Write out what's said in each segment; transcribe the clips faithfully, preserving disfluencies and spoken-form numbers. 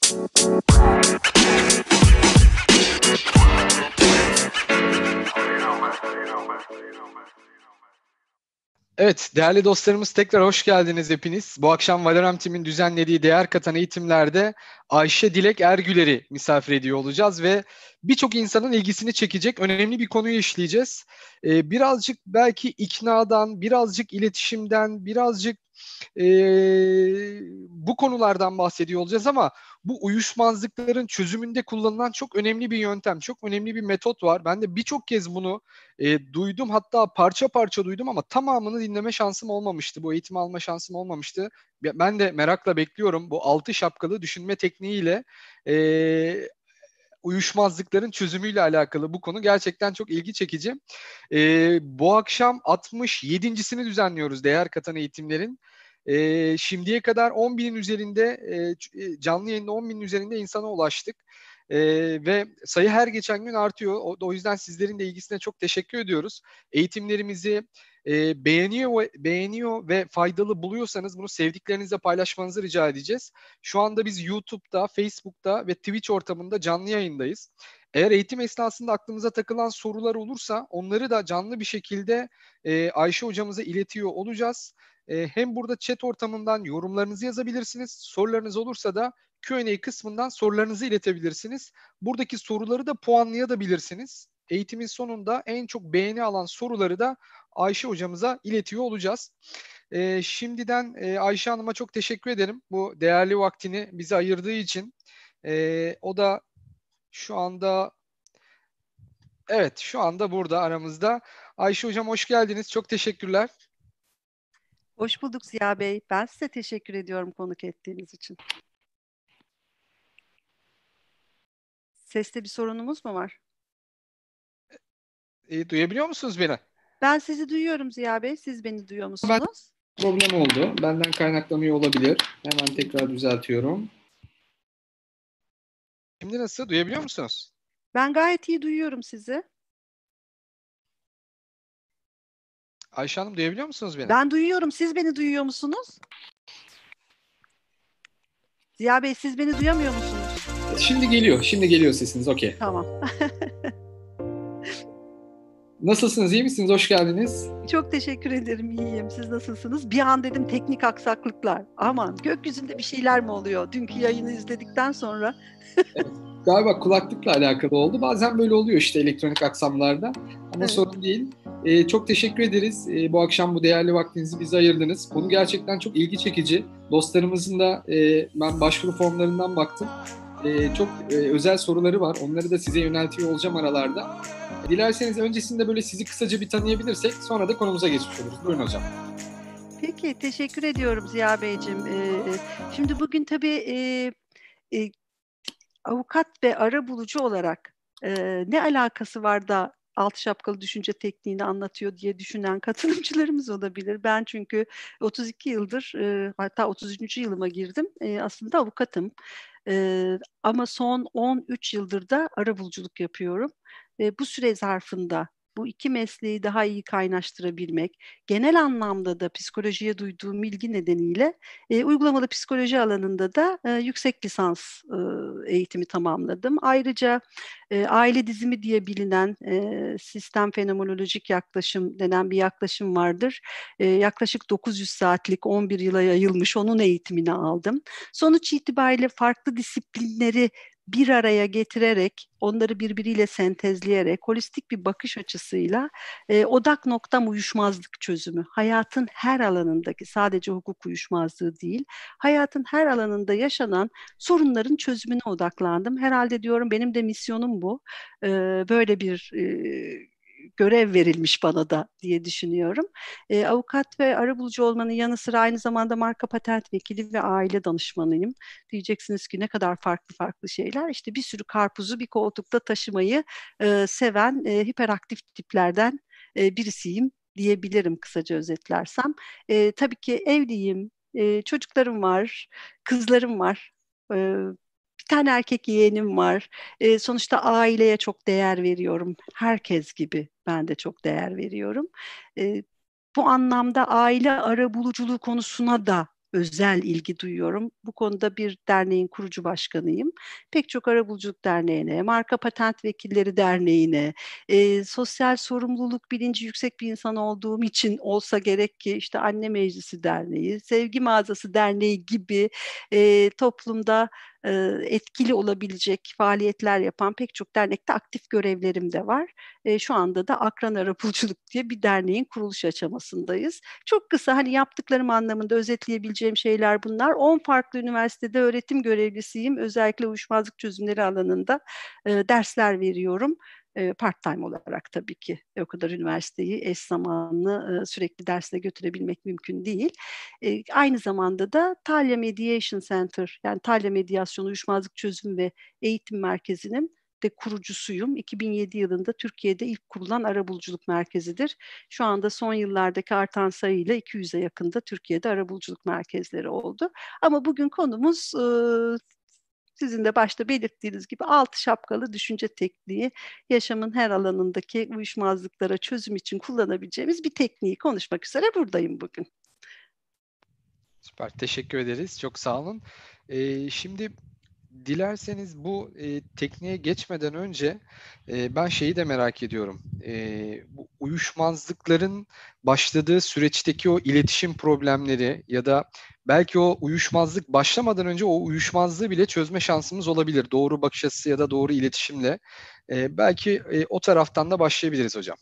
Evet, değerli dostlarımız tekrar hoş geldiniz hepiniz. Bu akşam Valorem Team'in düzenlediği değer katan eğitimlerde Ayşe Dilek Ergüler'i misafir ediyor olacağız ve birçok insanın ilgisini çekecek önemli bir konuyu işleyeceğiz. Ee, birazcık belki iknadan, birazcık iletişimden, birazcık ee, bu konulardan bahsediyor olacağız ama bu uyuşmazlıkların çözümünde kullanılan çok önemli bir yöntem, çok önemli bir metot var. Ben de birçok kez bunu e, duydum, hatta parça parça duydum ama tamamını dinleme şansım olmamıştı. Bu eğitimi alma şansım olmamıştı. Ben de merakla bekliyorum bu altı şapkalı düşünme tekniğiyle e, uyuşmazlıkların çözümüyle alakalı bu konu gerçekten çok ilgi çekici. E, bu akşam altmış yedincisini düzenliyoruz değer katan eğitimlerin. E, şimdiye kadar on binin üzerinde e, canlı yayında on binin üzerinde insana ulaştık. E, ve sayı her geçen gün artıyor. O, o yüzden sizlerin de ilgisine çok teşekkür ediyoruz. Eğitimlerimizi e, beğeniyor, beğeniyor ve faydalı buluyorsanız bunu sevdiklerinizle paylaşmanızı rica edeceğiz. Şu anda biz YouTube'da, Facebook'ta ve Twitch ortamında canlı yayındayız. Eğer eğitim esnasında aklınıza takılan sorular olursa onları da canlı bir şekilde e, Ayşe hocamıza iletiyor olacağız. E, hem burada chat ortamından yorumlarınızı yazabilirsiniz. Sorularınız olursa da Q and A kısmından sorularınızı iletebilirsiniz. Buradaki soruları da puanlayabilirsiniz. Eğitimin sonunda en çok beğeni alan soruları da Ayşe hocamıza iletiyor olacağız. E, şimdiden e, Ayşe Hanım'a çok teşekkür ederim. Bu değerli vaktini bize ayırdığı için. E, o da şu anda evet şu anda burada aramızda. Ayşe hocam hoş geldiniz. Çok teşekkürler. Hoş bulduk Ziya Bey. Ben size teşekkür ediyorum konuk ettiğiniz için. Seste bir sorunumuz mu var? E, duyabiliyor musunuz beni? Ben sizi duyuyorum Ziya Bey. Siz beni duyuyor musunuz? Problem oldu. Benden kaynaklanıyor olabilir. Hemen tekrar düzeltiyorum. Şimdi nasıl? Duyabiliyor musunuz? Ben gayet iyi duyuyorum sizi. Ayşe Hanım duyabiliyor musunuz beni? Ben duyuyorum. Siz beni duyuyor musunuz? Ziya Bey siz beni duyamıyor musunuz? Şimdi geliyor. Şimdi geliyor sesiniz. Okey. Tamam. Nasılsınız? İyi misiniz? Hoş geldiniz. Çok teşekkür ederim. İyiyim. Siz nasılsınız? Bir an dedim teknik aksaklıklar. Aman gökyüzünde bir şeyler mi oluyor? Dünkü yayını izledikten sonra. Evet. Galiba kulaklıkla alakalı oldu. Bazen böyle oluyor işte elektronik aksamlarda. Ama Evet. sorun değil. Ee, çok teşekkür ederiz. Ee, bu akşam bu değerli vaktinizi bize ayırdınız. Konu gerçekten çok ilgi çekici. Dostlarımızın da e, ben başvuru formlarından baktım. E, çok e, özel soruları var. Onları da size yöneltiyor olacağım aralarda. Dilerseniz öncesinde böyle sizi kısaca bir tanıyabilirsek sonra da konumuza geçmiş oluruz. Buyurun hocam. Peki, teşekkür ediyorum Ziya Beyciğim. Ee, şimdi bugün tabii e, e, avukat ve arabulucu olarak e, ne alakası var da altı şapkalı düşünce tekniğini anlatıyor diye düşünen katılımcılarımız olabilir. Ben çünkü otuz iki yıldır e, hatta otuz üçüncü yılıma girdim. E, aslında avukatım. E, ama son on üç yıldır da arabuluculuk yapıyorum. E, bu süre zarfında bu iki mesleği daha iyi kaynaştırabilmek, genel anlamda da psikolojiye duyduğum ilgi nedeniyle e, uygulamalı psikoloji alanında da e, yüksek lisans e, eğitimi tamamladım. Ayrıca e, aile dizimi diye bilinen e, sistem fenomenolojik yaklaşım denen bir yaklaşım vardır. E, yaklaşık dokuz yüz saatlik on bir yıla yayılmış onun eğitimini aldım. Sonuç itibariyle farklı disiplinleri bir araya getirerek, onları birbiriyle sentezleyerek, holistik bir bakış açısıyla e, odak noktam uyuşmazlık çözümü. Hayatın her alanındaki, sadece hukuk uyuşmazlığı değil, hayatın her alanında yaşanan sorunların çözümüne odaklandım. Herhalde diyorum benim de misyonum bu. E, böyle bir e, görev verilmiş bana da diye düşünüyorum. E, avukat ve arabulucu olmanın yanı sıra aynı zamanda marka patent vekili ve aile danışmanıyım. Diyeceksiniz ki ne kadar farklı farklı şeyler. İşte bir sürü karpuzu bir koltukta taşımayı e, seven e, hiperaktif tiplerden e, birisiyim diyebilirim kısaca özetlersem. E, tabii ki evliyim, e, çocuklarım var, kızlarım var. E, Bir tane erkek yeğenim var. E, sonuçta aileye çok değer veriyorum. Herkes gibi ben de çok değer veriyorum. E, Bu anlamda aile arabuluculuğu konusuna da özel ilgi duyuyorum. Bu konuda bir derneğin kurucu başkanıyım. Pek çok arabuluculuk derneğine, Marka Patent Vekilleri Derneği'ne, e, sosyal sorumluluk bilinci yüksek bir insan olduğum için olsa gerek ki işte Anne Meclisi Derneği, Sevgi Mağazası Derneği gibi e, toplumda e, etkili olabilecek faaliyetler yapan pek çok dernekte aktif görevlerim de var. E, şu anda da Akran Arabuluculuk diye bir derneğin kuruluş aşamasındayız. Çok kısa hani yaptıklarım anlamında özetleyebileceğim şeyler bunlar. on farklı üniversitede öğretim görevlisiyim. Özellikle uyuşmazlık çözümleri alanında e, dersler veriyorum. E, part-time olarak tabii ki. E, o kadar üniversiteyi eş zamanlı e, sürekli dersle götürebilmek mümkün değil. E, aynı zamanda da Talya Mediation Center, yani Talya Medyasyon Uyuşmazlık Çözüm ve Eğitim Merkezi'nin de kurucusuyum. iki bin yedi yılında Türkiye'de ilk kurulan arabuluculuk merkezidir. Şu anda son yıllardaki artan sayıyla iki yüze yakında Türkiye'de arabuluculuk merkezleri oldu. Ama bugün konumuz e, sizin de başta belirttiğiniz gibi altı şapkalı düşünce tekniği, yaşamın her alanındaki uyuşmazlıklara çözüm için kullanabileceğimiz bir tekniği konuşmak üzere buradayım bugün. Süper, teşekkür ederiz. Çok sağ olun. Ee, şimdi dilerseniz bu e, tekniğe geçmeden önce e, ben şeyi de merak ediyorum. E, bu uyuşmazlıkların başladığı süreçteki o iletişim problemleri ya da belki o uyuşmazlık başlamadan önce o uyuşmazlığı bile çözme şansımız olabilir. Doğru bakış açısı ya da doğru iletişimle. E, belki e, o taraftan da başlayabiliriz hocam.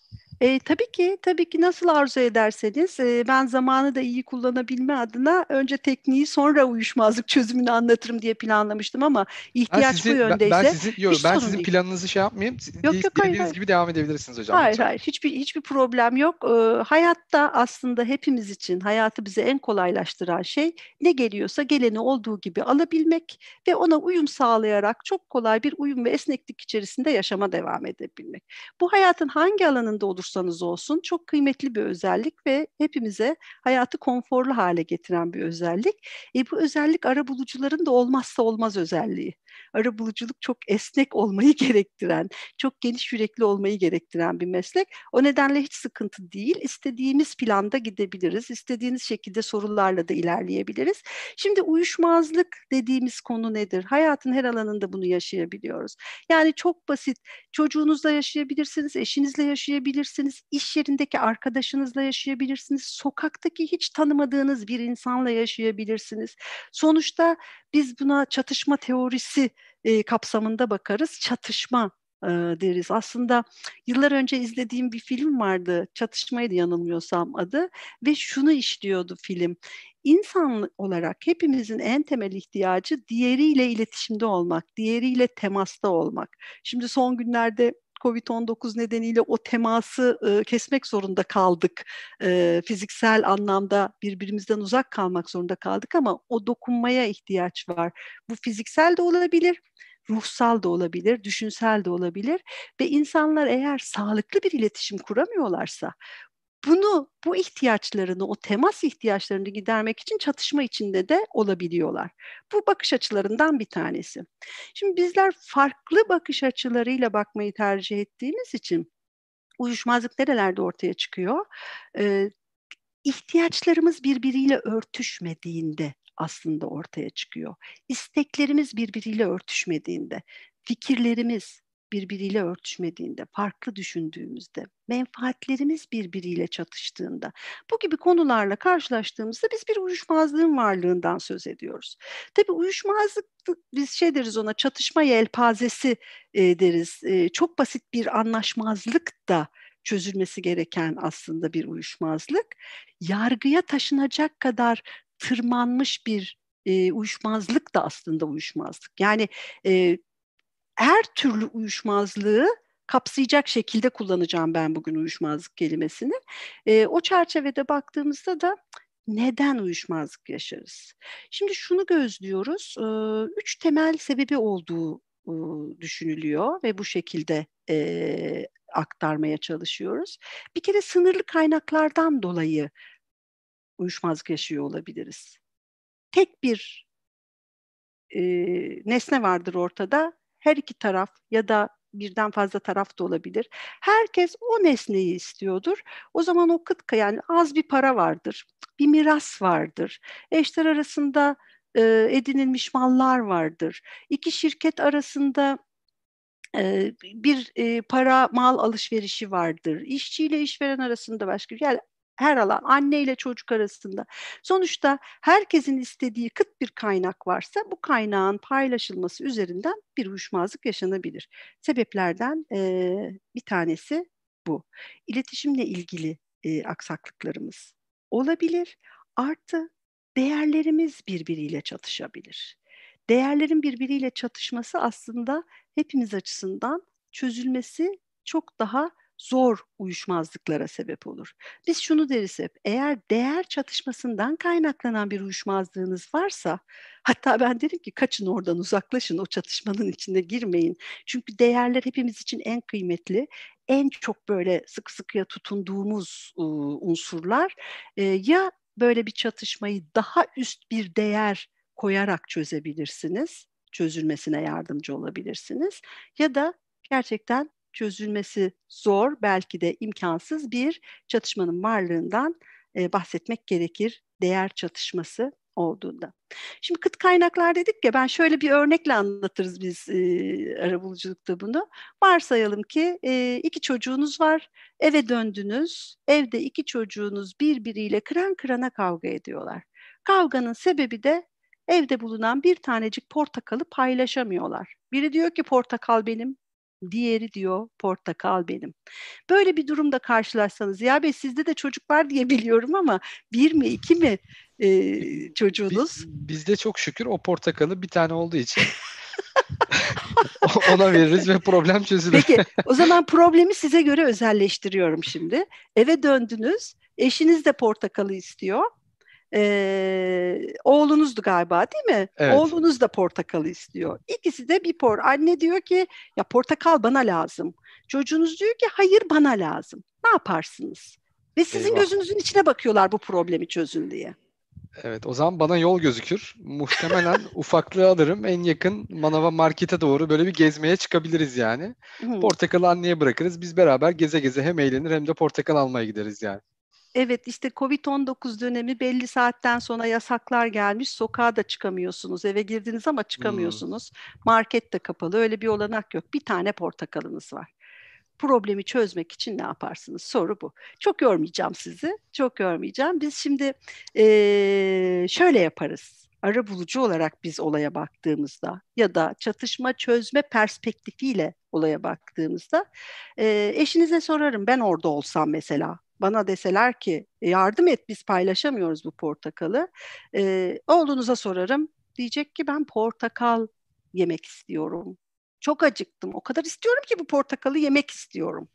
E, tabii ki, tabii ki nasıl arzu ederseniz e, ben zamanı da iyi kullanabilme adına önce tekniği sonra uyuşmazlık çözümünü anlatırım diye planlamıştım ama Ben ihtiyaç bu sizi ben, ben yöndeyse sizin hiç yok ben sorun sizin değil. planınızı şey yapmayayım. Siz- Yok yok, hayır Dilediğiniz hayır. gibi devam edebilirsiniz hocam Hayır lütfen. hayır, hiçbir hiçbir problem yok. Ee, hayatta aslında hepimiz için hayatı bize en kolaylaştıran şey ne geliyorsa geleni olduğu gibi alabilmek ve ona uyum sağlayarak çok kolay bir uyum ve esneklik içerisinde yaşama devam edebilmek. Bu hayatın hangi alanında olursanız olsun çok kıymetli bir özellik ve hepimize hayatı konforlu hale getiren bir özellik. E, bu özellik arabulucuların da olmazsa olmaz özelliği. Arabuluculuk çok esnek olmayı gerektiren, çok geniş yürekli olmayı gerektiren bir meslek. O nedenle hiç sıkıntı değil. İstediğimiz planda gidebiliriz. İstediğiniz şekilde sorularla da ilerleyebiliriz. Şimdi uyuşmazlık dediğimiz konu nedir? Hayatın her alanında bunu yaşayabiliyoruz. Yani çok basit. Çocuğunuzla yaşayabilirsiniz, eşinizle yaşayabilirsiniz, iş yerindeki arkadaşınızla yaşayabilirsiniz, sokaktaki hiç tanımadığınız bir insanla yaşayabilirsiniz. Sonuçta biz buna çatışma teorisi e, kapsamında bakarız. Çatışma e, deriz. Aslında yıllar önce izlediğim bir film vardı. Çatışmaydı yanılmıyorsam adı ve şunu işliyordu film. İnsan olarak hepimizin en temel ihtiyacı diğeriyle iletişimde olmak, diğeriyle temasta olmak. Şimdi son günlerde kovid on dokuz nedeniyle o teması e, kesmek zorunda kaldık. E, fiziksel anlamda birbirimizden uzak kalmak zorunda kaldık ama o dokunmaya ihtiyaç var. Bu fiziksel de olabilir, ruhsal da olabilir, düşünsel de olabilir ve insanlar eğer sağlıklı bir iletişim kuramıyorlarsa bunu, bu ihtiyaçlarını, o temas ihtiyaçlarını gidermek için çatışma içinde de olabiliyorlar. Bu bakış açılarından bir tanesi. Şimdi bizler farklı bakış açılarıyla bakmayı tercih ettiğimiz için uyuşmazlık nerelerde ortaya çıkıyor? Ee, ihtiyaçlarımız birbiriyle örtüşmediğinde aslında ortaya çıkıyor. İsteklerimiz birbiriyle örtüşmediğinde, fikirlerimiz birbiriyle örtüşmediğinde, farklı düşündüğümüzde, menfaatlerimiz birbiriyle çatıştığında, bu gibi konularla karşılaştığımızda biz bir uyuşmazlığın varlığından söz ediyoruz. Tabii uyuşmazlık, biz şey deriz ona, çatışma yelpazesi e, deriz. E, çok basit bir anlaşmazlık da çözülmesi gereken aslında bir uyuşmazlık. Yargıya taşınacak kadar tırmanmış bir e, uyuşmazlık da aslında uyuşmazlık. Yani e, her türlü uyuşmazlığı kapsayacak şekilde kullanacağım ben bugün uyuşmazlık kelimesini. E, o çerçevede baktığımızda da neden uyuşmazlık yaşarız? Şimdi şunu gözlüyoruz. E, üç temel sebebi olduğu e, düşünülüyor ve bu şekilde e, aktarmaya çalışıyoruz. Bir kere sınırlı kaynaklardan dolayı uyuşmazlık yaşıyor olabiliriz. Tek bir e, nesne vardır ortada. Her iki taraf ya da birden fazla taraf da olabilir. Herkes o nesneyi istiyordur. O zaman o kıt, yani az bir para vardır, bir miras vardır, eşler arasında e, edinilmiş mallar vardır, iki şirket arasında e, bir e, para mal alışverişi vardır, işçiyle işveren arasında başka, yani her alan, anne ile çocuk arasında. Sonuçta herkesin istediği kıt bir kaynak varsa bu kaynağın paylaşılması üzerinden bir uyuşmazlık yaşanabilir. Sebeplerden e, bir tanesi bu. İletişimle ilgili e, aksaklıklarımız olabilir. Artı değerlerimiz birbiriyle çatışabilir. Değerlerin birbiriyle çatışması aslında hepimiz açısından çözülmesi çok daha zor uyuşmazlıklara sebep olur. Biz şunu deriz hep, eğer değer çatışmasından kaynaklanan bir uyuşmazlığınız varsa, hatta ben derim ki kaçın oradan, uzaklaşın, o çatışmanın içine girmeyin. Çünkü değerler hepimiz için en kıymetli, en çok böyle sıkı sıkıya tutunduğumuz ıı, unsurlar. Ee, ya böyle bir çatışmayı daha üst bir değer koyarak çözebilirsiniz, çözülmesine yardımcı olabilirsiniz. Ya da gerçekten çözülmesi zor, belki de imkansız bir çatışmanın varlığından e, bahsetmek gerekir, değer çatışması olduğunda. Şimdi kıt kaynaklar dedik ya, ben şöyle bir örnekle anlatırız biz e, arabuluculukta bunu. Varsayalım ki e, iki çocuğunuz var, eve döndünüz, evde iki çocuğunuz birbiriyle kıran kırana kavga ediyorlar. Kavganın sebebi de evde bulunan bir tanecik portakalı paylaşamıyorlar. Biri diyor ki portakal benim, diğeri diyor portakal benim. Böyle bir durumda karşılaşsanız, ya Bey sizde de çocuk var diye biliyorum ama bir mi iki mi e, Bi- çocuğunuz? Bizde çok şükür o portakalı bir tane olduğu için ona veririz ve problem çözülür. Peki o zaman problemi size göre özelleştiriyorum şimdi. Eve döndünüz, eşiniz de portakalı istiyor. Ee, oğlunuzdu galiba, değil mi? Evet. Oğlunuz da portakalı istiyor. İkisi de bir por. Anne diyor ki ya portakal bana lazım. Çocuğunuz diyor ki hayır bana lazım. Ne yaparsınız? Ve sizin Eyvah. gözünüzün içine bakıyorlar bu problemi çözün diye. Evet, o zaman bana yol gözükür. Muhtemelen ufaklığı alırım. En yakın manava markete doğru böyle bir gezmeye çıkabiliriz yani. Hı. Portakalı anneye bırakırız. Biz beraber geze geze hem eğlenir hem de portakal almaya gideriz yani. Evet, işte kovid on dokuz dönemi, belli saatten sonra yasaklar gelmiş. Sokağa da çıkamıyorsunuz. Eve girdiniz ama Hmm. çıkamıyorsunuz. Market de kapalı. Öyle bir olanak yok. Bir tane portakalınız var. Problemi çözmek için ne yaparsınız? Soru bu. Çok yormayacağım sizi. Çok yormayacağım. Biz şimdi eee, şöyle yaparız. Arabulucu olarak biz olaya baktığımızda ya da çatışma çözme perspektifiyle olaya baktığımızda eee, eşinize sorarım. Ben orada olsam mesela. Bana deseler ki "E, yardım et, biz paylaşamıyoruz bu portakalı. Eee, oğlunuza sorarım. Diyecek ki ben portakal yemek istiyorum. Çok acıktım. O kadar istiyorum ki bu portakalı yemek istiyorum.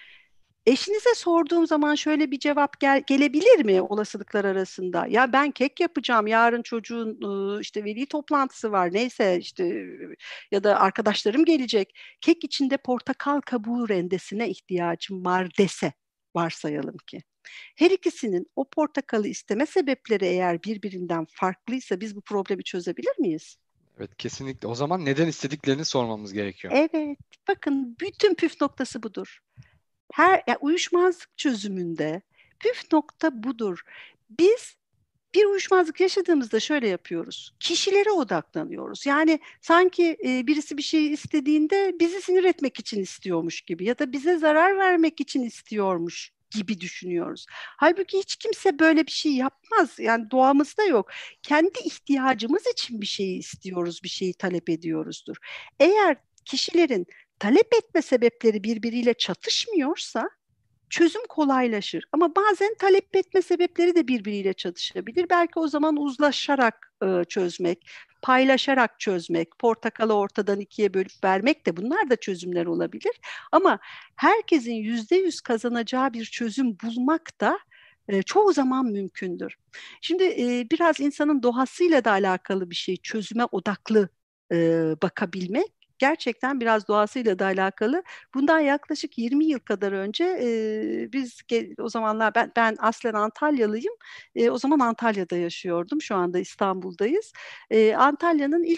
Eşinize sorduğum zaman şöyle bir cevap gel gelebilir mi olasılıklar arasında? Ya ben kek yapacağım. Yarın çocuğun ıı, işte veli toplantısı var. Neyse işte ya da arkadaşlarım gelecek. Kek içinde portakal kabuğu rendesine ihtiyacım var dese, varsayalım ki. Her ikisinin o portakalı isteme sebepleri eğer birbirinden farklıysa biz bu problemi çözebilir miyiz? Evet, kesinlikle. O zaman neden istediklerini sormamız gerekiyor. Evet, bakın bütün püf noktası budur. Her ya, uyuşmazlık çözümünde püf nokta budur. Biz bir uyuşmazlık yaşadığımızda şöyle yapıyoruz. Kişilere odaklanıyoruz. Yani sanki e, birisi bir şey istediğinde bizi sinir etmek için istiyormuş gibi ya da bize zarar vermek için istiyormuş gibi düşünüyoruz. Halbuki hiç kimse böyle bir şey yapmaz. Yani doğamızda yok. Kendi ihtiyacımız için bir şeyi istiyoruz, bir şeyi talep ediyoruzdur. Eğer kişilerin talep etme sebepleri birbiriyle çatışmıyorsa çözüm kolaylaşır. Ama bazen talep etme sebepleri de birbiriyle çatışabilir. Belki o zaman uzlaşarak e, çözmek, paylaşarak çözmek, portakalı ortadan ikiye bölüp vermek de, bunlar da çözümler olabilir. Ama herkesin yüzde yüz kazanacağı bir çözüm bulmak da e, çoğu zaman mümkündür. Şimdi e, biraz insanın doğasıyla da alakalı bir şey, çözüme odaklı e, bakabilmek gerçekten biraz doğasıyla da alakalı. Bundan yaklaşık yirmi yıl kadar önce e, biz o zamanlar ben, ben aslen Antalyalıyım. E, o zaman Antalya'da yaşıyordum. Şu anda İstanbul'dayız. E, Antalya'nın ilk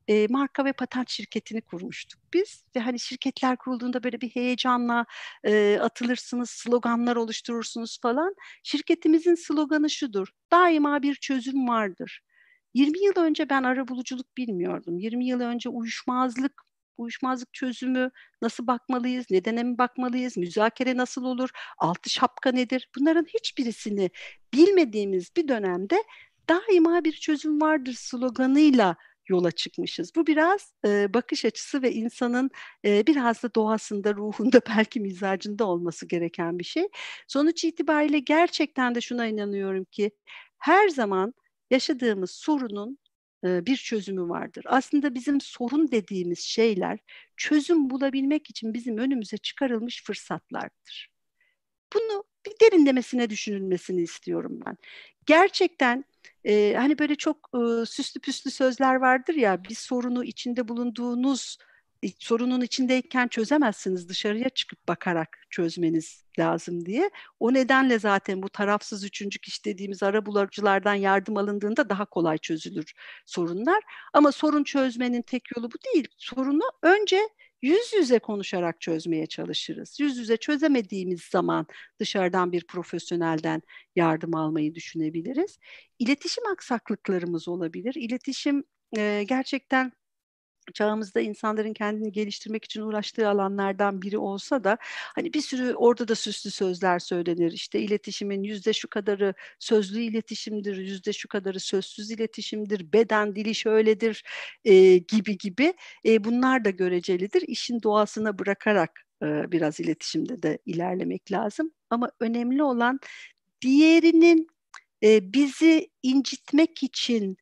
e, marka ve patent şirketini kurmuştuk biz. Ve hani şirketler kurulduğunda böyle bir heyecanla e, atılırsınız, sloganlar oluşturursunuz falan. Şirketimizin sloganı şudur: daima bir çözüm vardır. yirmi yıl önce ben arabuluculuk bilmiyordum. yirmi yıl önce uyuşmazlık, uyuşmazlık çözümü nasıl bakmalıyız, nedene mi bakmalıyız, müzakere nasıl olur, altı şapka nedir? Bunların hiçbirisini bilmediğimiz bir dönemde daima bir çözüm vardır sloganıyla yola çıkmışız. Bu biraz e, bakış açısı ve insanın e, biraz da doğasında, ruhunda, belki mizacında olması gereken bir şey. Sonuç itibariyle gerçekten de şuna inanıyorum ki her zaman yaşadığımız sorunun e, bir çözümü vardır. Aslında bizim sorun dediğimiz şeyler çözüm bulabilmek için bizim önümüze çıkarılmış fırsatlardır. Bunu bir derinlemesine düşünülmesini istiyorum ben. Gerçekten e, hani böyle çok e, süslü püslü sözler vardır ya, bir sorunu içinde bulunduğunuz e, sorunun içindeyken çözemezsiniz, dışarıya çıkıp bakarak çözmeniz lazım diye. O nedenle zaten bu tarafsız üçüncü kişi dediğimiz arabuluculardan yardım alındığında daha kolay çözülür sorunlar. Ama sorun çözmenin tek yolu bu değil. Sorunu önce yüz yüze konuşarak çözmeye çalışırız. Yüz yüze çözemediğimiz zaman dışarıdan bir profesyonelden yardım almayı düşünebiliriz. İletişim aksaklıklarımız olabilir. İletişim e, gerçekten çağımızda insanların kendini geliştirmek için uğraştığı alanlardan biri olsa da hani bir sürü orada da süslü sözler söylenir. İşte iletişimin yüzde şu kadarı sözlü iletişimdir, yüzde şu kadarı sözsüz iletişimdir, beden dili şöyledir e, gibi gibi. E, bunlar da görecelidir. İşin doğasına bırakarak e, biraz iletişimde de ilerlemek lazım. Ama önemli olan diğerinin e, bizi incitmek için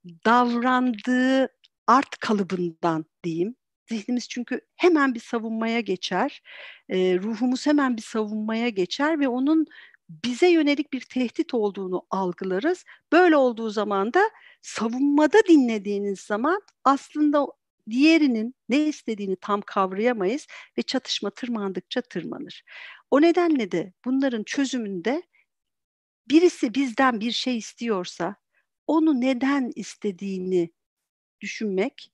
davrandığı art kalıbından diyeyim. Zihnimiz çünkü hemen bir savunmaya geçer. E, ruhumuz hemen bir savunmaya geçer ve onun bize yönelik bir tehdit olduğunu algılarız. Böyle olduğu zaman da savunmada dinlediğiniz zaman aslında diğerinin ne istediğini tam kavrayamayız ve çatışma tırmandıkça tırmanır. O nedenle de bunların çözümünde birisi bizden bir şey istiyorsa onu neden istediğini düşünmek,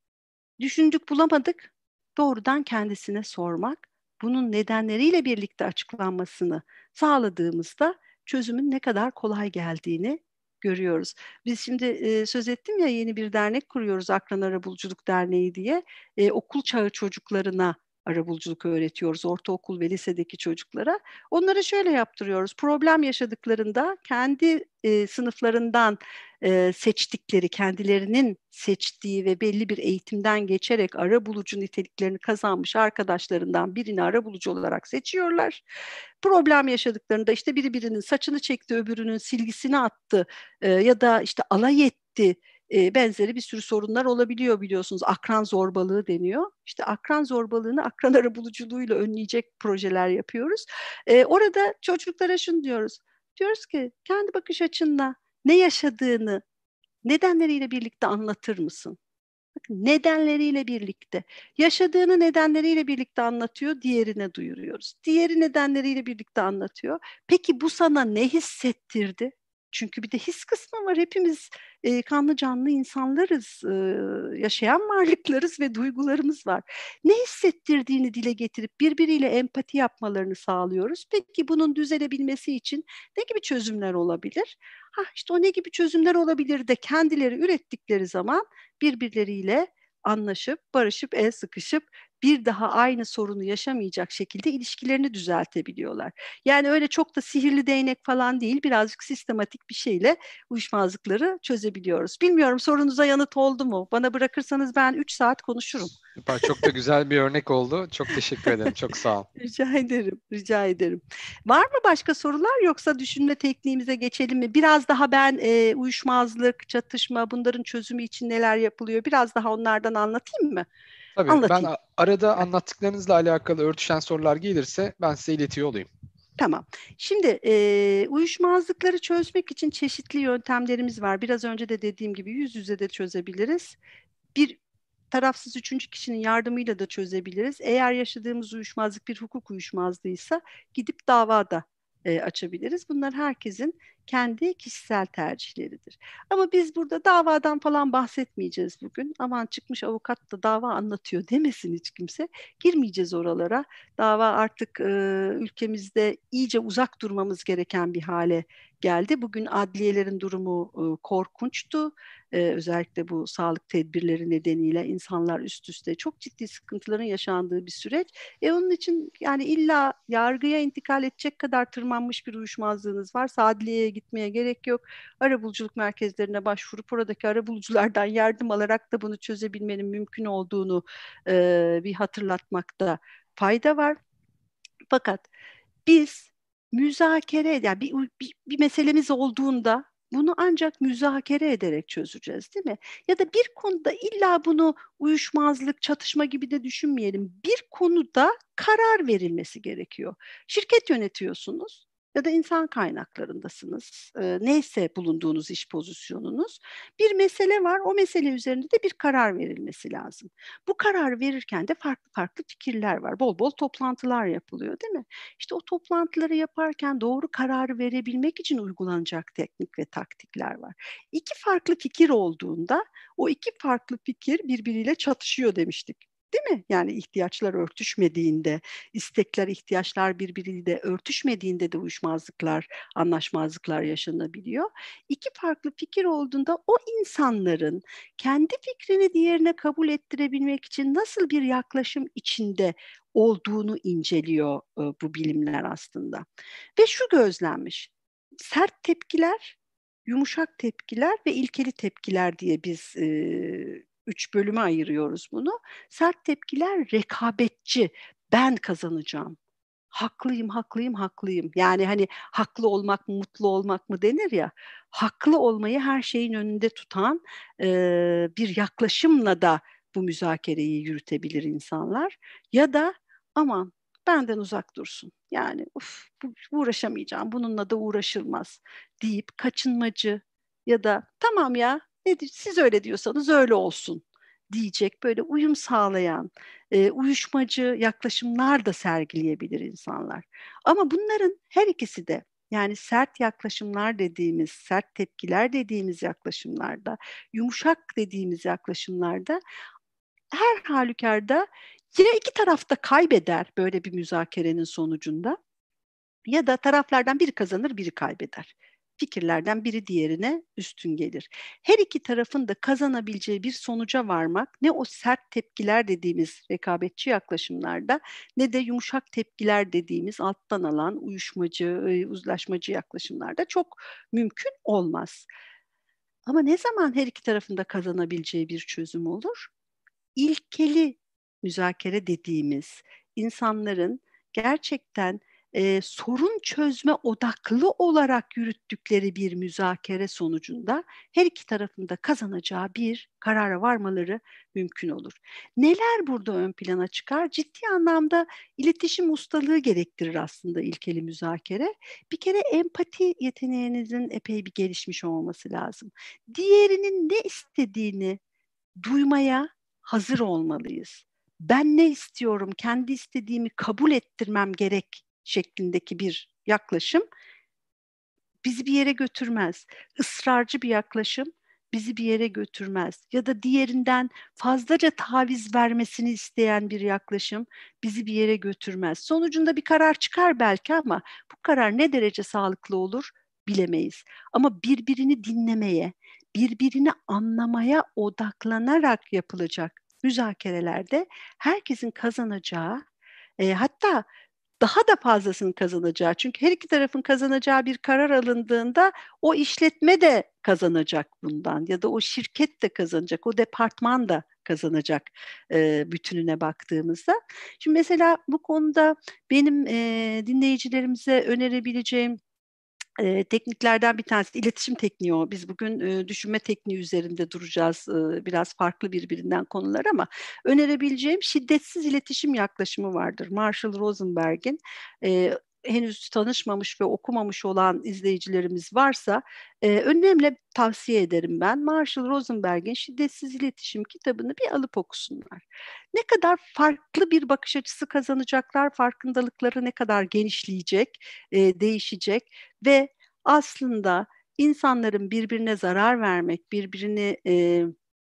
düşündük bulamadık, doğrudan kendisine sormak, bunun nedenleriyle birlikte açıklanmasını sağladığımızda çözümün ne kadar kolay geldiğini görüyoruz. Biz şimdi e, söz ettim ya, yeni bir dernek kuruyoruz, Akran Arabuluculuk Derneği diye. E, okul çağı çocuklarına arabuluculuk öğretiyoruz, ortaokul ve lisedeki çocuklara. Onlara şöyle yaptırıyoruz: problem yaşadıklarında kendi e, sınıflarından e, seçtikleri, kendilerinin seçtiği ve belli bir eğitimden geçerek arabulucu niteliklerini kazanmış arkadaşlarından birini arabulucu olarak seçiyorlar. Problem yaşadıklarında işte biri birinin saçını çekti, öbürünün silgisini attı e, ya da işte alay etti, e, benzeri bir sürü sorunlar olabiliyor, biliyorsunuz. Akran zorbalığı deniyor. İşte akran zorbalığını akran arabuluculuğuyla önleyecek projeler yapıyoruz. E, orada çocuklara şunu diyoruz. Diyoruz ki kendi bakış açınla ne yaşadığını nedenleriyle birlikte anlatır mısın? Bakın, nedenleriyle birlikte. Yaşadığını nedenleriyle birlikte anlatıyor, diğerine duyuruyoruz. Diğeri nedenleriyle birlikte anlatıyor. Peki bu sana ne hissettirdi? Çünkü bir de his kısmı var. Hepimiz e, kanlı canlı insanlarız, e, yaşayan varlıklarız ve duygularımız var. Ne hissettirdiğini dile getirip birbiriyle empati yapmalarını sağlıyoruz. Peki bunun düzelebilmesi için ne gibi çözümler olabilir? Ha, işte o ne gibi çözümler olabilir de kendileri ürettikleri zaman birbirleriyle anlaşıp, barışıp, el sıkışıp bir daha aynı sorunu yaşamayacak şekilde ilişkilerini düzeltebiliyorlar. Yani öyle çok da sihirli değnek falan değil, birazcık sistematik bir şeyle uyuşmazlıkları çözebiliyoruz. Bilmiyorum, sorunuza yanıt oldu mu? Bana bırakırsanız ben üç saat konuşurum. Süper, çok da güzel bir örnek oldu. Çok teşekkür ederim. Çok sağ ol. Rica ederim, rica ederim. Var mı başka sorular, yoksa düşünme tekniğimize geçelim mi? Biraz daha ben e, uyuşmazlık, çatışma, bunların çözümü için neler yapılıyor, biraz daha onlardan anlatayım mı? Tabii ben Anlatayım. a- arada anlattıklarınızla alakalı örtüşen sorular gelirse ben size iletiyor olayım. Tamam. Şimdi e, uyuşmazlıkları çözmek için çeşitli yöntemlerimiz var. Biraz önce de dediğim gibi yüz yüze de çözebiliriz. Bir tarafsız üçüncü kişinin yardımıyla da çözebiliriz. Eğer yaşadığımız uyuşmazlık bir hukuk uyuşmazlığıysa gidip davada e, açabiliriz. Bunlar herkesin kendi kişisel tercihleridir. Ama biz burada davadan falan bahsetmeyeceğiz bugün. Aman çıkmış avukat da dava anlatıyor demesin hiç kimse. Girmeyeceğiz oralara. Dava artık e, ülkemizde iyice uzak durmamız gereken bir hale geldi. Bugün adliyelerin durumu e, korkunçtu. E, özellikle bu sağlık tedbirleri nedeniyle insanlar üst üste çok ciddi sıkıntıların yaşandığı bir süreç. E onun için yani illa yargıya intikal edecek kadar tırmanmış bir uyuşmazlığınız varsa adliyeye gitmeye gerek yok. Arabuluculuk merkezlerine başvurup oradaki arabuluculardan yardım alarak da bunu çözebilmenin mümkün olduğunu e, bir hatırlatmakta fayda var. Fakat biz müzakere, yani bir, bir, bir meselemiz olduğunda bunu ancak müzakere ederek çözeceğiz, değil mi? Ya da bir konuda illa bunu uyuşmazlık, çatışma gibi de düşünmeyelim. Bir konuda karar verilmesi gerekiyor. Şirket yönetiyorsunuz ya da insan kaynaklarındasınız. E, neyse bulunduğunuz iş pozisyonunuz. Bir mesele var, o mesele üzerinde de bir karar verilmesi lazım. Bu karar verirken de farklı farklı fikirler var. Bol bol toplantılar yapılıyor, değil mi? İşte o toplantıları yaparken doğru kararı verebilmek için uygulanacak teknik ve taktikler var. İki farklı fikir olduğunda o iki farklı fikir birbiriyle çatışıyor demiştik. Değil mi? Yani ihtiyaçlar örtüşmediğinde, istekler, ihtiyaçlar birbiriyle örtüşmediğinde de uyuşmazlıklar, anlaşmazlıklar yaşanabiliyor. İki farklı fikir olduğunda o insanların kendi fikrini diğerine kabul ettirebilmek için nasıl bir yaklaşım içinde olduğunu inceliyor e, bu bilimler aslında. Ve şu gözlenmiş, sert tepkiler, yumuşak tepkiler ve ilkeli tepkiler diye biz e, üç bölüme ayırıyoruz bunu. Sert tepkiler rekabetçi, ben kazanacağım. Haklıyım, haklıyım, haklıyım. Yani hani haklı olmak mı, mutlu olmak mı denir ya. Haklı olmayı her şeyin önünde tutan e, bir yaklaşımla da bu müzakereyi yürütebilir insanlar. Ya da aman benden uzak dursun. Yani uf, uğraşamayacağım, bununla da uğraşılmaz deyip kaçınmacı ya da tamam ya ne, siz öyle diyorsanız öyle olsun diyecek böyle uyum sağlayan, e, uyuşmacı yaklaşımlar da sergileyebilir insanlar. Ama bunların her ikisi de yani sert yaklaşımlar dediğimiz, sert tepkiler dediğimiz yaklaşımlarda, yumuşak dediğimiz yaklaşımlarda her halükarda ya iki taraf da kaybeder böyle bir müzakerenin sonucunda ya da taraflardan biri kazanır, biri kaybeder. Fikirlerden biri diğerine üstün gelir. Her iki tarafın da kazanabileceği bir sonuca varmak ne o sert tepkiler dediğimiz rekabetçi yaklaşımlarda ne de yumuşak tepkiler dediğimiz alttan alan uyuşmacı, e, uzlaşmacı yaklaşımlarda çok mümkün olmaz. Ama ne zaman her iki tarafın da kazanabileceği bir çözüm olur? İlkeli müzakere dediğimiz insanların gerçekten e, sorun çözme odaklı olarak yürüttükleri bir müzakere sonucunda her iki tarafın da kazanacağı bir karara varmaları mümkün olur. Neler burada ön plana çıkar? Ciddi anlamda iletişim ustalığı gerektirir aslında ilkeli müzakere. Bir kere empati yeteneğinizin epey bir gelişmiş olması lazım. Diğerinin ne istediğini duymaya hazır olmalıyız. Ben ne istiyorum, kendi istediğimi kabul ettirmem gerek şeklindeki bir yaklaşım bizi bir yere götürmez. Israrcı bir yaklaşım bizi bir yere götürmez. Ya da diğerinden fazlaca taviz vermesini isteyen bir yaklaşım bizi bir yere götürmez. Sonucunda bir karar çıkar belki ama bu karar ne derece sağlıklı olur bilemeyiz. Ama birbirini dinlemeye, birbirini anlamaya odaklanarak yapılacak müzakerelerde herkesin kazanacağı, e, hatta daha da fazlasını kazanacağı. Çünkü her iki tarafın kazanacağı bir karar alındığında o işletme de kazanacak bundan ya da o şirket de kazanacak, o departman da kazanacak e, bütününe baktığımızda. Şimdi mesela bu konuda benim e, dinleyicilerimize önerebileceğim e, tekniklerden bir tanesi iletişim tekniği o. Biz bugün e, düşünme tekniği üzerinde duracağız. E, biraz farklı birbirinden konular ama önerebileceğim şiddetsiz iletişim yaklaşımı vardır. Marshall Rosenberg'in e, henüz tanışmamış ve okumamış olan izleyicilerimiz varsa e, önemli tavsiye ederim ben. Marshall Rosenberg'in Şiddetsiz İletişim kitabını bir alıp okusunlar. Ne kadar farklı bir bakış açısı kazanacaklar, farkındalıkları ne kadar genişleyecek, e, değişecek ve aslında insanların birbirine zarar vermek, birbirini e,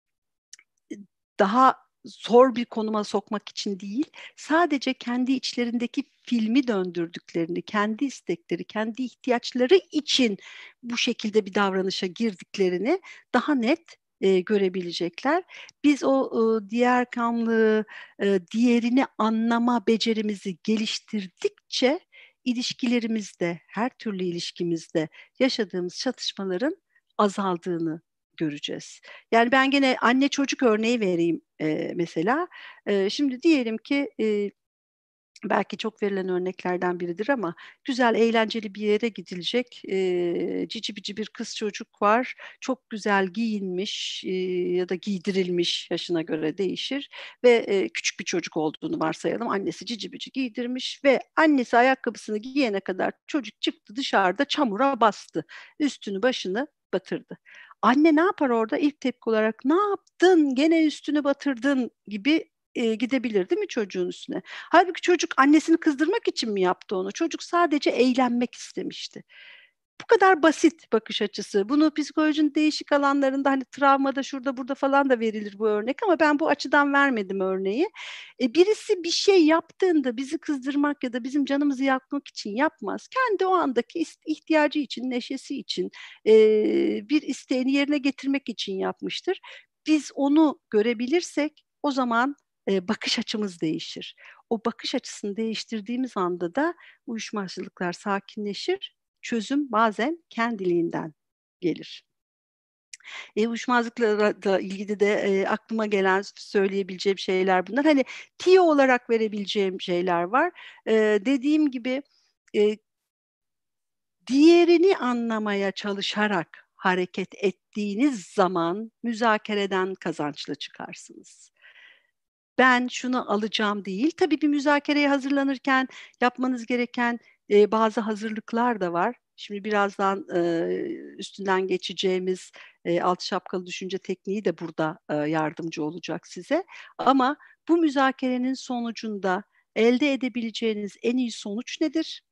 daha zor bir konuma sokmak için değil, sadece kendi içlerindeki filmi döndürdüklerini, kendi istekleri, kendi ihtiyaçları için bu şekilde bir davranışa girdiklerini daha net e, görebilecekler. Biz o e, diğer kamlığı, e, diğerini anlama becerimizi geliştirdikçe ilişkilerimizde, her türlü ilişkimizde yaşadığımız çatışmaların azaldığını göreceğiz. Yani ben gene anne çocuk örneği vereyim e, mesela. E, şimdi diyelim ki e, belki çok verilen örneklerden biridir ama güzel, eğlenceli bir yere gidilecek. E, cici bici bir kız çocuk var. Çok güzel giyinmiş e, ya da giydirilmiş, yaşına göre değişir. Ve e, küçük bir çocuk olduğunu varsayalım. Annesi cici bici giydirmiş ve annesi ayakkabısını giyene kadar çocuk çıktı dışarıda, çamura bastı. Üstünü başını batırdı. Anne ne yapar orada? İlk tepki olarak ne yaptın? Gene üstünü batırdın gibi e, gidebilir değil mi çocuğun üstüne? Halbuki çocuk annesini kızdırmak için mi yaptı onu? Çocuk sadece eğlenmek istemişti. Bu kadar basit bakış açısı. Bunu psikolojinin değişik alanlarında, hani travmada şurada burada falan da verilir bu örnek, ama ben bu açıdan vermedim örneği. E, birisi bir şey yaptığında bizi kızdırmak ya da bizim canımızı yakmak için yapmaz. Kendi o andaki ihtiyacı için, neşesi için, e, bir isteğini yerine getirmek için yapmıştır. Biz onu görebilirsek o zaman e, bakış açımız değişir. O bakış açısını değiştirdiğimiz anda da uyuşmazlıklar sakinleşir, çözüm bazen kendiliğinden gelir. E, uyuşmazlıkla da ilgili de e, aklıma gelen, söyleyebileceğim şeyler bunlar. Hani tiyo olarak verebileceğim şeyler var. E, dediğim gibi e, diğerini anlamaya çalışarak hareket ettiğiniz zaman müzakereden kazançlı çıkarsınız. Ben şunu alacağım değil. Tabii bir müzakereye hazırlanırken yapmanız gereken e, bazı hazırlıklar da var. Şimdi birazdan e, üstünden geçeceğimiz e, altı şapkalı düşünce tekniği de burada e, yardımcı olacak size. Ama bu müzakerenin sonucunda elde edebileceğiniz en iyi sonuç nedir?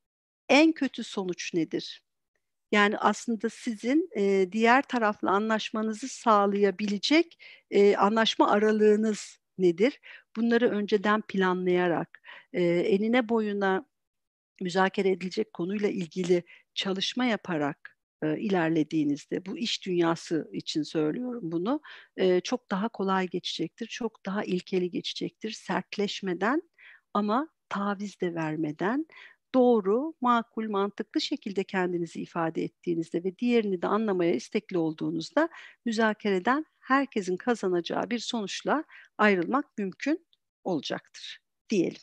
En kötü sonuç nedir? Yani aslında sizin e, diğer tarafla anlaşmanızı sağlayabilecek e, anlaşma aralığınız nedir? Bunları önceden planlayarak, e, enine boyuna müzakere edilecek konuyla ilgili çalışma yaparak e, ilerlediğinizde, bu iş dünyası için söylüyorum bunu, e, çok daha kolay geçecektir, çok daha ilkeli geçecektir, sertleşmeden ama taviz de vermeden, doğru, makul, mantıklı şekilde kendinizi ifade ettiğinizde ve diğerini de anlamaya istekli olduğunuzda müzakereden herkesin kazanacağı bir sonuçla ayrılmak mümkün olacaktır diyelim.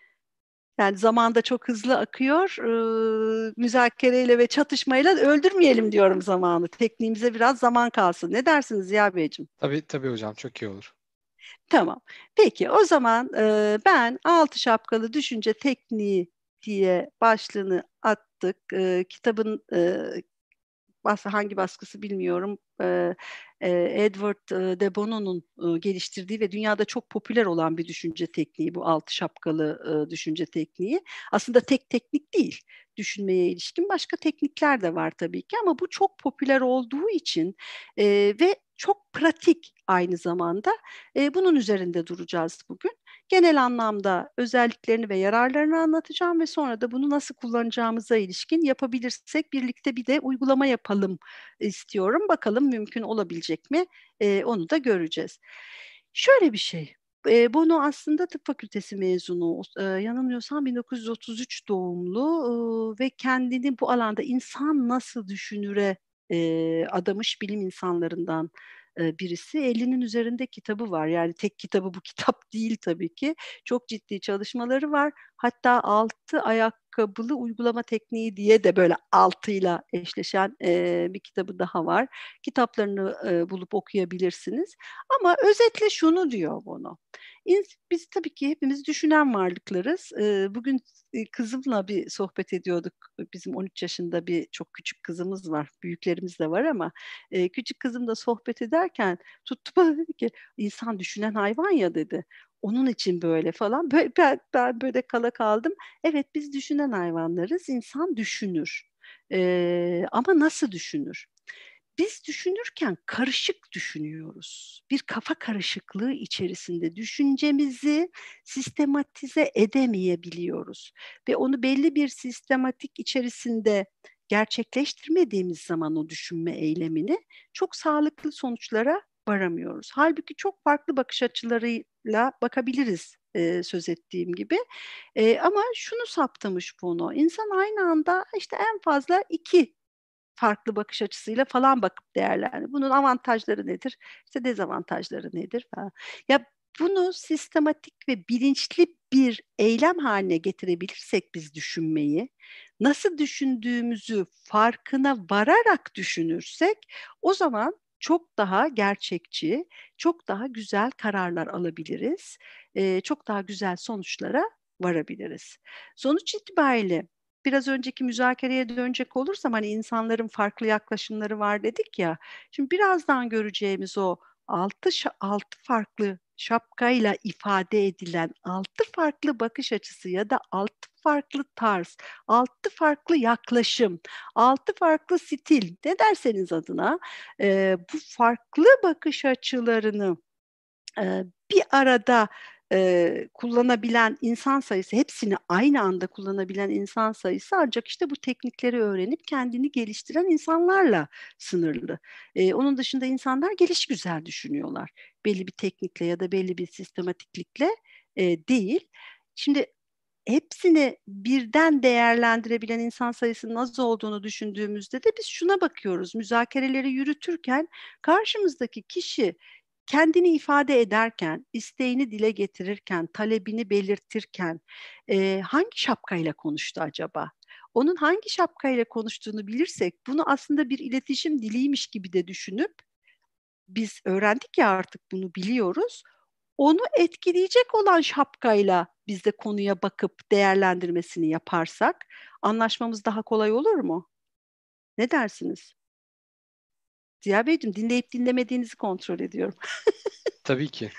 Yani zaman da çok hızlı akıyor. Ee, müzakereyle ve çatışmayla öldürmeyelim diyorum zamanı. Tekniğimize biraz zaman kalsın. Ne dersiniz Ziya Beyciğim? Tabii tabii hocam, çok iyi olur. Tamam. Peki o zaman e, ben altı şapkalı düşünce tekniği diye başlığını attık. E, kitabın e, bas- hangi baskısı bilmiyorum. E, e, Edward e, de Bono'nun e, geliştirdiği ve dünyada çok popüler olan bir düşünce tekniği, bu altı şapkalı e, düşünce tekniği. Aslında tek teknik değil. Düşünmeye ilişkin başka teknikler de var tabii ki, ama bu çok popüler olduğu için e, ve çok pratik aynı zamanda. E, bunun üzerinde duracağız bugün. Genel anlamda özelliklerini ve yararlarını anlatacağım ve sonra da bunu nasıl kullanacağımıza ilişkin, yapabilirsek birlikte bir de uygulama yapalım istiyorum. Bakalım mümkün olabilecek mi? E, onu da göreceğiz. Şöyle bir şey. E, Bono aslında tıp fakültesi mezunu. E, yanılmıyorsam bin dokuz yüz otuz üç doğumlu e, ve kendini bu alanda insan nasıl düşünüre e, adamış bilim insanlarından e, birisi. ellinin üzerinde kitabı var. Yani tek kitabı bu kitap değil tabii ki. Çok ciddi çalışmaları var. Hatta altı ayakkabılı uygulama tekniği diye de böyle altıyla eşleşen e, bir kitabı daha var. Kitaplarını e, bulup okuyabilirsiniz. Ama özetle şunu diyor bunu. Biz tabii ki hepimiz düşünen varlıklarız. E, bugün e, kızımla bir sohbet ediyorduk. Bizim on üç yaşında bir çok küçük kızımız var. Büyüklerimiz de var ama e, küçük kızımla sohbet ederken tuttu bana, dedi ki insan düşünen hayvan ya dedi. Onun için böyle falan. Ben, ben böyle kala kaldım. Evet, biz düşünen hayvanlarız. İnsan düşünür. E, ama nasıl düşünür? Biz düşünürken karışık düşünüyoruz. Bir kafa karışıklığı içerisinde düşüncemizi sistematize edemeyebiliyoruz. Ve onu belli bir sistematik içerisinde gerçekleştirmediğimiz zaman o düşünme eylemini çok sağlıklı sonuçlara varamıyoruz. Halbuki çok farklı bakış açılarıyla bakabiliriz e, söz ettiğim gibi. E, ama şunu saptamış bunu. İnsan aynı anda işte en fazla iki farklı bakış açısıyla falan bakıp değerlendir. Bunun avantajları nedir? İşte dezavantajları nedir falan. Ya bunu sistematik ve bilinçli bir eylem haline getirebilirsek biz düşünmeyi, nasıl düşündüğümüzü farkına vararak düşünürsek o zaman çok daha gerçekçi, çok daha güzel kararlar alabiliriz. Ee, çok daha güzel sonuçlara varabiliriz. Sonuç itibariyle biraz önceki müzakereye dönecek olursam hani insanların farklı yaklaşımları var dedik ya. Şimdi birazdan göreceğimiz o altı, altı farklı şapkayla ifade edilen altı farklı bakış açısı ya da altı farklı tarz, altı farklı yaklaşım, altı farklı stil ne derseniz adına e, bu farklı bakış açılarını e, bir arada e, kullanabilen insan sayısı, hepsini aynı anda kullanabilen insan sayısı ancak işte bu teknikleri öğrenip kendini geliştiren insanlarla sınırlı. E, onun dışında insanlar gelişigüzel düşünüyorlar. Belli bir teknikle ya da belli bir sistematiklikle e, değil. Şimdi hepsini birden değerlendirebilen insan sayısının az olduğunu düşündüğümüzde de biz şuna bakıyoruz. Müzakereleri yürütürken karşımızdaki kişi kendini ifade ederken, isteğini dile getirirken, talebini belirtirken e, hangi şapkayla konuştu acaba? Onun hangi şapkayla konuştuğunu bilirsek bunu aslında bir iletişim diliymiş gibi de düşünüp biz öğrendik ya artık bunu biliyoruz. Onu etkileyecek olan şapkayla biz de konuya bakıp değerlendirmesini yaparsak anlaşmamız daha kolay olur mu? Ne dersiniz? Ziya Beyciğim dinleyip dinlemediğinizi kontrol ediyorum. Tabii ki.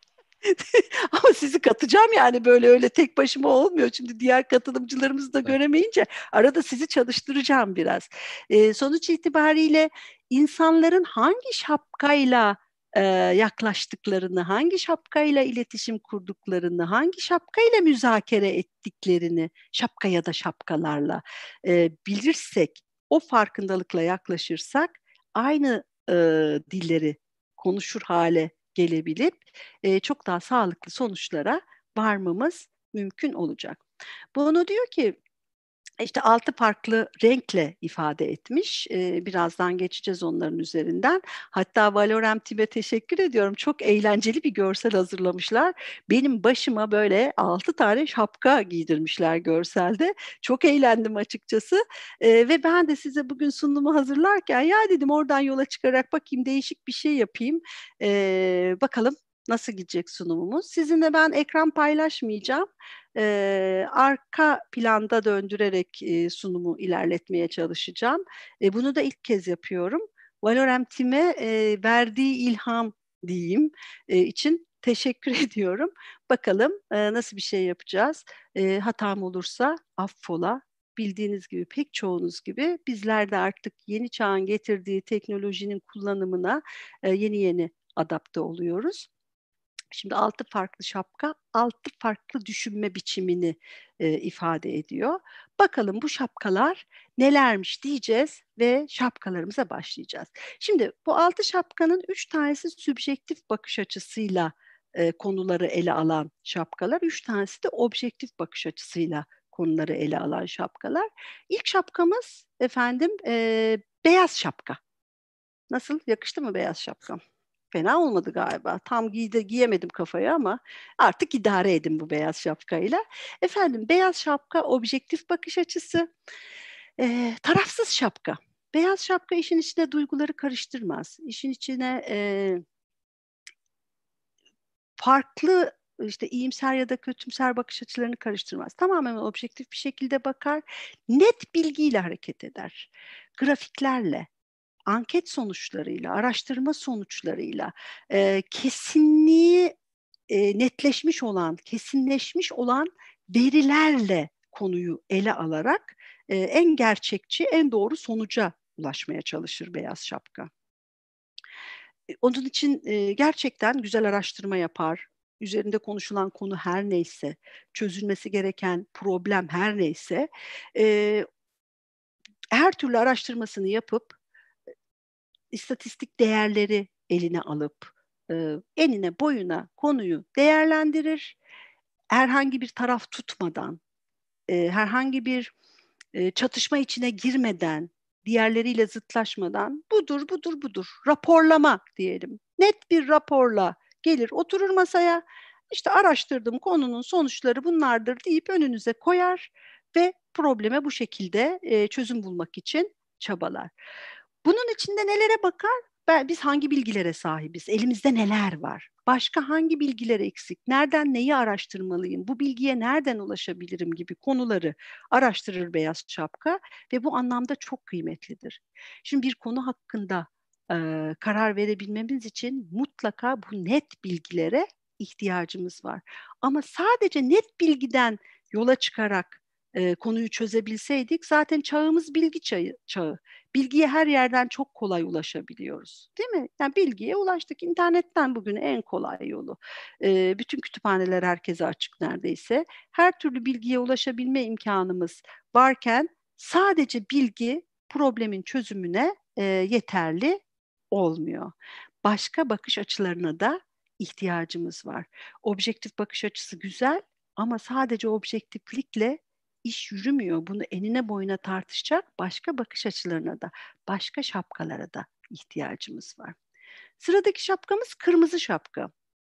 Ama sizi katacağım yani böyle öyle tek başıma olmuyor. Şimdi diğer katılımcılarımızı da Evet. göremeyince arada sizi çalıştıracağım biraz. Ee, sonuç itibariyle insanların hangi şapkayla e, yaklaştıklarını, hangi şapkayla iletişim kurduklarını, hangi şapkayla müzakere ettiklerini, şapka ya da şapkalarla e, bilirsek, o farkındalıkla yaklaşırsak aynı e, dilleri konuşur hale gelebilip e, çok daha sağlıklı sonuçlara varmamız mümkün olacak. Bono diyor ki işte altı farklı renkle ifade etmiş. Ee, birazdan geçeceğiz onların üzerinden. Hatta Valorem Team'e teşekkür ediyorum. Çok eğlenceli bir görsel hazırlamışlar. Benim başıma böyle altı tane şapka giydirmişler görselde. Çok eğlendim açıkçası. Ee, ve ben de size bugün sunumu hazırlarken ya dedim oradan yola çıkarak bakayım değişik bir şey yapayım. Ee, bakalım nasıl gidecek sunumumuz. Sizinle ben ekran paylaşmayacağım. Ee, arka planda döndürerek e, sunumu ilerletmeye çalışacağım. E, bunu da ilk kez yapıyorum. Valorem Team'e e, verdiği ilham diyeyim e, için teşekkür ediyorum. Bakalım e, nasıl bir şey yapacağız. E, hatam olursa affola. Bildiğiniz gibi pek çoğunuz gibi bizler de artık yeni çağın getirdiği teknolojinin kullanımına e, yeni yeni adapte oluyoruz. Şimdi altı farklı şapka, altı farklı düşünme biçimini e, ifade ediyor. Bakalım bu şapkalar nelermiş diyeceğiz ve şapkalarımıza başlayacağız. Şimdi bu altı şapkanın üç tanesi sübjektif bakış açısıyla e, konuları ele alan şapkalar, üç tanesi de objektif bakış açısıyla konuları ele alan şapkalar. İlk şapkamız efendim e, beyaz şapka. Nasıl? Yakıştı mı beyaz şapkam? Fena olmadı galiba. Tam giydi, giyemedim kafaya ama artık idare edin bu beyaz şapkayla. Efendim beyaz şapka objektif bakış açısı, e, tarafsız şapka. Beyaz şapka işin içine duyguları karıştırmaz. İşin içine e, farklı işte iyimser ya da kötümser bakış açılarını karıştırmaz. Tamamen objektif bir şekilde bakar. Net bilgiyle hareket eder. Grafiklerle, anket sonuçlarıyla, araştırma sonuçlarıyla, e, kesinliği e, netleşmiş olan, kesinleşmiş olan verilerle konuyu ele alarak e, en gerçekçi, en doğru sonuca ulaşmaya çalışır beyaz şapka. Onun için e, gerçekten güzel araştırma yapar. Üzerinde konuşulan konu her neyse, çözülmesi gereken problem her neyse, e, her türlü araştırmasını yapıp, istatistik değerleri eline alıp, e, enine boyuna konuyu değerlendirir. Herhangi bir taraf tutmadan, e, herhangi bir e, çatışma içine girmeden, diğerleriyle zıtlaşmadan budur, budur, budur. Raporlama diyelim. Net bir raporla gelir, oturur masaya. İşte araştırdığım konunun sonuçları bunlardır deyip önünüze koyar ve probleme bu şekilde e, çözüm bulmak için çabalar. Bunun içinde nelere bakar? Ben, biz hangi bilgilere sahibiz? Elimizde neler var? Başka hangi bilgiler eksik? Nereden neyi araştırmalıyım? Bu bilgiye nereden ulaşabilirim gibi konuları araştırır beyaz şapka ve bu anlamda çok kıymetlidir. Şimdi bir konu hakkında e, karar verebilmemiz için mutlaka bu net bilgilere ihtiyacımız var. Ama sadece net bilgiden yola çıkarak e, konuyu çözebilseydik zaten çağımız bilgi çağı, çağı. Bilgiye her yerden çok kolay ulaşabiliyoruz. Değil mi? Yani bilgiye ulaştık. İnternetten bugün en kolay yolu. E, bütün kütüphaneler herkese açık neredeyse. Her türlü bilgiye ulaşabilme imkanımız varken sadece bilgi problemin çözümüne e, yeterli olmuyor. Başka bakış açılarına da ihtiyacımız var. Objektif bakış açısı güzel ama sadece objektiflikle iş yürümüyor. Bunu enine boyuna tartışacak başka bakış açılarına da, başka şapkalara da ihtiyacımız var. Sıradaki şapkamız kırmızı şapka.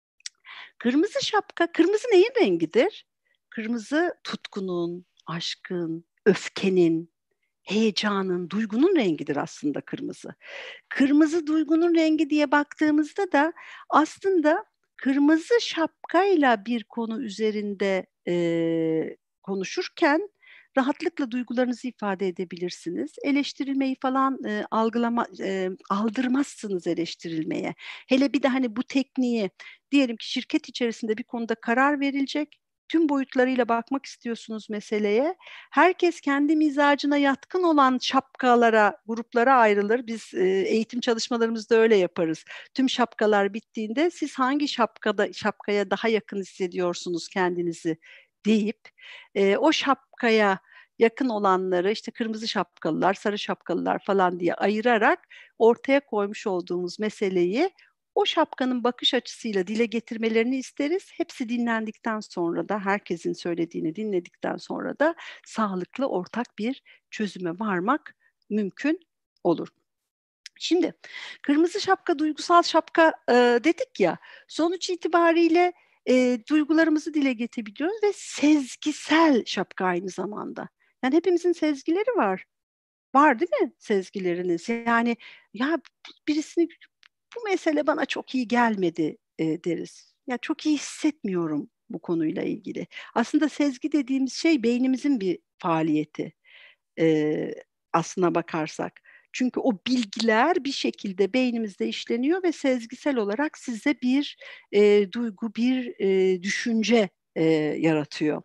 Kırmızı şapka, kırmızı neyin rengidir? Kırmızı tutkunun, aşkın, öfkenin, heyecanın, duygunun rengidir aslında kırmızı. Kırmızı duygunun rengi diye baktığımızda da aslında kırmızı şapkayla bir konu üzerinde e, konuşurken rahatlıkla duygularınızı ifade edebilirsiniz. Eleştirilmeyi falan e, algılama, e, aldırmazsınız eleştirilmeye. Hele bir de hani bu tekniği diyelim ki şirket içerisinde bir konuda karar verilecek. Tüm boyutlarıyla bakmak istiyorsunuz meseleye. Herkes kendi mizacına yatkın olan şapkalara, gruplara ayrılır. Biz e, eğitim çalışmalarımızda öyle yaparız. Tüm şapkalar bittiğinde siz hangi şapkada şapkaya daha yakın hissediyorsunuz kendinizi deyip e, o şapkaya yakın olanları işte kırmızı şapkalılar, sarı şapkalılar falan diye ayırarak ortaya koymuş olduğumuz meseleyi o şapkanın bakış açısıyla dile getirmelerini isteriz. Hepsi dinlendikten sonra da herkesin söylediğini dinledikten sonra da sağlıklı ortak bir çözüme varmak mümkün olur. Şimdi kırmızı şapka, duygusal şapka e, dedik ya, sonuç itibariyle e, duygularımızı dile getirebiliyoruz ve sezgisel şapka aynı zamanda. Yani hepimizin sezgileri var. Var değil mi sezgileriniz? Yani ya birisini bu mesele bana çok iyi gelmedi e, deriz. Ya çok iyi hissetmiyorum bu konuyla ilgili. Aslında sezgi dediğimiz şey beynimizin bir faaliyeti e, aslına bakarsak. Çünkü o bilgiler bir şekilde beynimizde işleniyor ve sezgisel olarak size bir e, duygu, bir e, düşünce e, yaratıyor.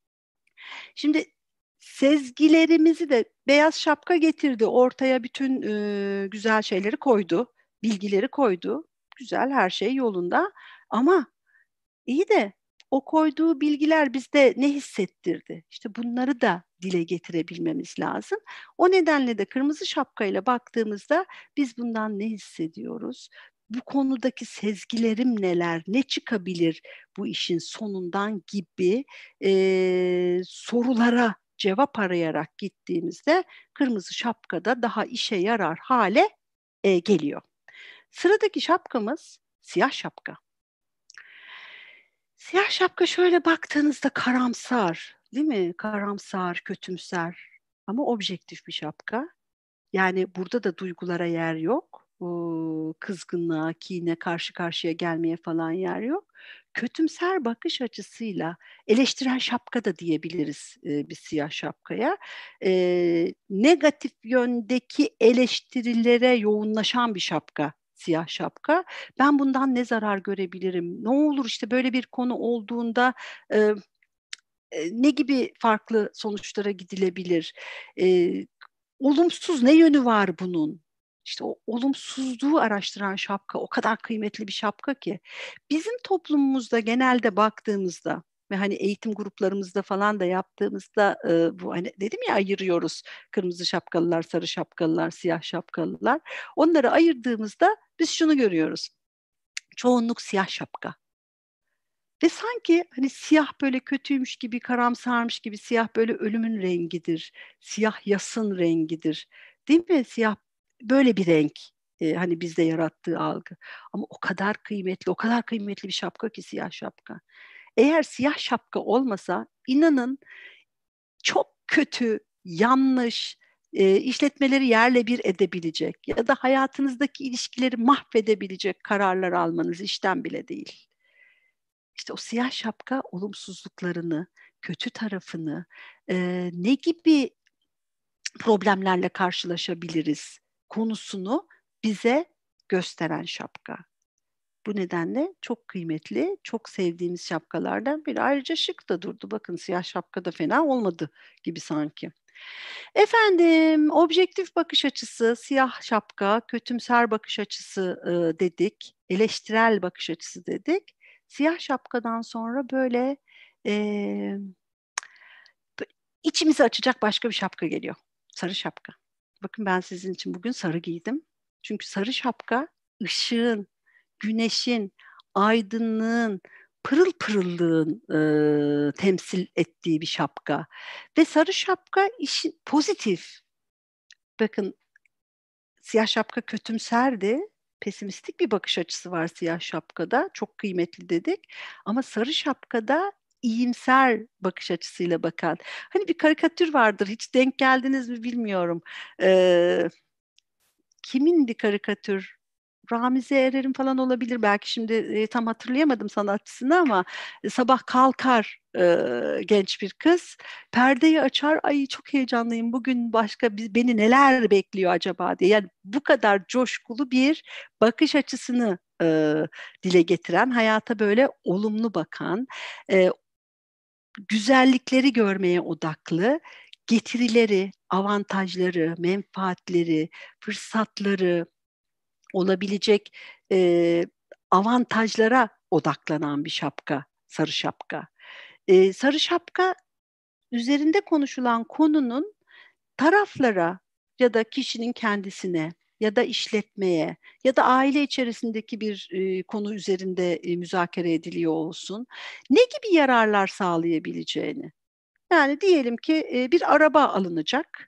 Şimdi sezgilerimizi de beyaz şapka getirdi. Ortaya bütün e, güzel şeyleri koydu. Bilgileri koydu. Güzel, her şey yolunda. Ama iyi de o koyduğu bilgiler bizde ne hissettirdi? İşte bunları da dile getirebilmemiz lazım. O nedenle de kırmızı şapkayla baktığımızda biz bundan ne hissediyoruz? Bu konudaki sezgilerim neler? Ne çıkabilir bu işin sonundan gibi e, sorulara cevap arayarak gittiğimizde kırmızı şapkada daha işe yarar hale e, geliyor. Sıradaki şapkamız siyah şapka. Siyah şapka şöyle baktığınızda karamsar, değil mi? Karamsar, kötümser ama objektif bir şapka. Yani burada da duygulara yer yok. O kızgınlığa, kine, karşı karşıya gelmeye falan yer yok. Kötümser bakış açısıyla eleştiren şapka da diyebiliriz e, bir siyah şapkaya. E, negatif yöndeki eleştirilere yoğunlaşan bir şapka siyah şapka. Ben bundan ne zarar görebilirim? Ne olur işte böyle bir konu olduğunda e, ne gibi farklı sonuçlara gidilebilir? E, olumsuz ne yönü var bunun? İşte o olumsuzluğu araştıran şapka o kadar kıymetli bir şapka ki. Bizim toplumumuzda genelde baktığımızda ve hani eğitim gruplarımızda falan da yaptığımızda e, bu hani dedim ya ayırıyoruz kırmızı şapkalılar, sarı şapkalılar, siyah şapkalılar. Onları ayırdığımızda biz şunu görüyoruz. Çoğunluk siyah şapka. Ve sanki hani siyah böyle kötüymüş gibi, karamsarmış gibi, siyah böyle ölümün rengidir. Siyah yasın rengidir. Değil mi? Siyah böyle bir renk. e, hani bizde yarattığı algı. Ama o kadar kıymetli, o kadar kıymetli bir şapka ki siyah şapka. Eğer siyah şapka olmasa inanın çok kötü, yanlış, e, işletmeleri yerle bir edebilecek ya da hayatınızdaki ilişkileri mahvedebilecek kararlar almanız işten bile değil. İşte o siyah şapka olumsuzluklarını, kötü tarafını, eee, ne gibi problemlerle karşılaşabiliriz konusunu bize gösteren şapka. Bu nedenle çok kıymetli, çok sevdiğimiz şapkalardan biri. Ayrıca şık da durdu. Bakın siyah şapka da fena olmadı gibi sanki. Efendim, objektif bakış açısı, siyah şapka, kötümser bakış açısı e, dedik, eleştirel bakış açısı dedik. Siyah şapkadan sonra böyle e, içimizi açacak başka bir şapka geliyor. Sarı şapka. Bakın ben sizin için bugün sarı giydim. Çünkü sarı şapka ışığın, güneşin, aydınlığın, pırıl pırıllığın e, temsil ettiği bir şapka. Ve sarı şapka işin pozitif. Bakın siyah şapka kötümserdi. Pesimistik bir bakış açısı var siyah şapkada. Çok kıymetli dedik. Ama sarı şapkada iyimser bakış açısıyla bakan. Hani bir karikatür vardır. Hiç denk geldiniz mi bilmiyorum. Ee, kimindi karikatür? Ramize Erer'in falan olabilir belki şimdi e, tam hatırlayamadım sanatçısını ama e, sabah kalkar e, genç bir kız perdeyi açar ay çok heyecanlıyım bugün başka bir, beni neler bekliyor acaba diye yani bu kadar coşkulu bir bakış açısını e, dile getiren hayata böyle olumlu bakan e, güzellikleri görmeye odaklı getirileri, avantajları, menfaatleri, fırsatları olabilecek e, avantajlara odaklanan bir şapka, sarı şapka. E, sarı şapka üzerinde konuşulan konunun taraflara ya da kişinin kendisine ya da işletmeye ya da aile içerisindeki bir e, konu üzerinde e, müzakere ediliyor olsun. Ne gibi yararlar sağlayabileceğini. Yani diyelim ki e, bir araba alınacak.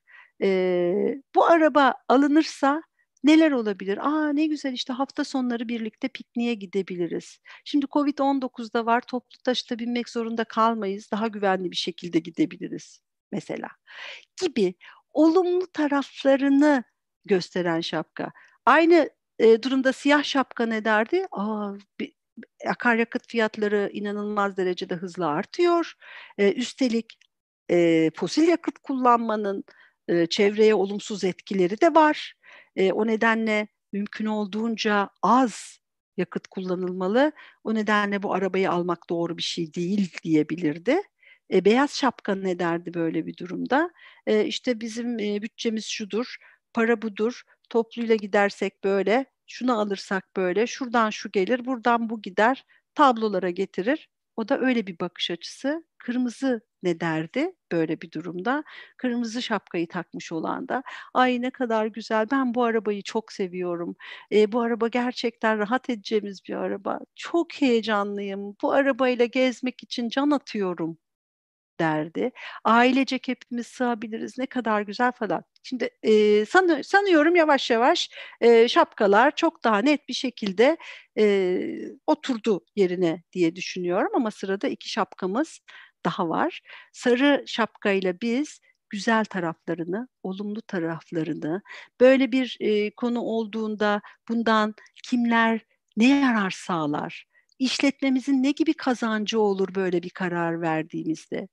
E, bu araba alınırsa neler olabilir? Aa ne güzel işte hafta sonları birlikte pikniğe gidebiliriz. Şimdi covid on dokuzda var toplu taşıta binmek zorunda kalmayız. Daha güvenli bir şekilde gidebiliriz mesela. Gibi olumlu taraflarını gösteren şapka. Aynı e, durumda siyah şapka ne derdi? Aa, bir, akaryakıt fiyatları inanılmaz derecede hızlı artıyor. E, üstelik e, fosil yakıt kullanmanın e, çevreye olumsuz etkileri de var. E, o nedenle mümkün olduğunca az yakıt kullanılmalı. O nedenle bu arabayı almak doğru bir şey değil diyebilirdi. E, beyaz şapka ne derdi böyle bir durumda? E, işte bizim e, bütçemiz şudur, para budur, topluyla gidersek böyle, şunu alırsak böyle, şuradan şu gelir, buradan bu gider, tablolara getirir. O da öyle bir bakış açısı. Kırmızı ne derdi böyle bir durumda? Kırmızı şapkayı takmış olan da ay ne kadar güzel ben bu arabayı çok seviyorum. E, bu araba gerçekten rahat edeceğimiz bir araba. Çok heyecanlıyım. Bu arabayla gezmek için can atıyorum derdi. Ailecek hepimiz sığabiliriz ne kadar güzel falan. Şimdi e, sanı- sanıyorum yavaş yavaş e, şapkalar çok daha net bir şekilde e, oturdu yerine diye düşünüyorum ama sırada iki şapkamız daha var. Sarı şapkayla biz güzel taraflarını, olumlu taraflarını, böyle bir e, konu olduğunda bundan kimler ne yarar sağlar? İşletmemizin ne gibi kazancı olur böyle bir karar verdiğimizde?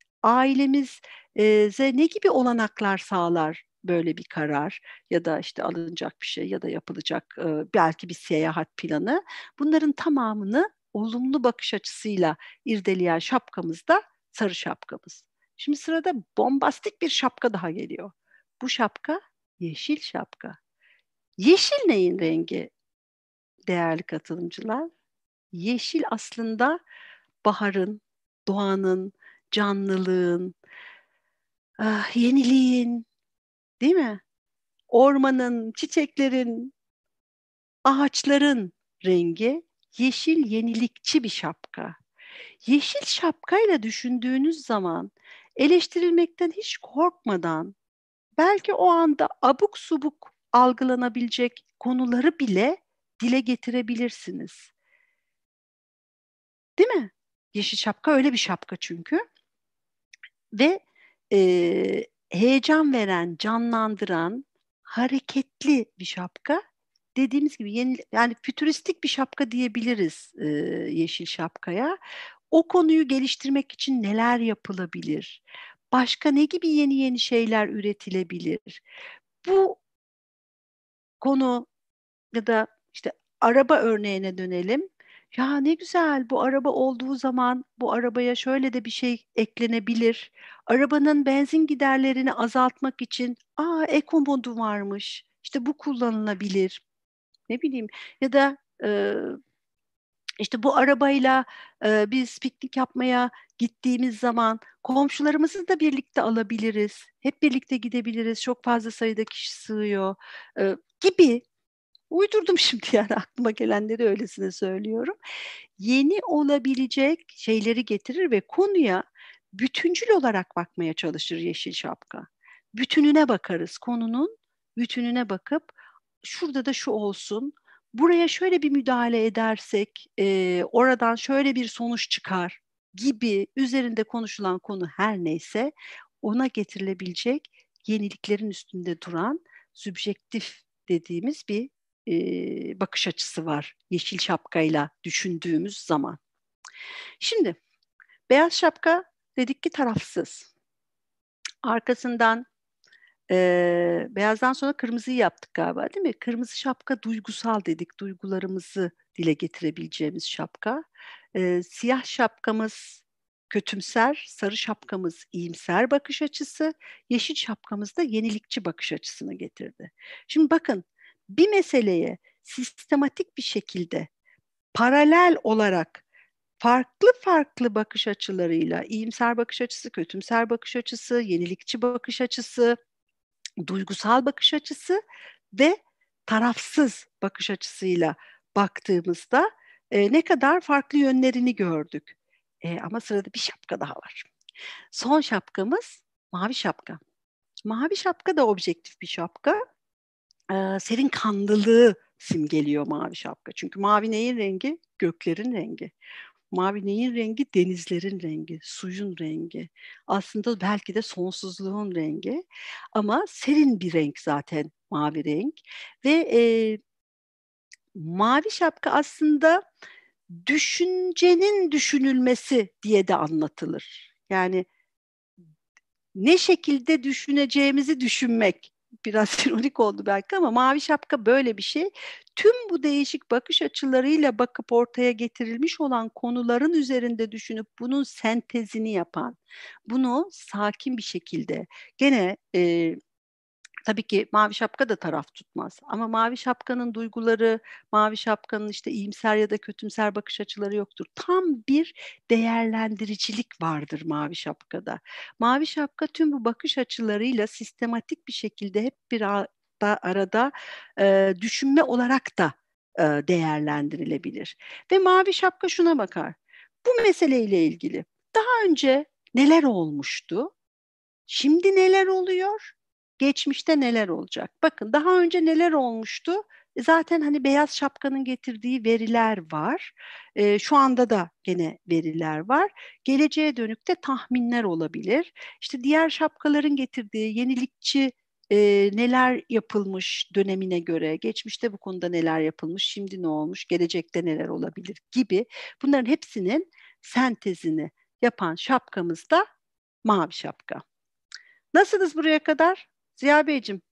Ailemize ne gibi olanaklar sağlar böyle bir karar ya da işte alınacak bir şey ya da yapılacak e, belki bir seyahat planı. Bunların tamamını olumlu bakış açısıyla irdeleyen şapkamızda sarı şapkamız. Şimdi sırada bombastik bir şapka daha geliyor. Bu şapka yeşil şapka. Yeşil neyin rengi değerli katılımcılar? Yeşil aslında baharın, doğanın, canlılığın, ah, yeniliğin, değil mi? Ormanın, çiçeklerin, ağaçların rengi. Yeşil yenilikçi bir şapka. Yeşil şapkayla düşündüğünüz zaman eleştirilmekten hiç korkmadan belki o anda abuk subuk algılanabilecek konuları bile dile getirebilirsiniz. Değil mi? Yeşil şapka öyle bir şapka çünkü. Ve e, heyecan veren, canlandıran, hareketli bir şapka. Dediğimiz gibi yeni, yani fütüristik bir şapka diyebiliriz e, yeşil şapkaya. O konuyu geliştirmek için neler yapılabilir? Başka ne gibi yeni yeni şeyler üretilebilir? Bu konu ya da işte araba örneğine dönelim. Ya ne güzel bu araba olduğu zaman bu arabaya şöyle de bir şey eklenebilir. Arabanın benzin giderlerini azaltmak için aa eko modu varmış. İşte bu kullanılabilir. Ne bileyim ya da e, işte bu arabayla e, biz piknik yapmaya gittiğimiz zaman komşularımızı da birlikte alabiliriz. Hep birlikte gidebiliriz. Çok fazla sayıda kişi sığıyor e, gibi. Uydurdum şimdi yani aklıma gelenleri öylesine söylüyorum. Yeni olabilecek şeyleri getirir ve konuya bütüncül olarak bakmaya çalışır yeşil şapka. Bütününe bakarız konunun, bütününe bakıp şurada da şu olsun, buraya şöyle bir müdahale edersek e, oradan şöyle bir sonuç çıkar gibi üzerinde konuşulan konu her neyse ona getirilebilecek yeniliklerin üstünde duran sübjektif dediğimiz bir e, bakış açısı var yeşil şapkayla düşündüğümüz zaman. Şimdi beyaz şapka dedik ki tarafsız. Arkasından e, beyazdan sonra kırmızıyı yaptık galiba değil mi? Kırmızı şapka duygusal dedik. Duygularımızı dile getirebileceğimiz şapka. E, siyah şapkamız kötümser, sarı şapkamız iyimser bakış açısı, yeşil şapkamız da yenilikçi bakış açısını getirdi. Şimdi bakın bir meseleye sistematik bir şekilde paralel olarak farklı farklı bakış açılarıyla iyimser bakış açısı, kötümser bakış açısı, yenilikçi bakış açısı, duygusal bakış açısı ve tarafsız bakış açısıyla baktığımızda e, ne kadar farklı yönlerini gördük. E, ama sırada bir şapka daha var. Son şapkamız mavi şapka. Mavi şapka da objektif bir şapka. E, serin kanlılığı simgeliyor mavi şapka. Çünkü mavi neyin rengi? Göklerin rengi. Mavi neyin rengi? Denizlerin rengi, suyun rengi. Aslında belki de sonsuzluğun rengi. Ama serin bir renk zaten mavi renk. Ve e, mavi şapka aslında düşüncenin düşünülmesi diye de anlatılır. Yani ne şekilde düşüneceğimizi düşünmek. Biraz ironik oldu belki ama mavi şapka böyle bir şey. Tüm bu değişik bakış açılarıyla bakıp ortaya getirilmiş olan konuların üzerinde düşünüp bunun sentezini yapan, bunu sakin bir şekilde gene e, tabii ki mavi şapka da taraf tutmaz. Ama mavi şapkanın duyguları, mavi şapkanın işte iyimser ya da kötümser bakış açıları yoktur. Tam bir değerlendiricilik vardır mavi şapkada. Mavi şapka tüm bu bakış açılarıyla sistematik bir şekilde hep bir arada, arada e, düşünme olarak da e, değerlendirilebilir. Ve mavi şapka şuna bakar. Bu meseleyle ilgili daha önce neler olmuştu? Şimdi neler oluyor? Geçmişte neler olacak? Bakın daha önce neler olmuştu? E, Zaten hani beyaz şapkanın getirdiği veriler var. E, şu anda da gene veriler var. Geleceğe dönük de tahminler olabilir. İşte diğer şapkaların getirdiği yenilikçi e, neler yapılmış dönemine göre, geçmişte bu konuda neler yapılmış, şimdi ne olmuş, gelecekte neler olabilir gibi bunların hepsinin sentezini yapan şapkamız da mavi şapka. Nasılız buraya kadar? Ziya Beyciğim.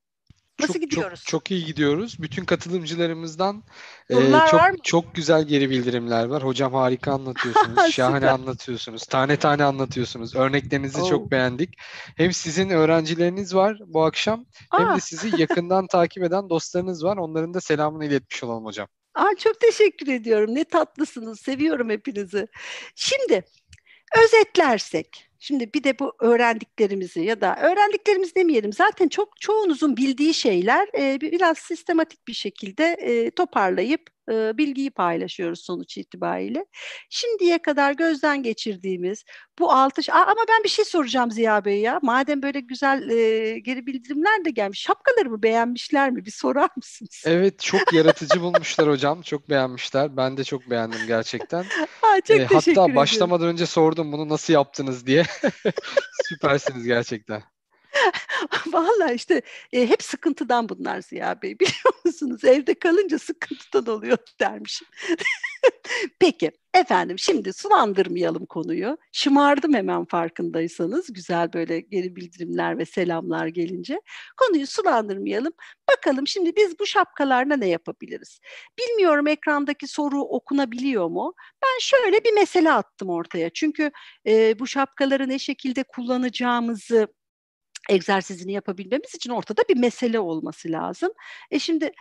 Nasıl Çok çok gidiyoruz? çok iyi gidiyoruz. Bütün katılımcılarımızdan e, Sorular çok var mı? çok güzel geri bildirimler var. Hocam harika anlatıyorsunuz, şahane Süper. anlatıyorsunuz, tane tane anlatıyorsunuz. Örneklerinizi çok Oh. beğendik. Hem sizin öğrencileriniz var bu akşam, hem de Ah, sizi yakından takip eden dostlarınız var. Onların da selamını iletmiş olalım hocam. ah, çok teşekkür ediyorum. Ne tatlısınız. Seviyorum hepinizi. Şimdi özetlersek, şimdi bir de bu öğrendiklerimizi ya da öğrendiklerimiz demeyelim. Zaten çok çoğunuzun bildiği şeyler e, bir- biraz sistematik bir şekilde e, toparlayıp e, bilgiyi paylaşıyoruz sonuç itibariyle. Şimdiye kadar gözden geçirdiğimiz bu altı... Aa, ama ben bir şey soracağım Ziya Bey ya. Madem böyle güzel e, geri bildirimler de gelmiş. Şapkalarımı beğenmişler mi? Bir sorar mısınız? Evet, çok yaratıcı bulmuşlar hocam. Çok beğenmişler. Ben de çok beğendim gerçekten. Aa, E, çok teşekkür hatta ediyorum. başlamadan önce sordum bunu nasıl yaptınız diye. Süpersiniz gerçekten. Vallahi işte e, hep sıkıntıdan bunlar Ziya Bey, biliyor musunuz? Evde kalınca sıkıntıdan oluyor dermişim. Peki efendim, şimdi sulandırmayalım konuyu. Şımardım hemen, farkındaysanız. Güzel böyle geri bildirimler ve selamlar gelince. Konuyu sulandırmayalım. Bakalım şimdi biz bu şapkalarla ne yapabiliriz? Bilmiyorum, ekrandaki soru okunabiliyor mu? Ben şöyle bir mesele attım ortaya. Çünkü e, bu şapkaları ne şekilde kullanacağımızı egzersizini yapabilmemiz için ortada bir mesele olması lazım. E şimdi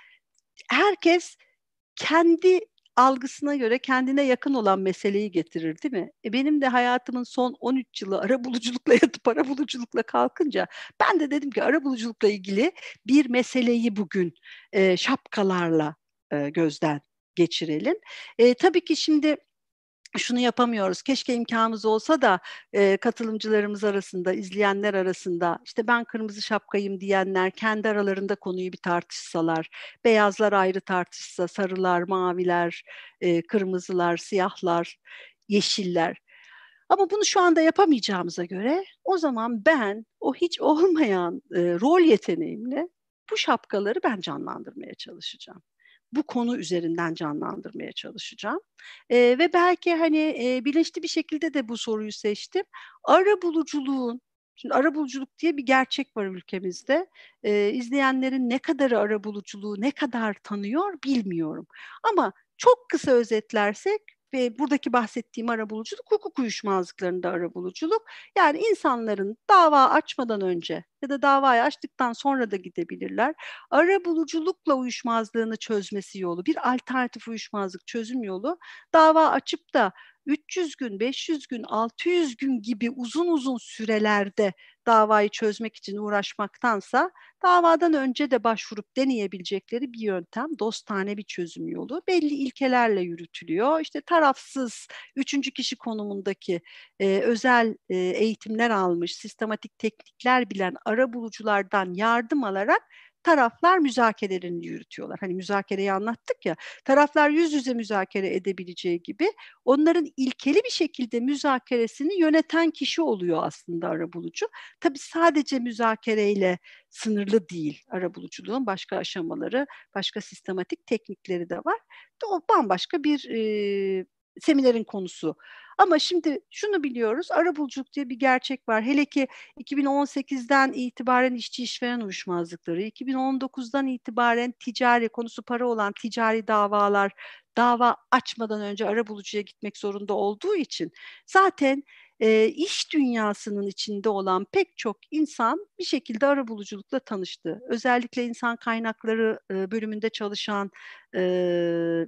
herkes kendi algısına göre kendine yakın olan meseleyi getirir, değil mi? E benim de hayatımın son on üç yılı arabuluculukla yatıp arabuluculukla kalkınca ben de dedim ki arabuluculukla ilgili bir meseleyi bugün e, şapkalarla e, gözden geçirelim. E, tabii ki şimdi şunu yapamıyoruz. Keşke imkanımız olsa da e, katılımcılarımız arasında, izleyenler arasında, işte ben kırmızı şapkayım diyenler kendi aralarında konuyu bir tartışsalar, beyazlar ayrı tartışsa, sarılar, maviler, e, kırmızılar, siyahlar, yeşiller. Ama bunu şu anda yapamayacağımıza göre o zaman ben o hiç olmayan e, rol yeteneğimle bu şapkaları ben canlandırmaya çalışacağım. Bu konu üzerinden canlandırmaya çalışacağım. E, ve belki hani e, bilinçli bir şekilde de bu soruyu seçtim. Ara buluculuğun, şimdi ara buluculuk diye bir gerçek var ülkemizde. E, izleyenlerin ne kadarı ara buluculuğu ne kadar tanıyor bilmiyorum. Ama çok kısa özetlersek ve buradaki bahsettiğim arabuluculuk hukuk uyuşmazlıklarında arabuluculuk. Yani insanların dava açmadan önce ya da davayı açtıktan sonra da gidebilirler. Arabuluculukla uyuşmazlığını çözmesi yolu, bir alternatif uyuşmazlık çözüm yolu, dava açıp da üç yüz gün, beş yüz gün, altı yüz gün gibi uzun uzun sürelerde davayı çözmek için uğraşmaktansa davadan önce de başvurup deneyebilecekleri bir yöntem, dostane bir çözüm yolu. Belli ilkelerle yürütülüyor. İşte tarafsız, üçüncü kişi konumundaki e, özel e, eğitimler almış, sistematik teknikler bilen arabuluculardan yardım alarak taraflar müzakerelerini yürütüyorlar. Hani müzakereyi anlattık ya, taraflar yüz yüze müzakere edebileceği gibi onların ilkeli bir şekilde müzakeresini yöneten kişi oluyor aslında arabulucu. Tabii sadece müzakereyle sınırlı değil arabuluculuğun başka aşamaları, başka sistematik teknikleri de var. O bambaşka bir e, seminerin konusu. Ama şimdi şunu biliyoruz, arabuluculuk diye bir gerçek var. Hele ki iki bin on sekizden itibaren işçi işveren uyuşmazlıkları, iki bin on dokuzdan itibaren ticari, konusu para olan ticari davalar dava açmadan önce arabulucuya gitmek zorunda olduğu için zaten e, iş dünyasının içinde olan pek çok insan bir şekilde arabuluculukla tanıştı. Özellikle insan kaynakları e, bölümünde çalışan e,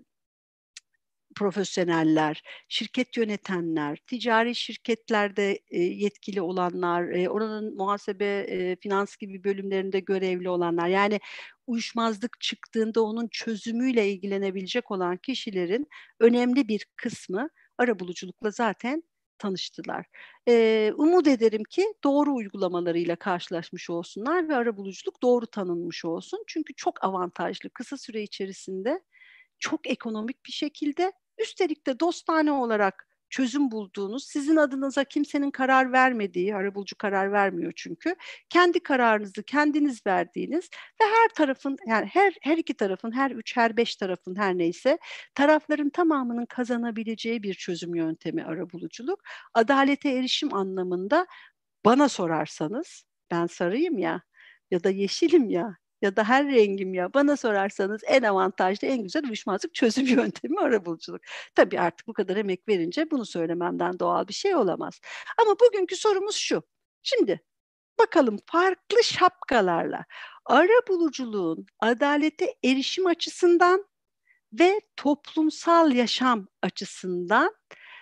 profesyoneller, şirket yönetenler, ticari şirketlerde e, yetkili olanlar, e, oranın muhasebe, e, finans gibi bölümlerinde görevli olanlar, yani uyuşmazlık çıktığında onun çözümüyle ilgilenebilecek olan kişilerin önemli bir kısmı arabuluculukla zaten tanıştılar. E, umut ederim ki doğru uygulamalarıyla karşılaşmış olsunlar ve arabuluculuk doğru tanınmış olsun. Çünkü çok avantajlı, kısa süre içerisinde çok ekonomik bir şekilde, üstelik de dostane olarak çözüm bulduğunuz, sizin adınıza kimsenin karar vermediği, arabulucu karar vermiyor çünkü, kendi kararınızı kendiniz verdiğiniz ve her tarafın, yani her her iki tarafın, her üç, her beş tarafın, her neyse, tarafların tamamının kazanabileceği bir çözüm yöntemi arabuluculuk. Adalete erişim anlamında bana sorarsanız, ben sarıyım ya ya da yeşilim ya, ya da her rengim ya. Bana sorarsanız en avantajlı, en güzel uyuşmazlık çözüm yöntemi arabuluculuk. Tabii artık bu kadar emek verince bunu söylememden doğal bir şey olamaz. Ama bugünkü sorumuz şu. Şimdi bakalım farklı şapkalarla arabuluculuğun adalete erişim açısından ve toplumsal yaşam açısından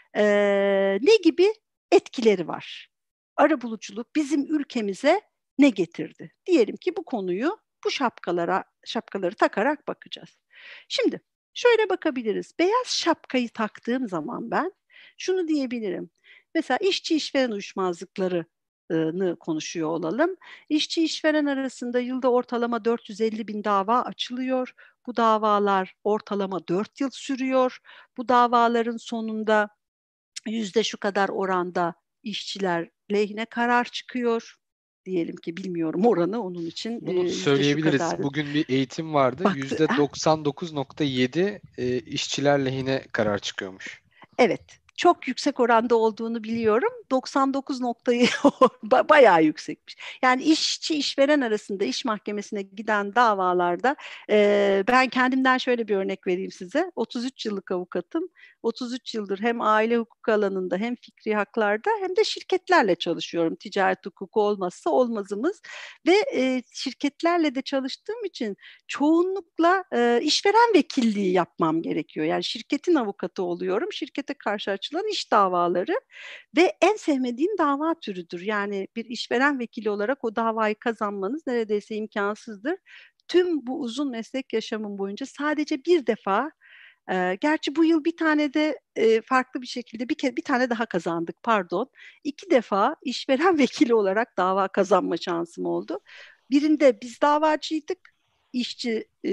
eee, ne gibi etkileri var? Arabuluculuk bizim ülkemize ne getirdi? Diyelim ki bu konuyu bu şapkalara şapkaları takarak bakacağız. Şimdi şöyle bakabiliriz. Beyaz şapkayı taktığım zaman ben şunu diyebilirim. Mesela işçi işveren uyuşmazlıklarını konuşuyor olalım. İşçi işveren arasında yılda ortalama dört yüz elli bin dava açılıyor. Bu davalar ortalama dört yıl sürüyor. Bu davaların sonunda yüzde şu kadar oranda işçiler lehine karar çıkıyor. Diyelim ki bilmiyorum oranı, onun için e, Bunu yüzde şu söyleyebiliriz. kadar. Bugün bir eğitim vardı. Baktı, yüzde ha, doksan dokuz nokta yedi e, işçiler lehine karar çıkıyormuş. evet, çok yüksek oranda olduğunu biliyorum. doksan dokuz noktayı ba- bayağı yüksekmiş. Yani işçi işveren arasında iş mahkemesine giden davalarda e, ben kendimden şöyle bir örnek vereyim size. otuz üç yıllık avukatım. otuz üç yıldır hem aile hukuku alanında hem fikri haklarda hem de şirketlerle çalışıyorum. Ticaret hukuku olmazsa olmazımız ve e, şirketlerle de çalıştığım için çoğunlukla e, işveren vekilliği yapmam gerekiyor. Yani şirketin avukatı oluyorum. Şirkete karşı açılan iş davaları ve en sevmediğim dava türüdür. Yani bir işveren vekili olarak o davayı kazanmanız neredeyse imkansızdır. Tüm bu uzun meslek yaşamım boyunca sadece bir defa, e, gerçi bu yıl bir tane de e, farklı bir şekilde bir kere bir tane daha kazandık, pardon. İki defa işveren vekili olarak dava kazanma şansım oldu. Birinde biz davacıydık. İşçi e,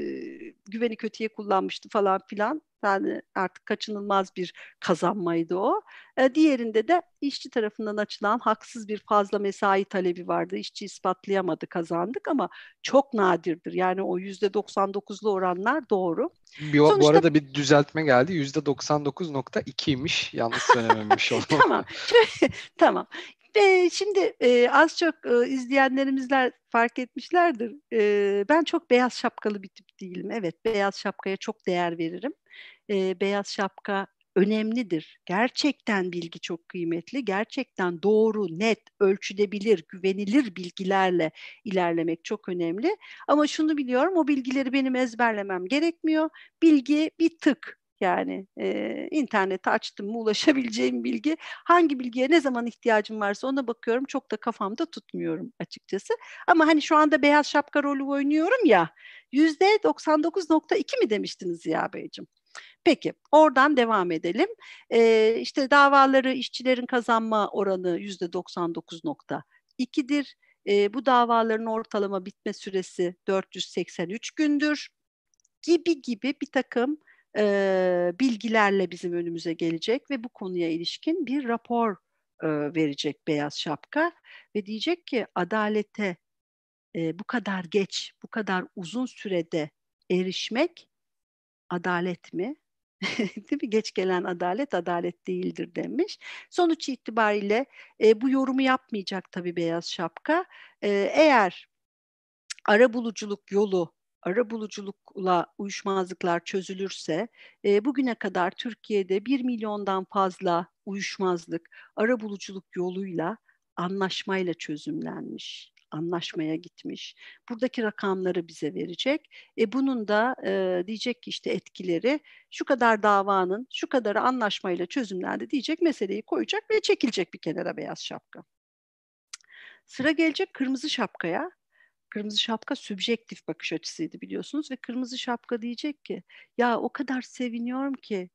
güveni kötüye kullanmıştı falan filan. Yani artık kaçınılmaz bir kazanmaydı o. E, diğerinde de işçi tarafından açılan haksız bir fazla mesai talebi vardı. İşçi ispatlayamadı, kazandık ama çok nadirdir. Yani o yüzde doksan dokuzlu oranlar doğru. Bir, bu Sonuçta arada bir düzeltme geldi. yüzde doksan dokuz nokta ikiymiş. Yanlış söylememiş oldum. tamam. Şöyle, tamam. Ve şimdi e, az çok e, izleyenlerimizler fark etmişlerdir. E, ben çok beyaz şapkalı bir tip değilim. Evet, beyaz şapkaya çok değer veririm. E, beyaz şapka önemlidir. Gerçekten bilgi çok kıymetli. Gerçekten doğru, net, ölçülebilir, güvenilir bilgilerle ilerlemek çok önemli. Ama şunu biliyorum, o bilgileri benim ezberlemem gerekmiyor. Bilgi bir tık. Yani e, internete açtım mı ulaşabileceğim bilgi. Hangi bilgiye ne zaman ihtiyacım varsa ona bakıyorum. Çok da kafamda tutmuyorum açıkçası. Ama hani şu anda beyaz şapka rolü oynuyorum ya. yüzde doksan dokuz nokta iki mi demiştiniz Ziya Beyciğim? Peki, oradan devam edelim. Ee, işte davaları işçilerin kazanma oranı yüzde doksan dokuz nokta ikidir. Ee, bu davaların ortalama bitme süresi dört yüz seksen üç gündür. Gibi gibi bir takım e, bilgilerle bizim önümüze gelecek ve bu konuya ilişkin bir rapor e, verecek Beyaz Şapka ve diyecek ki adalete e, bu kadar geç, bu kadar uzun sürede erişmek adalet mi? Değil mi? Geç gelen adalet adalet değildir demiş. Sonuç itibariyle e, bu yorumu yapmayacak tabii Beyaz Şapka. E, eğer arabuluculuk yolu, arabuluculukla uyuşmazlıklar çözülürse, e, bugüne kadar Türkiye'de bir milyondan fazla uyuşmazlık arabuluculuk yoluyla, anlaşmayla çözümlenmiş, anlaşmaya gitmiş. Buradaki rakamları bize verecek. E, bunun da e, diyecek ki işte etkileri şu kadar davanın şu kadarı anlaşmayla çözümlendi diyecek, meseleyi koyacak ve çekilecek bir kenara Beyaz Şapka. Sıra gelecek kırmızı şapkaya. Kırmızı şapka sübjektif bakış açısıydı biliyorsunuz ve kırmızı şapka diyecek ki ya o kadar seviniyorum ki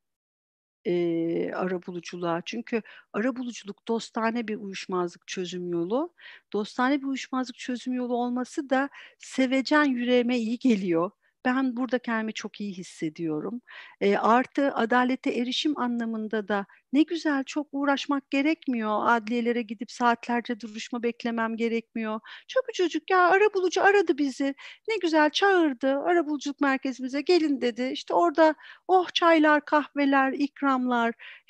e, arabuluculuğa. Çünkü arabuluculuk dostane bir uyuşmazlık çözüm yolu. Dostane bir uyuşmazlık çözüm yolu olması da sevecen yüreğime iyi geliyor. Ben burada kendimi çok iyi hissediyorum. E, artı adalete erişim anlamında da ne güzel, çok uğraşmak gerekmiyor. Adliyelere gidip saatlerce duruşma beklemem gerekmiyor. Çok çocuk ya, arabulucu aradı bizi. Ne güzel çağırdı. Arabuluculuk merkezimize gelin dedi. İşte orada oh çaylar, kahveler, ikramlar,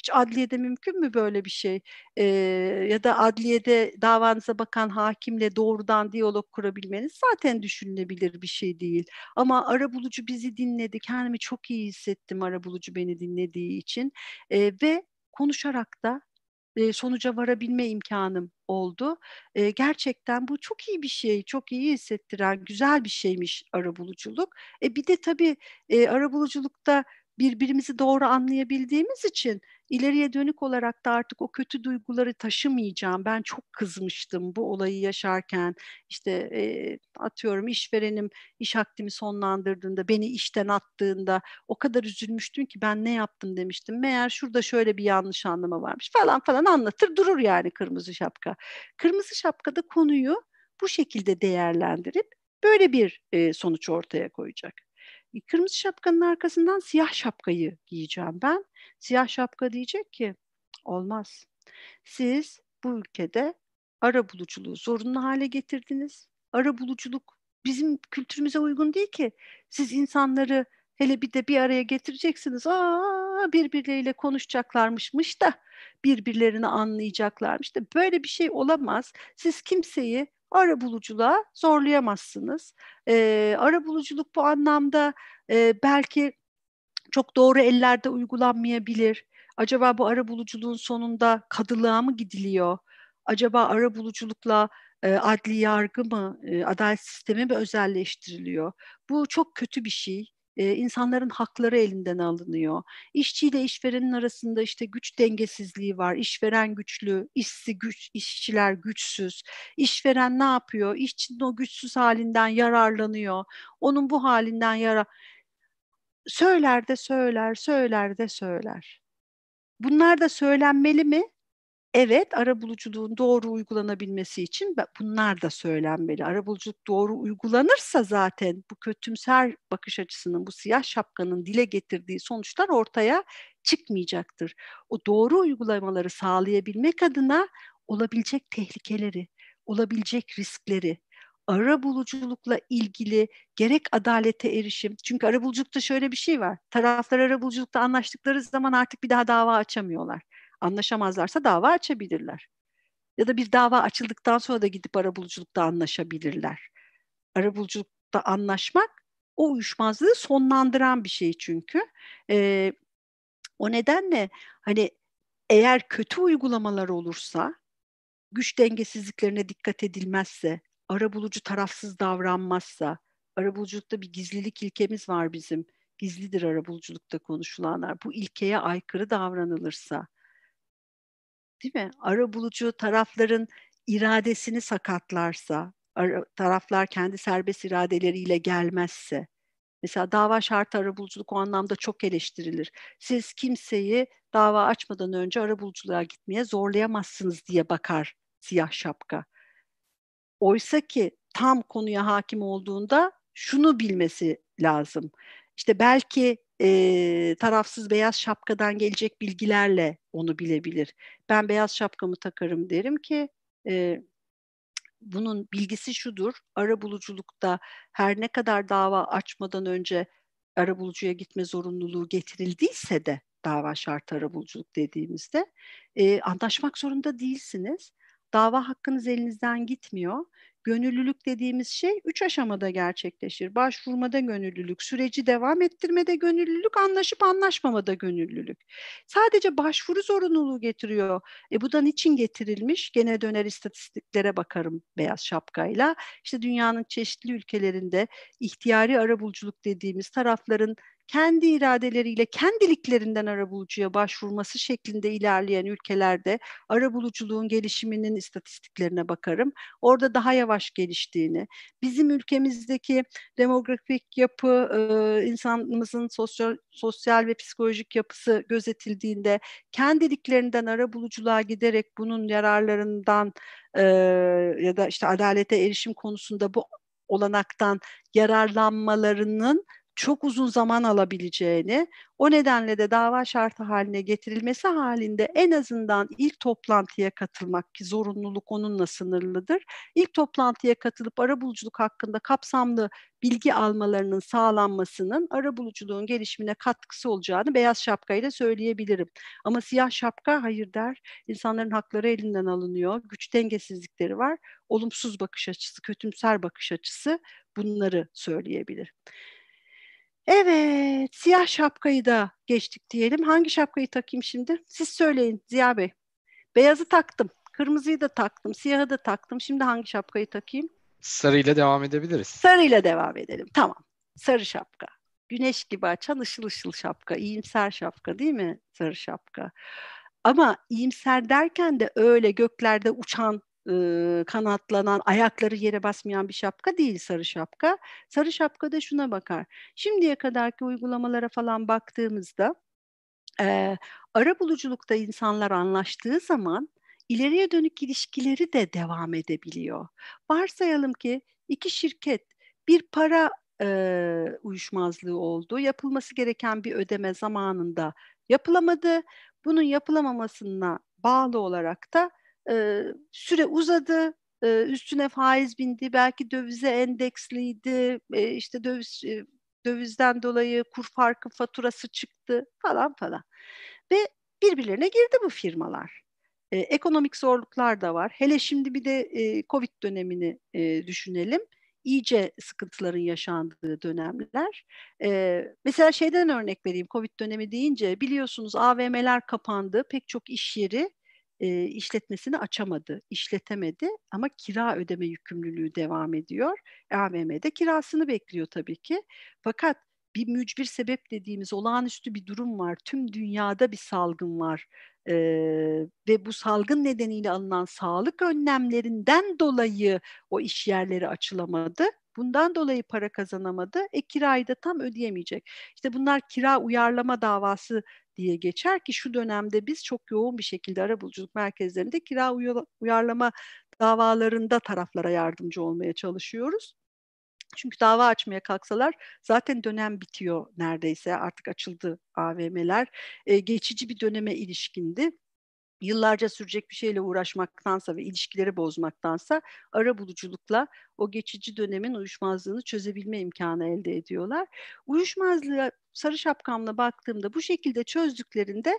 Hiç adliyede mümkün mü böyle bir şey? Ee, ya da adliyede davanıza bakan hakimle doğrudan diyalog kurabilmeniz zaten düşünülebilir bir şey değil. Ama arabulucu bizi dinledi. Kendimi çok iyi hissettim arabulucu beni dinlediği için. Ee, ve konuşarak da e, sonuca varabilme imkanım oldu. E, gerçekten bu çok iyi bir şey, çok iyi hissettiren, güzel bir şeymiş arabuluculuk. E, bir de tabii e, arabuluculukta birbirimizi doğru anlayabildiğimiz için ileriye dönük olarak da artık o kötü duyguları taşımayacağım. Ben çok kızmıştım bu olayı yaşarken. İşte e, atıyorum işverenim iş hakkımı sonlandırdığında, beni işten attığında o kadar üzülmüştüm ki ben ne yaptım demiştim. Meğer şurada şöyle bir yanlış anlama varmış falan falan anlatır durur yani kırmızı şapka. Kırmızı şapka da konuyu bu şekilde değerlendirip böyle bir e, sonuç ortaya koyacak. Kırmızı şapkanın arkasından siyah şapkayı giyeceğim ben. Siyah şapka diyecek ki olmaz. Siz bu ülkede arabuluculuğu zorunlu hale getirdiniz. Arabuluculuk bizim kültürümüze uygun değil ki. Siz insanları hele bir de bir araya getireceksiniz. Aa, birbirleriyle konuşacaklarmışmış da birbirlerini anlayacaklarmış da böyle bir şey olamaz. Siz kimseyi arabuluculuğa zorlayamazsınız. Ee, arabuluculuk bu anlamda e, belki çok doğru ellerde uygulanmayabilir. Acaba bu arabuluculuğun sonunda kadılığa mı gidiliyor? Acaba arabuluculukla e, adli yargı mı, e, adalet sistemi mi özelleştiriliyor? Bu çok kötü bir şey. E, insanların hakları elinden alınıyor. İşçiyle işverenin arasında işte güç dengesizliği var. İşveren güçlü, işçi güç, işçiler güçsüz. İşveren ne yapıyor? İşçinin o güçsüz halinden yararlanıyor. Onun bu halinden yara Söyler de söyler, söyler de söyler. Bunlar da söylenmeli mi? Evet, arabuluculuğun doğru uygulanabilmesi için bunlar da söylenmeli. Arabuluculuk doğru uygulanırsa zaten bu kötümser bakış açısının, bu siyah şapkanın dile getirdiği sonuçlar ortaya çıkmayacaktır. O doğru uygulamaları sağlayabilmek adına olabilecek tehlikeleri, olabilecek riskleri, arabuluculukla ilgili gerek adalete erişim, çünkü arabuluculukta şöyle bir şey var. Taraflar arabuluculukta anlaştıkları zaman artık bir daha dava açamıyorlar. Anlaşamazlarsa dava açabilirler. Ya da bir dava açıldıktan sonra da gidip arabuluculukta anlaşabilirler. Arabuluculukta anlaşmak o uyuşmazlığı sonlandıran bir şey çünkü. Ee, o nedenle hani eğer kötü uygulamalar olursa, güç dengesizliklerine dikkat edilmezse, arabulucu tarafsız davranmazsa, arabuluculukta bir gizlilik ilkemiz var bizim. Gizlidir arabuluculukta konuşulanlar. Bu ilkeye aykırı davranılırsa, değil mi? Arabulucu tarafların iradesini sakatlarsa, ara- taraflar kendi serbest iradeleriyle gelmezse, mesela dava şartı arabuluculuk o anlamda çok eleştirilir. Siz kimseyi dava açmadan önce arabuluculuğa gitmeye zorlayamazsınız diye bakar siyah şapka. Oysa ki tam konuya hakim olduğunda şunu bilmesi lazım. İşte belki e, tarafsız beyaz şapkadan gelecek bilgilerle onu bilebilir. Ben beyaz şapkamı takarım derim ki e, bunun bilgisi şudur. Arabuluculukta her ne kadar dava açmadan önce arabulucuya gitme zorunluluğu getirildiyse de dava şartı arabuluculuk dediğimizde e, anlaşmak zorunda değilsiniz. Dava hakkınız elinizden gitmiyor. Gönüllülük dediğimiz şey üç aşamada gerçekleşir. Başvurmada gönüllülük, süreci devam ettirmede gönüllülük, anlaşıp anlaşmamada gönüllülük. Sadece başvuru zorunluluğu getiriyor. E bu da niçin getirilmiş? Gene döner istatistiklere bakarım beyaz şapkayla. İşte dünyanın çeşitli ülkelerinde ihtiyari arabuluculuk dediğimiz tarafların kendi iradeleriyle kendiliklerinden arabulucuya başvurması şeklinde ilerleyen ülkelerde arabuluculuğun gelişiminin istatistiklerine bakarım. Orada daha yavaş geliştiğini, bizim ülkemizdeki demografik yapı, e, insanımızın sosyal, sosyal ve psikolojik yapısı gözetildiğinde kendiliklerinden arabuluculuğa giderek bunun yararlarından e, ya da işte adalete erişim konusunda bu olanaktan yararlanmalarının çok uzun zaman alabileceğini, o nedenle de dava şartı haline getirilmesi halinde en azından ilk toplantıya katılmak, ki zorunluluk onunla sınırlıdır. İlk toplantıya katılıp arabuluculuk hakkında kapsamlı bilgi almalarının sağlanmasının arabuluculuğun gelişimine katkısı olacağını beyaz şapkayla söyleyebilirim. Ama siyah şapka hayır der, insanların hakları elinden alınıyor, güç dengesizlikleri var, olumsuz bakış açısı, kötümser bakış açısı, bunları söyleyebilir. Evet, siyah şapkayı da geçtik diyelim. Hangi şapkayı takayım şimdi? Siz söyleyin Ziya Bey. Beyazı taktım, kırmızıyı da taktım, siyahı da taktım. Şimdi hangi şapkayı takayım? Sarıyla devam edebiliriz. Sarıyla devam edelim. Tamam. Sarı şapka. Güneş gibi açan ışıl ışıl şapka. İyimser şapka değil mi? Sarı şapka. Ama iyimser derken de öyle göklerde uçan, e, kanatlanan, ayakları yere basmayan bir şapka değil sarı şapka. Sarı şapka da şuna bakar. Şimdiye kadarki uygulamalara falan baktığımızda e, arabuluculukta insanlar anlaştığı zaman ileriye dönük ilişkileri de devam edebiliyor. Varsayalım ki iki şirket bir para e, uyuşmazlığı oldu. Yapılması gereken bir ödeme zamanında yapılamadı. Bunun yapılamamasına bağlı olarak da e, süre uzadı. E, üstüne faiz bindi. Belki dövize endeksliydi. E, işte döviz e, dövizden dolayı kur farkı faturası çıktı falan falan. Ve birbirlerine girdi bu firmalar. E, ekonomik zorluklar da var. Hele şimdi bir de e, Covid dönemini e, düşünelim. İyice sıkıntıların yaşandığı dönemler. E, mesela şeyden örnek vereyim, Covid dönemi deyince biliyorsunuz A V M'ler kapandı. Pek çok iş yeri e, işletmesini açamadı, işletemedi ama kira ödeme yükümlülüğü devam ediyor. A V M'de kirasını bekliyor tabii ki. Fakat bir mücbir sebep dediğimiz olağanüstü bir durum var. Tüm dünyada bir salgın var. Ee, ve bu salgın nedeniyle alınan sağlık önlemlerinden dolayı o iş yerleri açılamadı. Bundan dolayı para kazanamadı. E kirayı da tam ödeyemeyecek. İşte bunlar kira uyarlama davası diye geçer ki şu dönemde biz çok yoğun bir şekilde arabuluculuk merkezlerinde kira uyarlama davalarında taraflara yardımcı olmaya çalışıyoruz. Çünkü dava açmaya kalksalar zaten dönem bitiyor neredeyse. Artık açıldı A V M'ler. E, geçici bir döneme ilişkindi. Yıllarca sürecek bir şeyle uğraşmaktansa ve ilişkileri bozmaktansa arabuluculukla o geçici dönemin uyuşmazlığını çözebilme imkanı elde ediyorlar. Uyuşmazlığa sarı şapkamla baktığımda bu şekilde çözdüklerinde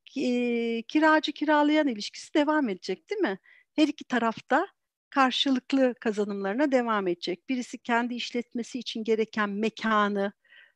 e, kiracı kiralayan ilişkisi devam edecek değil mi? Her iki tarafta karşılıklı kazanımlarına devam edecek. Birisi kendi işletmesi için gereken mekanı,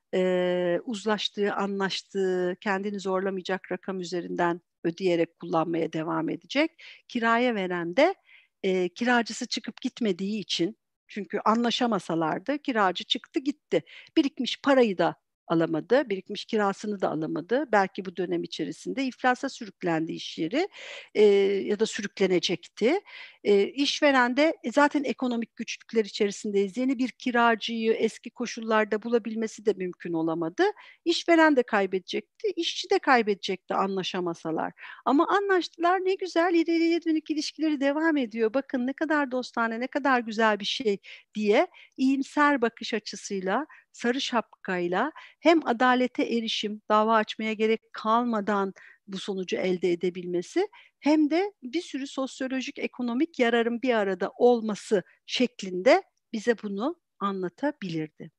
e, uzlaştığı, anlaştığı, kendini zorlamayacak rakam üzerinden ödeyerek kullanmaya devam edecek. Kiraya veren de e, kiracısı çıkıp gitmediği için, çünkü anlaşamasalardı kiracı çıktı gitti. Birikmiş parayı da alamadı, birikmiş kirasını da alamadı. Belki bu dönem içerisinde iflasa sürüklendi iş yeri e, ya da sürüklenecekti. E, işveren de e, zaten ekonomik güçlükler içerisindeyiz. Yeni bir kiracıyı eski koşullarda bulabilmesi de mümkün olamadı. İşveren de kaybedecekti, işçi de kaybedecekti anlaşamasalar. Ama anlaştılar, ne güzel, ileriye dönük ilişkileri devam ediyor. Bakın ne kadar dostane, ne kadar güzel bir şey diye iyimser bakış açısıyla, sarı şapkayla hem adalete erişim, dava açmaya gerek kalmadan bu sonucu elde edebilmesi, hem de bir sürü sosyolojik, ekonomik yararın bir arada olması şeklinde bize bunu anlatabilirdi.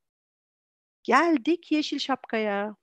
Geldik yeşil şapkaya.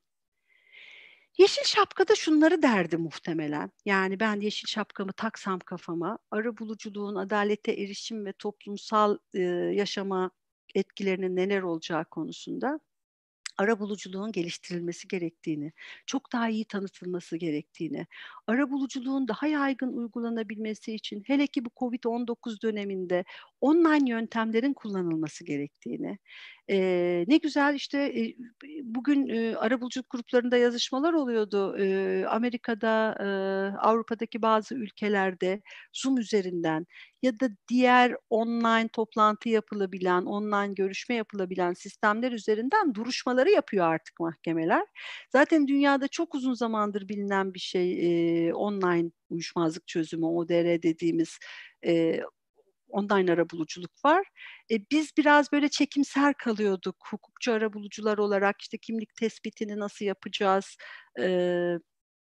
Yeşil şapka da şunları derdi muhtemelen. Yani ben yeşil şapkamı taksam kafama, arabuluculuğun adalete erişim ve toplumsal e, yaşama etkilerinin neler olacağı konusunda arabuluculuğun geliştirilmesi gerektiğini, çok daha iyi tanıtılması gerektiğini, arabuluculuğun daha yaygın uygulanabilmesi için hele ki bu Covid on dokuz döneminde online yöntemlerin kullanılması gerektiğini, e, ne güzel işte e, bugün e, arabuluculuk gruplarında yazışmalar oluyordu. E, Amerika'da, e, Avrupa'daki bazı ülkelerde Zoom üzerinden ya da diğer online toplantı yapılabilen, online görüşme yapılabilen sistemler üzerinden duruşmaları yapıyor artık mahkemeler. Zaten dünyada çok uzun zamandır bilinen bir şey e, online uyuşmazlık çözümü, O D R dediğimiz e, online arabuluculuk var. E, biz biraz böyle çekimser kalıyorduk hukukçu arabulucular olarak, işte kimlik tespitini nasıl yapacağız, e,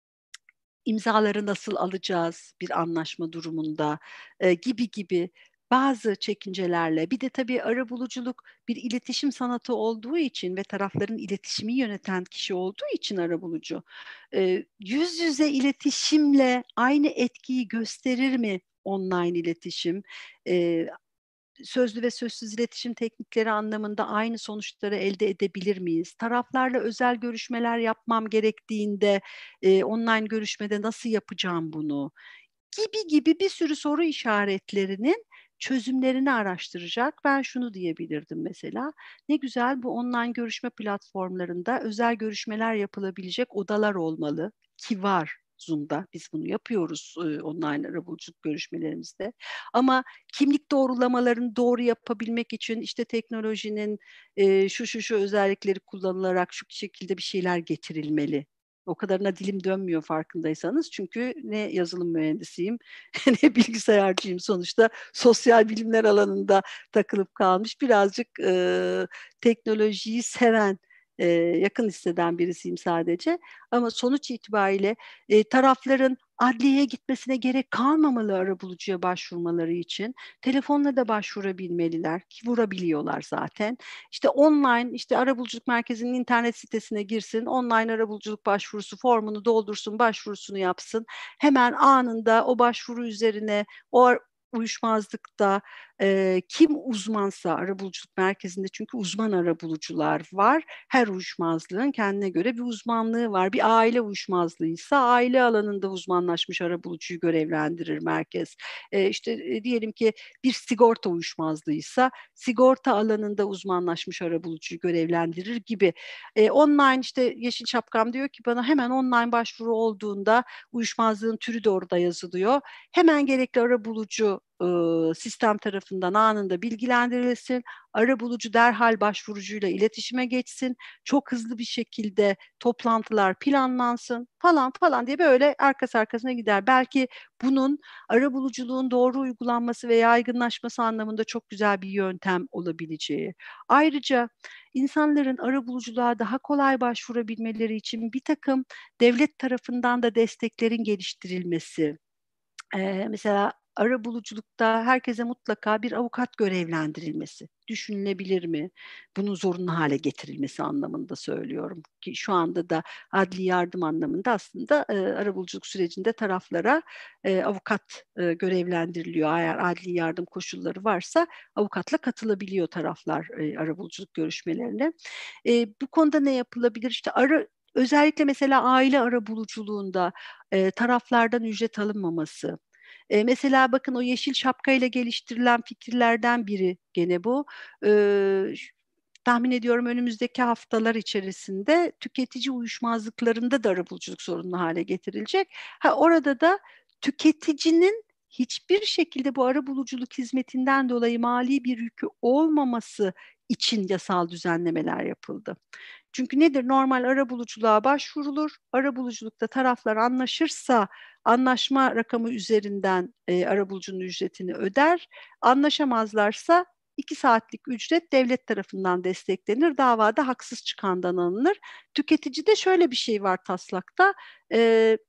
imzaları nasıl alacağız bir anlaşma durumunda, eee, gibi gibi bazı çekincelerle, bir de tabii arabuluculuk bir iletişim sanatı olduğu için ve tarafların iletişimi yöneten kişi olduğu için arabulucu, eee, yüz yüze iletişimle aynı etkiyi gösterir mi online iletişim? Eee, Sözlü ve sözsüz iletişim teknikleri anlamında aynı sonuçları elde edebilir miyiz? Taraflarla özel görüşmeler yapmam gerektiğinde, eee, online görüşmede nasıl yapacağım bunu? Gibi gibi bir sürü soru işaretlerinin çözümlerini araştıracak. Ben şunu diyebilirdim mesela, ne güzel bu online görüşme platformlarında özel görüşmeler yapılabilecek odalar olmalı ki var Zoom'da. Biz bunu yapıyoruz, ııı, online arabuluculuk görüşmelerimizde. Ama kimlik doğrulamalarını doğru yapabilmek için, işte, teknolojinin, eee, şu, şu, şu özellikleri kullanılarak şu şekilde bir şeyler getirilmeli. O kadarına dilim dönmüyor farkındaysanız. Çünkü ne yazılım mühendisiyim ne bilgisayarcıyım. Sonuçta sosyal bilimler alanında takılıp kalmış, birazcık, ııı, teknolojiyi seven, eee, yakın hisseden birisiyim sadece. Ama sonuç itibariyle, eee, tarafların adliyeye gitmesine gerek kalmamalı arabulucuya başvurmaları için. Telefonla da başvurabilmeliler ki vurabiliyorlar zaten. İşte online, işte arabuluculuk merkezinin internet sitesine girsin, online arabuluculuk başvurusu formunu doldursun, başvurusunu yapsın. Hemen anında o başvuru üzerine o ar uyuşmazlıkta, eee, kim uzmansa arabuluculuk merkezinde çünkü uzman arabulucular var. Her uyuşmazlığın kendine göre bir uzmanlığı var. Bir aile uyuşmazlığıysa aile alanında uzmanlaşmış arabulucuyu görevlendirir merkez. Eee, işte, eee, diyelim ki bir sigorta uyuşmazlığıysa sigorta alanında uzmanlaşmış arabulucuyu görevlendirir gibi. Eee, online, işte, Yeşil Şapkam diyor ki bana hemen online başvuru olduğunda uyuşmazlığın türü de orada yazılıyor. Hemen gerekli arabulucu, ııı, sistem tarafından anında bilgilendirilsin. Arabulucu derhal başvurucuyla iletişime geçsin. Çok hızlı bir şekilde toplantılar planlansın falan falan diye böyle arkası arkasına gider. Belki bunun arabuluculuğun doğru uygulanması ve yaygınlaşması anlamında çok güzel bir yöntem olabileceği. Ayrıca insanların arabuluculuğa daha kolay başvurabilmeleri için birtakım devlet tarafından da desteklerin geliştirilmesi. Eee, mesela arabuluculukta herkese mutlaka bir avukat görevlendirilmesi düşünülebilir mi? Bunun zorunlu hâle getirilmesi anlamında söylüyorum ki şu anda da adli yardım anlamında aslında, eee, arabuluculuk sürecinde taraflara, eee, avukat, eee, görevlendiriliyor. Eğer adli yardım koşulları varsa avukatla katılabiliyor taraflar, eee, arabuluculuk görüşmelerine. Eee, bu konuda ne yapılabilir? İşte ara özellikle mesela aile arabuluculuğunda, eee, taraflardan ücret alınmaması. Eee, mesela bakın o yeşil şapkayla geliştirilen fikirlerden biri gene bu. Iıı, ş tahmin ediyorum önümüzdeki haftalar içerisinde tüketici uyuşmazlıklarında da arabuluculuk zorunlu hâle getirilecek. Ha, orada da tüketicinin hiçbir şekilde bu arabuluculuk hizmetinden dolayı mali bir yükü olmaması için yasal düzenlemeler yapıldı. Çünkü nedir? Normal arabuluculuğa başvurulur. Arabuluculukta taraflar anlaşırsa anlaşma rakamı üzerinden, eee, arabulucunun ücretini öder. Anlaşamazlarsa iki saatlik ücret devlet tarafından desteklenir. Davada haksız çıkandan alınır. Tüketicide şöyle bir şey var taslakta, eee,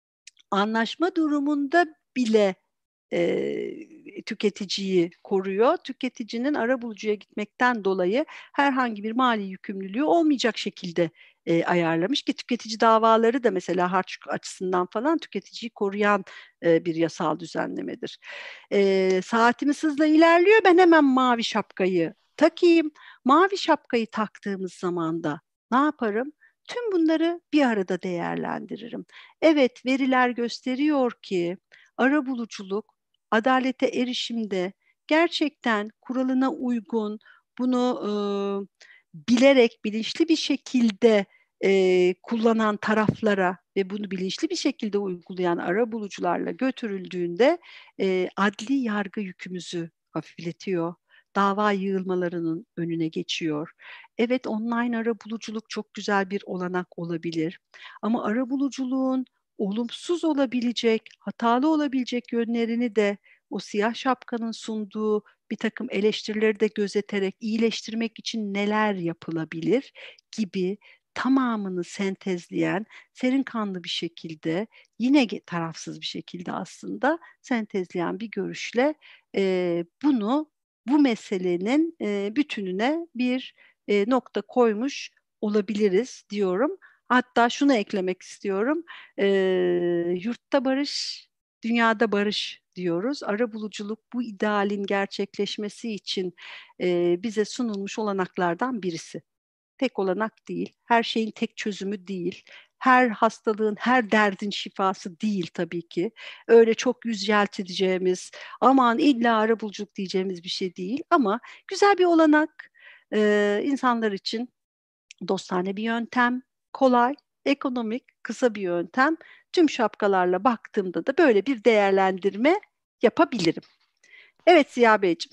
anlaşma durumunda bile Eee, tüketiciyi koruyor. Tüketicinin arabulucuya gitmekten dolayı herhangi bir mali yükümlülüğü olmayacak şekilde, eee, ayarlamış ki tüketici davaları da mesela harç açısından falan tüketiciyi koruyan, eee, bir yasal düzenlemedir. Eee, saatimiz hızla ilerliyor. Ben hemen mavi şapkayı takayım. Mavi şapkayı taktığımız zaman da ne yaparım? Tüm bunları bir arada değerlendiririm. Evet, veriler gösteriyor ki arabuluculuk adalete erişimde gerçekten kuralına uygun, bunu, ııı, bilerek, bilinçli bir şekilde, eee, kullanan taraflara ve bunu bilinçli bir şekilde uygulayan arabulucularla götürüldüğünde, eee, adli yargı yükümüzü hafifletiyor. Dava yığılmalarının önüne geçiyor. Evet, online arabuluculuk çok güzel bir olanak olabilir ama arabuluculuğun olumsuz olabilecek, hatalı olabilecek yönlerini de o siyah şapkanın sunduğu bir takım eleştirileri de gözeterek iyileştirmek için neler yapılabilir gibi tamamını sentezleyen, serin kanlı bir şekilde, yine tarafsız bir şekilde aslında sentezleyen bir görüşle e, bunu bu meselenin e, bütününe bir e, nokta koymuş olabiliriz diyorum. Hatta şunu eklemek istiyorum. E, yurtta barış, dünyada barış diyoruz. Arabuluculuk bu idealin gerçekleşmesi için e, bize sunulmuş olanaklardan birisi. Tek olanak değil, her şeyin tek çözümü değil, her hastalığın, her derdin şifası değil tabii ki. Öyle çok yücelteceğimiz, aman illa arabuluculuk diyeceğimiz bir şey değil ama güzel bir olanak, e, insanlar için dostane bir yöntem, kolay, ekonomik, kısa bir yöntem. Tüm şapkalarla baktığımda da böyle bir değerlendirme yapabilirim. Evet Ziya Beyciğim.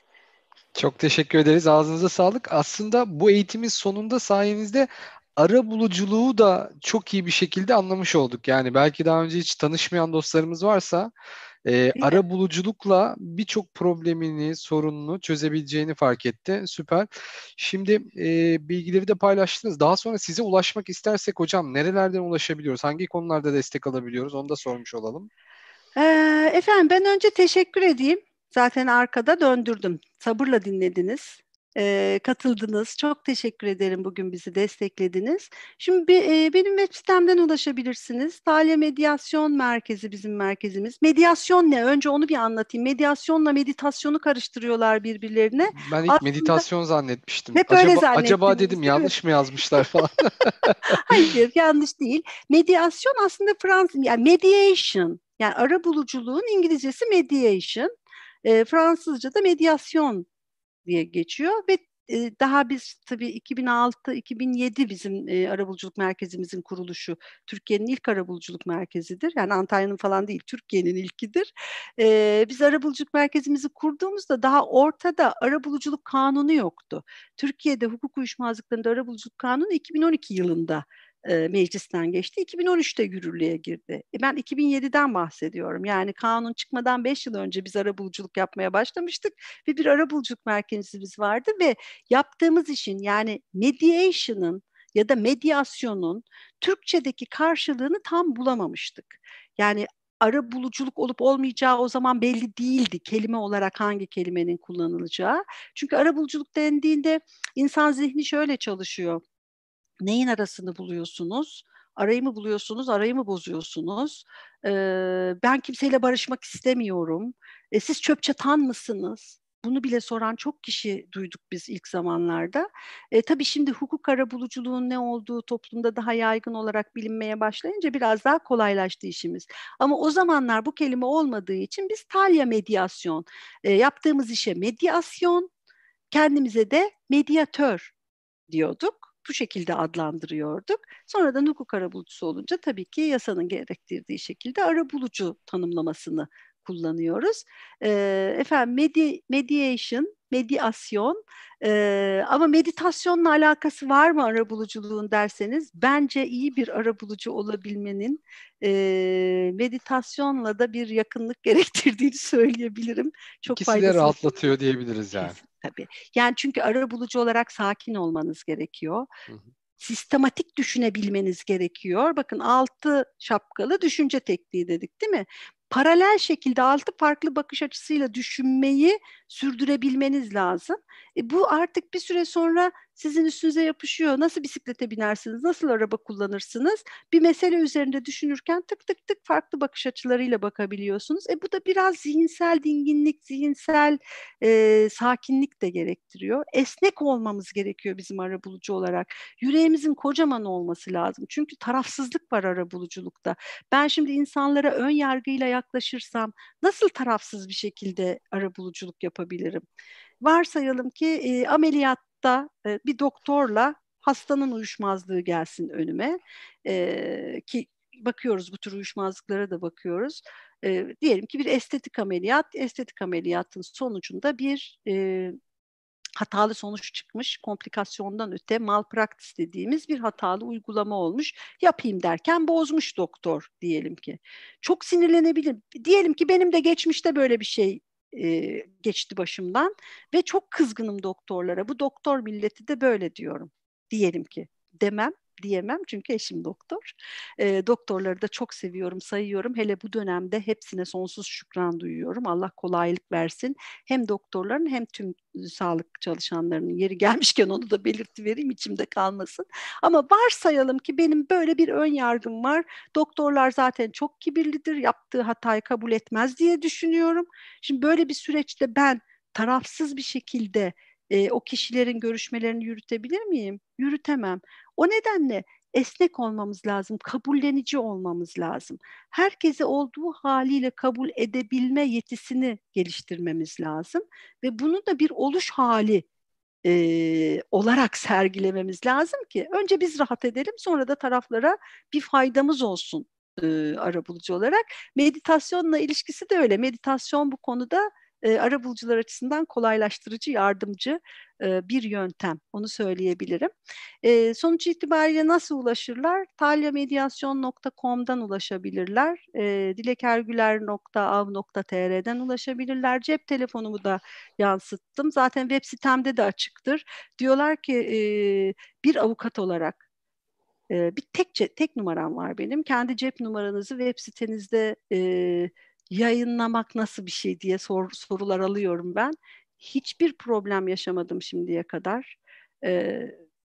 Çok teşekkür ederiz. Ağzınıza sağlık. Aslında bu eğitimin sonunda sayenizde ara buluculuğu da çok iyi bir şekilde anlamış olduk. Yani belki daha önce hiç tanışmayan dostlarımız varsa e, Değil mi? ara buluculukla birçok problemini, sorununu çözebileceğini fark etti. Süper. Şimdi e, bilgileri de paylaştınız. Daha sonra size ulaşmak istersek hocam nerelerden ulaşabiliyoruz? Hangi konularda destek alabiliyoruz? Onu da sormuş olalım. Ee, efendim ben önce teşekkür edeyim. Zaten arkada döndürdüm. Sabırla dinlediniz. Ee, katıldınız. Çok teşekkür ederim bugün bizi desteklediniz. Şimdi bir, e, benim web sitemden ulaşabilirsiniz. Talya Medyasyon Merkezi bizim merkezimiz. Medyasyon ne? Önce onu bir anlatayım. Medyasyonla meditasyonu karıştırıyorlar birbirlerine. Ben ilk Aslında meditasyon zannetmiştim. hep öyle Acaba acaba zannettiniz dedim değil mi? yanlış mı yazmışlar falan. Hayır, yanlış değil. Medyasyon aslında Fransız, yani mediation, yani ara buluculuğun İngilizcesi mediation, e, Fransızca'da medyasyon diye geçiyor ve e, daha biz tabii iki bin altı iki bin yedi bizim e, arabuluculuk merkezimizin kuruluşu. Türkiye'nin ilk arabuluculuk merkezidir. Yani Antalya'nın falan değil, Türkiye'nin ilkidir. E, biz arabuluculuk merkezimizi kurduğumuzda daha ortada arabuluculuk kanunu yoktu. Türkiye'de hukuk uyuşmazlıklarında arabuluculuk kanunu iki bin on iki yılında e, meclisten geçti. iki bin on üçte yürürlüğe girdi. E, ben iki bin yediden bahsediyorum. Yani kanun çıkmadan beş yıl önce biz arabuluculuk yapmaya başlamıştık ve bir arabuluculuk merkezimiz vardı ve yaptığımız işin, yani mediation'ın ya da medyasyonun Türkçedeki karşılığını tam bulamamıştık. Yani ara buluculuk olup olmayacağı o zaman belli değildi, kelime olarak hangi kelimenin kullanılacağı. Çünkü ara buluculuk dendiğinde insan zihni şöyle çalışıyor. Neyin arasını buluyorsunuz? Arayı mı buluyorsunuz, arayı mı bozuyorsunuz? Ee, ben kimseyle barışmak istemiyorum. E, siz çöp çatan mısınız? Bunu bile soran çok kişi duyduk biz ilk zamanlarda. E, tabii şimdi hukuk arabuluculuğun ne olduğu toplumda daha yaygın olarak bilinmeye başlayınca biraz daha kolaylaştı işimiz. Ama o zamanlar bu kelime olmadığı için biz talya medyasyon, e, yaptığımız işe medyasyon, kendimize de medyatör diyorduk. Bu şekilde adlandırıyorduk. Sonradan hukuk arabulucusu olunca tabii ki yasanın gerektirdiği şekilde arabulucu tanımlamasını kullanıyoruz. Ee, efendim medi mediation, medyasyon, ee, ama meditasyonla alakası var mı arabuluculuğun derseniz, bence iyi bir arabulucu olabilmenin ee, meditasyonla da bir yakınlık gerektirdiğini söyleyebilirim. Çok İkisi de faydası rahatlatıyor diyebiliriz yani. kesin tabii. Yani çünkü arabulucu olarak sakin olmanız gerekiyor. Hı hı. Sistematik düşünebilmeniz gerekiyor. Bakın altı şapkalı düşünce tekniği dedik, değil mi? Paralel şekilde altı farklı bakış açısıyla düşünmeyi sürdürebilmeniz lazım. E bu artık bir süre sonra sizin üstünüze yapışıyor. Nasıl bisiklete binersiniz, nasıl araba kullanırsınız? Bir mesele üzerinde düşünürken tık tık tık farklı bakış açılarıyla bakabiliyorsunuz. E bu da biraz zihinsel dinginlik, zihinsel e, sakinlik de gerektiriyor. Esnek olmamız gerekiyor bizim arabulucu olarak. Yüreğimizin kocaman olması lazım. Çünkü tarafsızlık var arabuluculukta. Ben şimdi insanlara ön yargıyla yaklaşırsam nasıl tarafsız bir şekilde arabuluculuk yapabilirim? Varsayalım ki e, ameliyatta e, bir doktorla hastanın uyuşmazlığı gelsin önüme. E, ki bakıyoruz, bu tür uyuşmazlıklara da bakıyoruz. E, diyelim ki bir estetik ameliyat, estetik ameliyatın sonucunda bir e, hatalı sonuç çıkmış, komplikasyondan öte malpraktis dediğimiz bir hatalı uygulama olmuş. Yapayım derken bozmuş doktor diyelim ki. Çok sinirlenebilir. Diyelim ki benim de geçmişte böyle bir şey e, geçti başımdan ve çok kızgınım doktorlara. Bu doktor milleti de böyle diyorum. Diyelim ki demem diyemem çünkü eşim doktor. E, doktorları da çok seviyorum, sayıyorum. Hele bu dönemde hepsine sonsuz şükran duyuyorum. Allah kolaylık versin. Hem doktorların hem tüm sağlık çalışanlarının, yeri gelmişken onu da belirtivereyim, içimde kalmasın. Ama varsayalım ki benim böyle bir ön yargım var. Doktorlar zaten çok kibirlidir, yaptığı hatayı kabul etmez diye düşünüyorum. Şimdi böyle bir süreçte ben tarafsız bir şekilde e, o kişilerin görüşmelerini yürütebilir miyim? Yürütemem. O nedenle esnek olmamız lazım, kabullenici olmamız lazım. Herkese olduğu haliyle kabul edebilme yetisini geliştirmemiz lazım ve bunu da bir oluş hali e, olarak sergilememiz lazım ki önce biz rahat edelim, sonra da taraflara bir faydamız olsun e, arabulucu olarak. Meditasyonla ilişkisi de öyle. Meditasyon bu konuda e, arabulucular açısından kolaylaştırıcı, yardımcı e, bir yöntem. Onu söyleyebilirim. E, sonuç itibariyle nasıl ulaşırlar? talyamediasyon nokta com'dan ulaşabilirler. E, dilekergüler nokta av nokta tr'den ulaşabilirler. Cep telefonumu da yansıttım. Zaten web sitemde de açıktır. Diyorlar ki e, bir avukat olarak e, bir tek tek numaram var benim. Kendi cep numaranızı web sitenizde e, yayınlamak nasıl bir şey diye sor, sorular alıyorum ben. Hiçbir problem yaşamadım şimdiye kadar. E,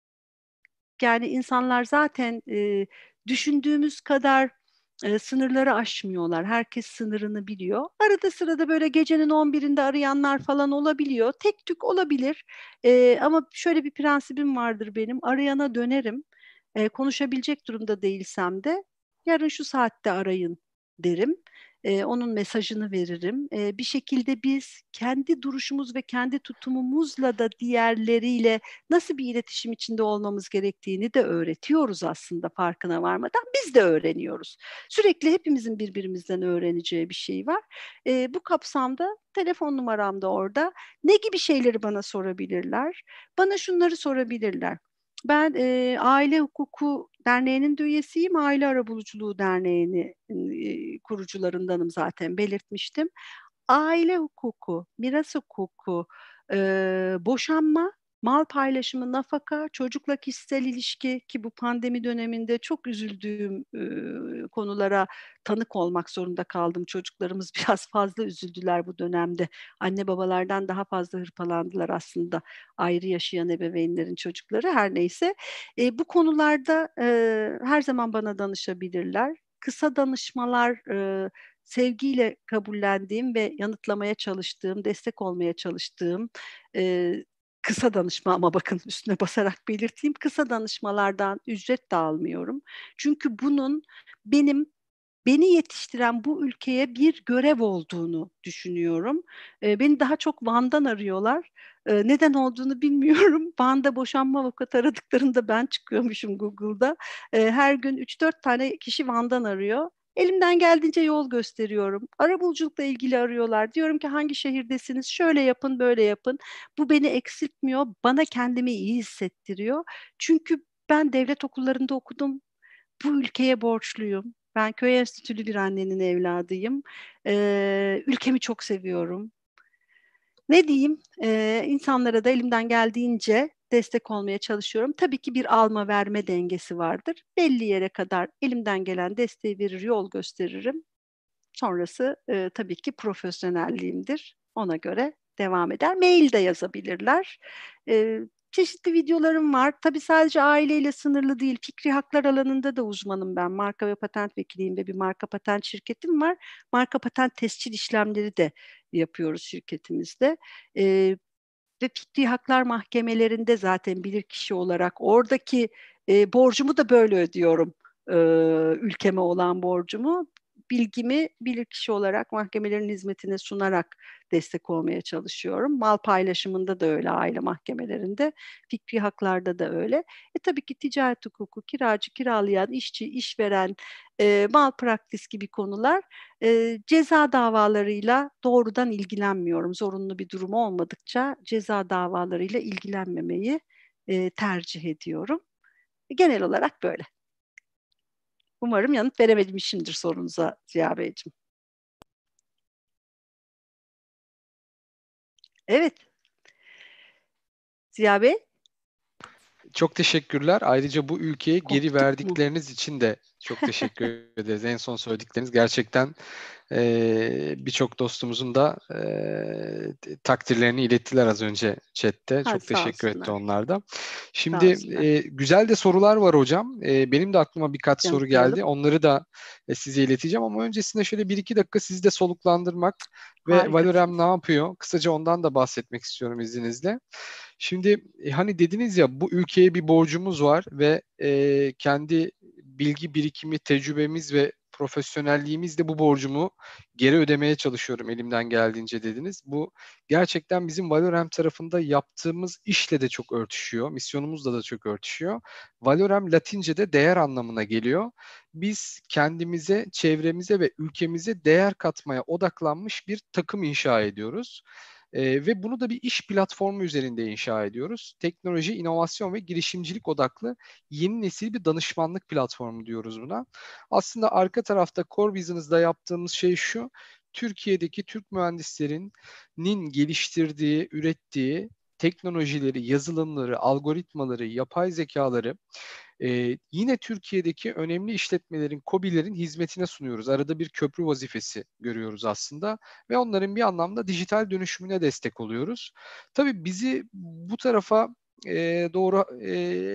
Yani insanlar zaten e, düşündüğümüz kadar e, sınırları aşmıyorlar. Herkes sınırını biliyor. Arada sırada böyle gecenin on birinde arayanlar falan olabiliyor. Tek tük olabilir. E, ama şöyle bir prensibim vardır benim. Arayana dönerim. E, konuşabilecek durumda değilsem de yarın şu saatte arayın derim. E, onun mesajını veririm. E, bir şekilde biz kendi duruşumuz ve kendi tutumumuzla da diğerleriyle nasıl bir iletişim içinde olmamız gerektiğini de öğretiyoruz aslında farkına varmadan. Biz de öğreniyoruz. Sürekli hepimizin birbirimizden öğreneceği bir şey var. E, bu kapsamda telefon numaram da orada. Ne gibi şeyleri bana sorabilirler? Bana şunları sorabilirler. Ben e, Aile Hukuku Derneği'nin de üyesiyim. Aile Arabuluculuğu Derneği'ni e, kurucularındanım, zaten belirtmiştim. Aile hukuku, miras hukuku, e, boşanma, mal paylaşımı, nafaka, çocukla kişisel ilişki, ki bu pandemi döneminde çok üzüldüğüm e, konulara tanık olmak zorunda kaldım. Çocuklarımız biraz fazla üzüldüler bu dönemde. Anne babalardan daha fazla hırpalandılar aslında ayrı yaşayan ebeveynlerin çocukları, her neyse. E, bu konularda e, her zaman bana danışabilirler. Kısa danışmalar, e, sevgiyle kabullendiğim ve yanıtlamaya çalıştığım, destek olmaya çalıştığım e, kısa danışma, ama bakın üstüne basarak belirteyim, kısa danışmalardan ücret de almıyorum. Çünkü bunun benim beni yetiştiren bu ülkeye bir görev olduğunu düşünüyorum. E, beni daha çok Van'dan arıyorlar. E, neden olduğunu bilmiyorum. Van'da boşanma avukatı aradıklarında ben çıkıyormuşum Google'da. E, her gün üç dört tane kişi Van'dan arıyor. Elimden geldiğince yol gösteriyorum. Arabuluculukla ilgili arıyorlar. Diyorum ki hangi şehirdesiniz? Şöyle yapın, böyle yapın. Bu beni eksiltmiyor. Bana kendimi iyi hissettiriyor. Çünkü ben devlet okullarında okudum. Bu ülkeye borçluyum. Ben köy enstitülü bir annenin evladıyım. Ee, ülkemi çok seviyorum. Ne diyeyim? Ee, insanlara da elimden geldiğince destek olmaya çalışıyorum. Tabii ki bir alma verme dengesi vardır. Belli yere kadar elimden gelen desteği verir, yol gösteririm. Sonrası e, tabii ki profesyonelliğimdir. Ona göre devam eder. Mail de yazabilirler. E, Çeşitli videolarım var. Tabii sadece aileyle sınırlı değil. Fikri haklar alanında da uzmanım ben. Marka ve patent vekiliyim ve bir marka patent şirketim var. Marka patent tescil işlemleri de yapıyoruz şirketimizde. E, Ve fikri haklar mahkemelerinde zaten bilirkişi olarak oradaki e, borcumu da böyle ödüyorum. E, ülkeme olan borcumu. bilgimi bilirkişi olarak mahkemelerin hizmetine sunarak destek olmaya çalışıyorum. Mal paylaşımında da öyle, aile mahkemelerinde, fikri haklarda da öyle. E tabii ki ticaret hukuku, kiracı, kiralayan, işçi, işveren, e, malpraktis gibi konular, e, ceza davalarıyla doğrudan ilgilenmiyorum. Zorunlu bir durum olmadıkça ceza davalarıyla ilgilenmemeyi e, tercih ediyorum. Genel olarak böyle. Umarım yanıt verememişimdir sorunuza Ziya Beyciğim. Evet, Ziya Bey, Çok teşekkürler. Ayrıca bu ülkeye geri koptuk mu? verdikleriniz için de çok teşekkür ederiz. En son söyledikleriniz gerçekten e, birçok dostumuzun da e, takdirlerini ilettiler az önce chatte. Ha, Çok sağ teşekkür etti olsunlar, onlar da. sağ Şimdi olsunlar. e, güzel de sorular var hocam. E, benim de aklıma birkaç soru Yanıtlayalım. geldi. Onları da e, size ileteceğim ama öncesinde şöyle bir iki dakika sizi de soluklandırmak ve Valorem ne Harikasınız. yapıyor? Kısaca ondan da bahsetmek istiyorum izninizle. Şimdi e, hani dediniz ya, bu ülkeye bir borcumuz var ve e, kendi bilgi birikimi, tecrübemiz ve profesyonelliğimizle bu borcumu geri ödemeye çalışıyorum elimden geldiğince dediniz. Bu gerçekten bizim Valorem tarafında yaptığımız işle de çok örtüşüyor. Misyonumuzla da çok örtüşüyor. Valorem Latince'de değer anlamına geliyor. Biz kendimize, çevremize ve ülkemize değer katmaya odaklanmış bir takım inşa ediyoruz. Ee, ve bunu da bir iş platformu üzerinde inşa ediyoruz. Teknoloji, inovasyon ve girişimcilik odaklı yeni nesil bir danışmanlık platformu diyoruz buna. Aslında arka tarafta core business'da yaptığımız şey şu: Türkiye'deki Türk mühendislerinin geliştirdiği, ürettiği teknolojileri, yazılımları, algoritmaları, yapay zekaları ee, yine Türkiye'deki önemli işletmelerin, KOBİ'lerin hizmetine sunuyoruz. Arada bir köprü vazifesi görüyoruz aslında ve onların bir anlamda dijital dönüşümüne destek oluyoruz. Tabii bizi bu tarafa e, doğru e,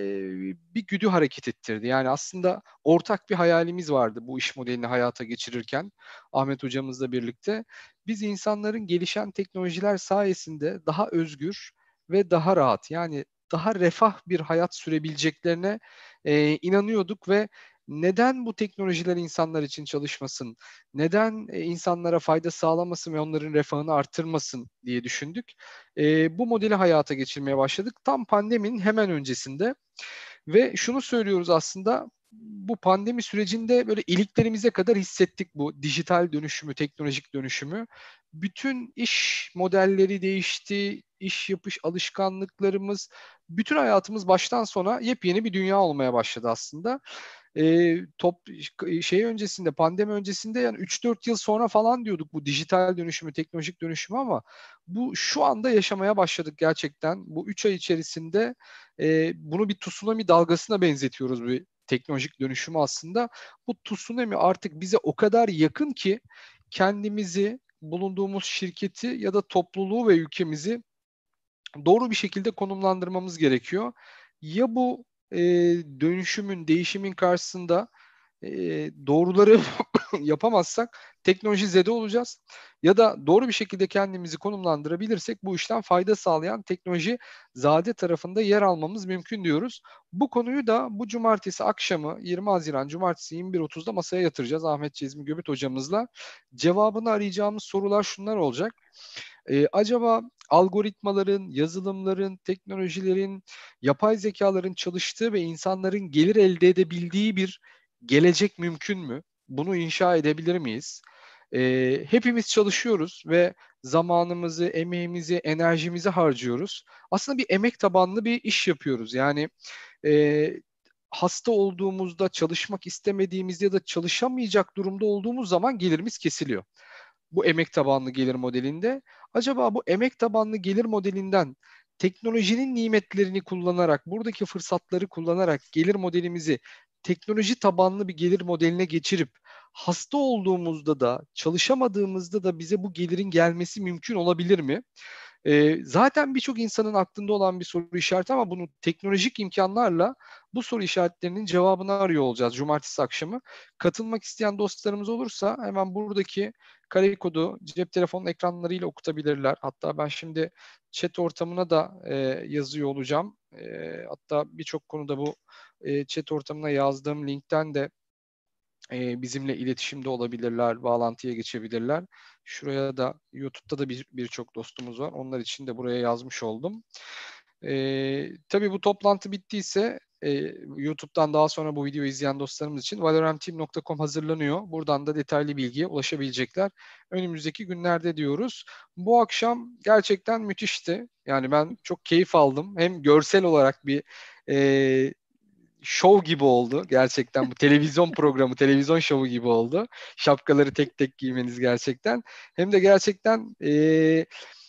bir güdü hareket ettirdi. Yani aslında ortak bir hayalimiz vardı bu iş modelini hayata geçirirken Ahmet hocamızla birlikte. Biz insanların gelişen teknolojiler sayesinde daha özgür ve daha rahat, yani daha refah bir hayat sürebileceklerine e, inanıyorduk ve neden bu teknolojiler insanlar için çalışmasın? Neden e, insanlara fayda sağlamasın ve onların refahını artırmasın diye düşündük. E, bu modeli hayata geçirmeye başladık. Tam pandeminin hemen öncesinde ve şunu söylüyoruz aslında, bu pandemi sürecinde böyle iliklerimize kadar hissettik bu dijital dönüşümü, teknolojik dönüşümü. Bütün iş modelleri değişti, iş yapış alışkanlıklarımız, bütün hayatımız baştan sona yepyeni bir dünya olmaya başladı aslında. E, top şey öncesinde, pandemi öncesinde, yani üç dört yıl sonra falan diyorduk bu dijital dönüşümü, teknolojik dönüşümü, ama bu şu anda yaşamaya başladık gerçekten. Bu üç ay içerisinde e, bunu bir tsunami dalgasına benzetiyoruz, bir teknolojik dönüşümü aslında. Bu tsunami artık bize o kadar yakın ki kendimizi, bulunduğumuz şirketi ya da topluluğu ve ülkemizi doğru bir şekilde konumlandırmamız gerekiyor. Ya bu e, dönüşümün, değişimin karşısında e, doğruları yapamazsak teknoloji zede olacağız. Ya da doğru bir şekilde kendimizi konumlandırabilirsek bu işten fayda sağlayan teknoloji zade tarafında yer almamız mümkün diyoruz. Bu konuyu da bu cumartesi akşamı, yirmi Haziran Cumartesi yirmi bir otuzda masaya yatıracağız Ahmet Cezmi Göbüt hocamızla. Cevabını arayacağımız sorular şunlar olacak. Ee, acaba algoritmaların, yazılımların, teknolojilerin, yapay zekaların çalıştığı ve insanların gelir elde edebildiği bir gelecek mümkün mü? Bunu inşa edebilir miyiz? Ee, hepimiz çalışıyoruz ve zamanımızı, emeğimizi, enerjimizi harcıyoruz. Aslında bir emek tabanlı bir iş yapıyoruz. Yani e, hasta olduğumuzda, çalışmak istemediğimizde ya da çalışamayacak durumda olduğumuz zaman gelirimiz kesiliyor bu emek tabanlı gelir modelinde. Acaba bu emek tabanlı gelir modelinden teknolojinin nimetlerini kullanarak, buradaki fırsatları kullanarak gelir modelimizi teknoloji tabanlı bir gelir modeline geçirip hasta olduğumuzda da, çalışamadığımızda da bize bu gelirin gelmesi mümkün olabilir mi? E, zaten birçok insanın aklında olan bir soru işareti ama bunu teknolojik imkanlarla bu soru işaretlerinin cevabını arıyor olacağız Cumartesi akşamı. Katılmak isteyen dostlarımız olursa hemen buradaki kare kodu cep telefonun ekranlarıyla okutabilirler. Hatta ben şimdi chat ortamına da e, yazıyor olacağım. E, hatta birçok konuda bu e, chat ortamına yazdığım linkten de e, bizimle iletişimde olabilirler, bağlantıya geçebilirler. Şuraya da YouTube'da da bir birçok dostumuz var. Onlar için de buraya yazmış oldum. E, tabii bu toplantı bittiyse e, YouTube'dan daha sonra bu videoyu izleyen dostlarımız için valoremteam nokta com hazırlanıyor. Buradan da detaylı bilgiye ulaşabilecekler. Önümüzdeki günlerde diyoruz. Bu akşam gerçekten müthişti. Yani ben çok keyif aldım. Hem görsel olarak bir e, şov gibi oldu. Gerçekten bu televizyon programı, televizyon şovu gibi oldu. Şapkaları tek tek giymeniz gerçekten. Hem de gerçekten e, e,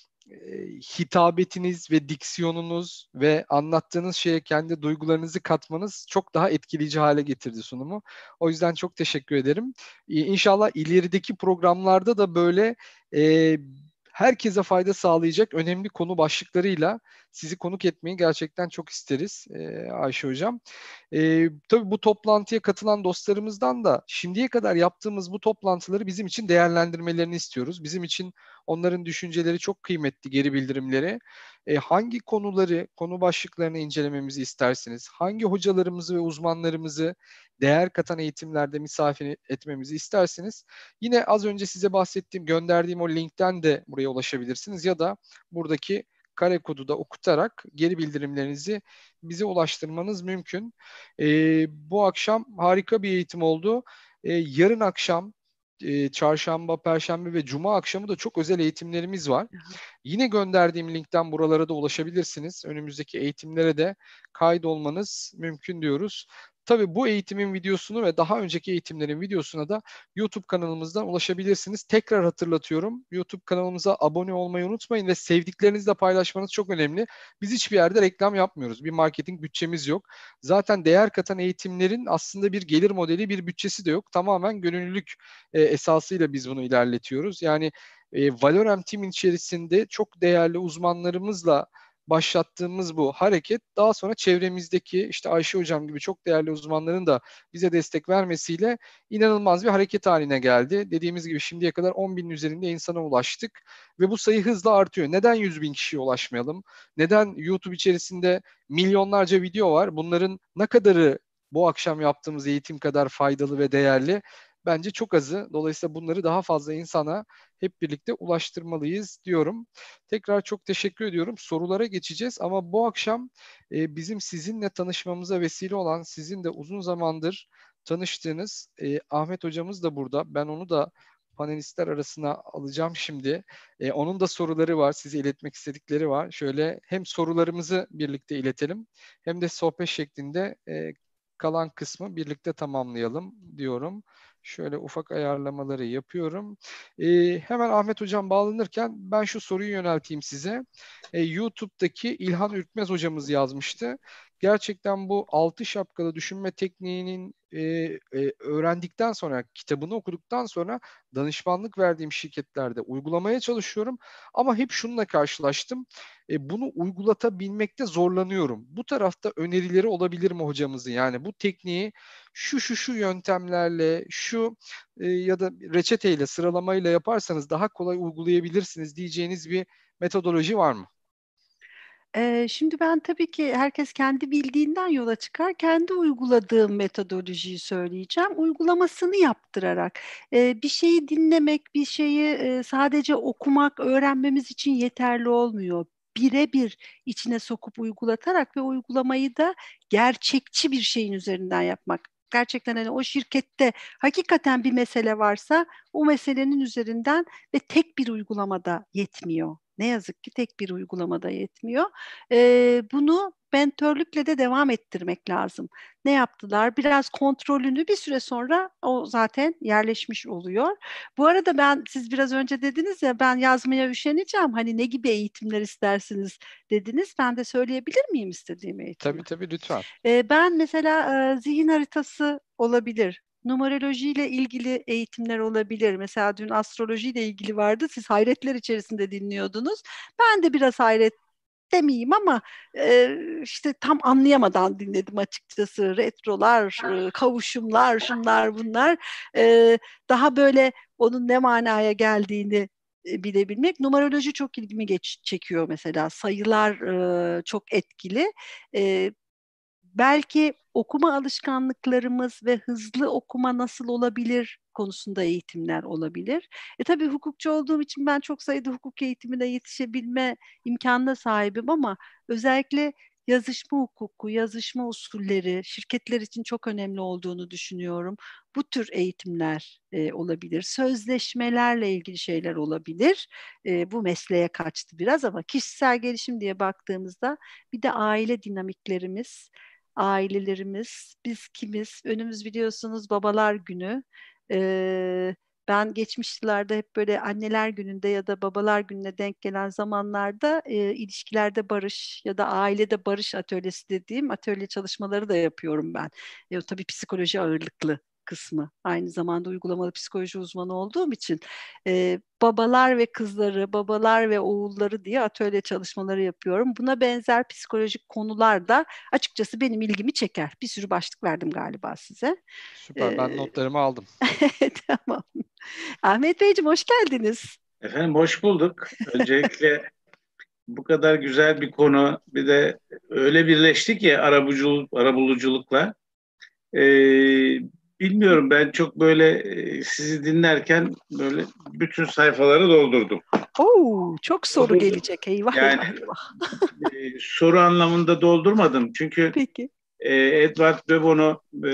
hitabetiniz ve diksiyonunuz ve anlattığınız şeye kendi duygularınızı katmanız çok daha etkileyici hale getirdi sunumu. O yüzden çok teşekkür ederim. E, İnşallah ilerideki programlarda da böyle e, herkese fayda sağlayacak önemli konu başlıklarıyla sizi konuk etmeyi gerçekten çok isteriz e, Ayşe Hocam. E, tabii bu toplantıya katılan dostlarımızdan da şimdiye kadar yaptığımız bu toplantıları bizim için değerlendirmelerini istiyoruz. Bizim için onların düşünceleri çok kıymetli, geri bildirimleri. E, hangi konuları, konu başlıklarını incelememizi istersiniz? Hangi hocalarımızı ve uzmanlarımızı değer katan eğitimlerde misafir etmemizi isterseniz yine az önce size bahsettiğim, gönderdiğim o linkten de buraya ulaşabilirsiniz ya da buradaki kare kodu da okutarak geri bildirimlerinizi bize ulaştırmanız mümkün. E, bu akşam harika bir eğitim oldu. E, yarın akşam, e, çarşamba, perşembe ve cuma akşamı da çok özel eğitimlerimiz var. Yine gönderdiğim linkten buralara da ulaşabilirsiniz. Önümüzdeki eğitimlere de kaydolmanız mümkün diyoruz. Tabii bu eğitimin videosunu ve daha önceki eğitimlerin videosuna da YouTube kanalımızdan ulaşabilirsiniz. Tekrar hatırlatıyorum. YouTube kanalımıza abone olmayı unutmayın ve sevdiklerinizle paylaşmanız çok önemli. Biz hiçbir yerde reklam yapmıyoruz. Bir marketing bütçemiz yok. Zaten değer katan eğitimlerin aslında bir gelir modeli, bir bütçesi de yok. Tamamen gönüllülük e, esasıyla biz bunu ilerletiyoruz. Yani e, Valorem Team içerisinde çok değerli uzmanlarımızla başlattığımız bu hareket daha sonra çevremizdeki işte Ayşe Hocam gibi çok değerli uzmanların da bize destek vermesiyle inanılmaz bir hareket haline geldi. Dediğimiz gibi şimdiye kadar on binin üzerinde insana ulaştık ve bu sayı hızla artıyor. Neden yüz bin kişiye ulaşmayalım? Neden YouTube içerisinde milyonlarca video var? Bunların ne kadarı bu akşam yaptığımız eğitim kadar faydalı ve değerli? Bence çok azı. Dolayısıyla bunları daha fazla insana hep birlikte ulaştırmalıyız diyorum. Tekrar çok teşekkür ediyorum. Sorulara geçeceğiz ama bu akşam e, bizim sizinle tanışmamıza vesile olan, sizin de uzun zamandır tanıştığınız e, Ahmet hocamız da burada. Ben onu da panelistler arasına alacağım şimdi. E, onun da soruları var, size iletmek istedikleri var. Şöyle hem sorularımızı birlikte iletelim hem de sohbet şeklinde e, kalan kısmı birlikte tamamlayalım diyorum. Şöyle ufak ayarlamaları yapıyorum. Ee, hemen Ahmet Hocam bağlanırken ben şu soruyu yönelteyim size. Ee, YouTube'daki İlhan Ürkmez hocamız yazmıştı. Gerçekten bu altı şapkalı düşünme tekniğinin e, e, öğrendikten sonra, kitabını okuduktan sonra danışmanlık verdiğim şirketlerde uygulamaya çalışıyorum. Ama hep şununla karşılaştım. E, bunu uygulatabilmekte zorlanıyorum. Bu tarafta önerileri olabilir mi hocamızın? Yani bu tekniği şu şu şu yöntemlerle, şu e, ya da reçeteyle, sıralamayla yaparsanız daha kolay uygulayabilirsiniz diyeceğiniz bir metodoloji var mı? Ee, şimdi ben tabii ki herkes kendi bildiğinden yola çıkar, kendi uyguladığım metodolojiyi söyleyeceğim. Uygulamasını yaptırarak Ee, bir şeyi dinlemek, bir şeyi e, sadece okumak, öğrenmemiz için yeterli olmuyor. Birebir içine sokup uygulatarak ve uygulamayı da gerçekçi bir şeyin üzerinden yapmak. Gerçekten hani o şirkette hakikaten bir mesele varsa o meselenin üzerinden ve tek bir uygulamada yetmiyor. Ne yazık ki tek bir uygulamada yetmiyor. Ee, bunu mentörlükle de devam ettirmek lazım. Ne yaptılar? Biraz kontrolünü bir süre sonra o zaten yerleşmiş oluyor. Bu arada ben siz biraz önce dediniz ya ben yazmaya üşeneceğim. Hani ne gibi eğitimler istersiniz dediniz. Ben de söyleyebilir miyim istediğim Tabii eğitimi? tabii lütfen. Ee, ben mesela e, zihin haritası olabilir. Numerolojiyle ilgili eğitimler olabilir. Mesela dün astrolojiyle ilgili vardı. Siz hayretler içerisinde dinliyordunuz. Ben de biraz hayret demeyeyim ama e, işte tam anlayamadan dinledim açıkçası. Retrolar, e, kavuşumlar, şunlar bunlar. E, daha böyle onun ne manaya geldiğini e, bilebilmek. Numeroloji çok ilgimi geç, çekiyor mesela. Sayılar e, çok etkili. E, belki okuma alışkanlıklarımız ve hızlı okuma nasıl olabilir konusunda eğitimler olabilir. E tabii hukukçu olduğum için ben çok sayıda hukuk eğitimine yetişebilme imkanına sahibim ama özellikle yazışma hukuku, yazışma usulleri şirketler için çok önemli olduğunu düşünüyorum. Bu tür eğitimler e, olabilir. Sözleşmelerle ilgili şeyler olabilir. E, bu mesleğe kaçtı biraz ama kişisel gelişim diye baktığımızda bir de aile dinamiklerimiz, ailelerimiz, biz kimiz? Önümüz biliyorsunuz Babalar Günü. Ee, Ben geçmiş yıllarda hep böyle anneler gününde ya da babalar gününe denk gelen zamanlarda e, ilişkilerde barış ya da ailede barış atölyesi dediğim atölye çalışmaları da yapıyorum ben. E, o tabii psikoloji ağırlıklı kısmı. Aynı zamanda uygulamalı psikoloji uzmanı olduğum için e, babalar ve kızları, babalar ve oğulları diye atölye çalışmaları yapıyorum. Buna benzer psikolojik konular da açıkçası benim ilgimi çeker. Bir sürü başlık verdim galiba size. Süper. Ben Ee, notlarımı aldım. tamam. Ahmet Beyciğim hoş geldiniz. Efendim hoş bulduk. Öncelikle bu kadar güzel bir konu, bir de öyle birleştik ki arabuluculuk, arabuluculukla. Ee, bilmiyorum, ben çok böyle e, sizi dinlerken böyle bütün sayfaları doldurdum. Oo, çok soru Doldurdum. gelecek. Eyvah Yani eyvah eyvah. e, soru anlamında doldurmadım. Çünkü Peki. e, Edward de Bono e,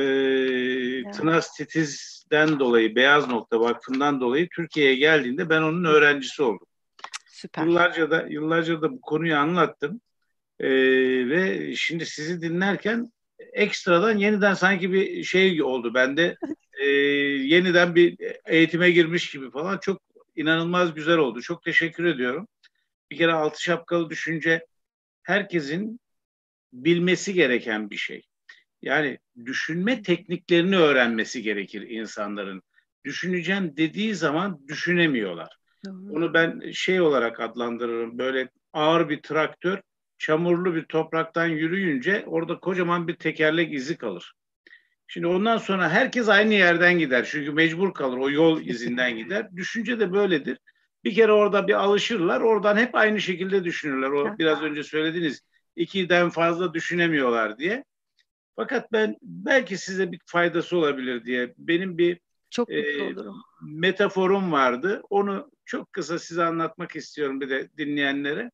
Ya, Tınaz Titiz'den dolayı, Beyaz Nokta Vakfı'ndan dolayı Türkiye'ye geldiğinde ben onun öğrencisi oldum. süper. Yıllarca da yıllarca da bu konuyu anlattım. Ee, ve şimdi sizi dinlerken ekstradan yeniden sanki bir şey oldu bende. Ee, yeniden bir eğitime girmiş gibi falan, çok inanılmaz güzel oldu. Çok teşekkür ediyorum. Bir kere altı şapkalı düşünce herkesin bilmesi gereken bir şey. Yani düşünme tekniklerini öğrenmesi gerekir insanların. Düşüneceğim dediği zaman düşünemiyorlar. Doğru. Onu ben şey olarak adlandırırım. Böyle ağır bir traktör çamurlu bir topraktan yürüyünce orada kocaman bir tekerlek izi kalır. Şimdi ondan sonra herkes aynı yerden gider. Çünkü mecbur kalır. O yol izinden gider. Düşünce de böyledir. Bir kere orada bir alışırlar. Oradan hep aynı şekilde düşünürler. O biraz önce söylediğiniz ikiden fazla düşünemiyorlar diye. Fakat ben belki size bir faydası olabilir diye benim bir Çok e, mutlu olurum. metaforum vardı. Onu çok kısa size anlatmak istiyorum, bir de dinleyenlere.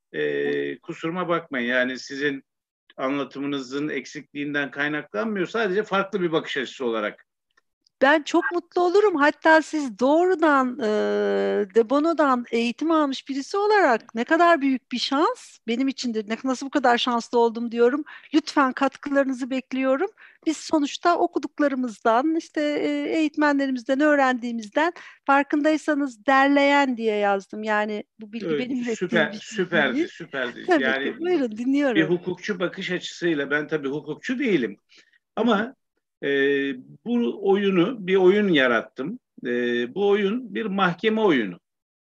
E, kusuruma bakmayın. Yani sizin anlatımınızın eksikliğinden kaynaklanmıyor. Sadece farklı bir bakış açısı olarak. Ben çok mutlu olurum. Hatta siz doğrudan e, De Bono'dan eğitim almış birisi olarak ne kadar büyük bir şans benim içindir. Ne, nasıl bu kadar şanslı oldum diyorum. Lütfen katkılarınızı bekliyorum. Biz sonuçta okuduklarımızdan, işte e, eğitmenlerimizden öğrendiğimizden farkındaysanız derleyen diye yazdım. Yani bu bilgi Evet, benim ürettiğim süper, bir şey süperdi, değil. süperdi. Tabii ki. Yani Buyurun bir dinliyorum. hukukçu bakış açısıyla, ben tabii hukukçu değilim. Ama e, bu oyunu, bir oyun yarattım. E, bu oyun bir mahkeme oyunu.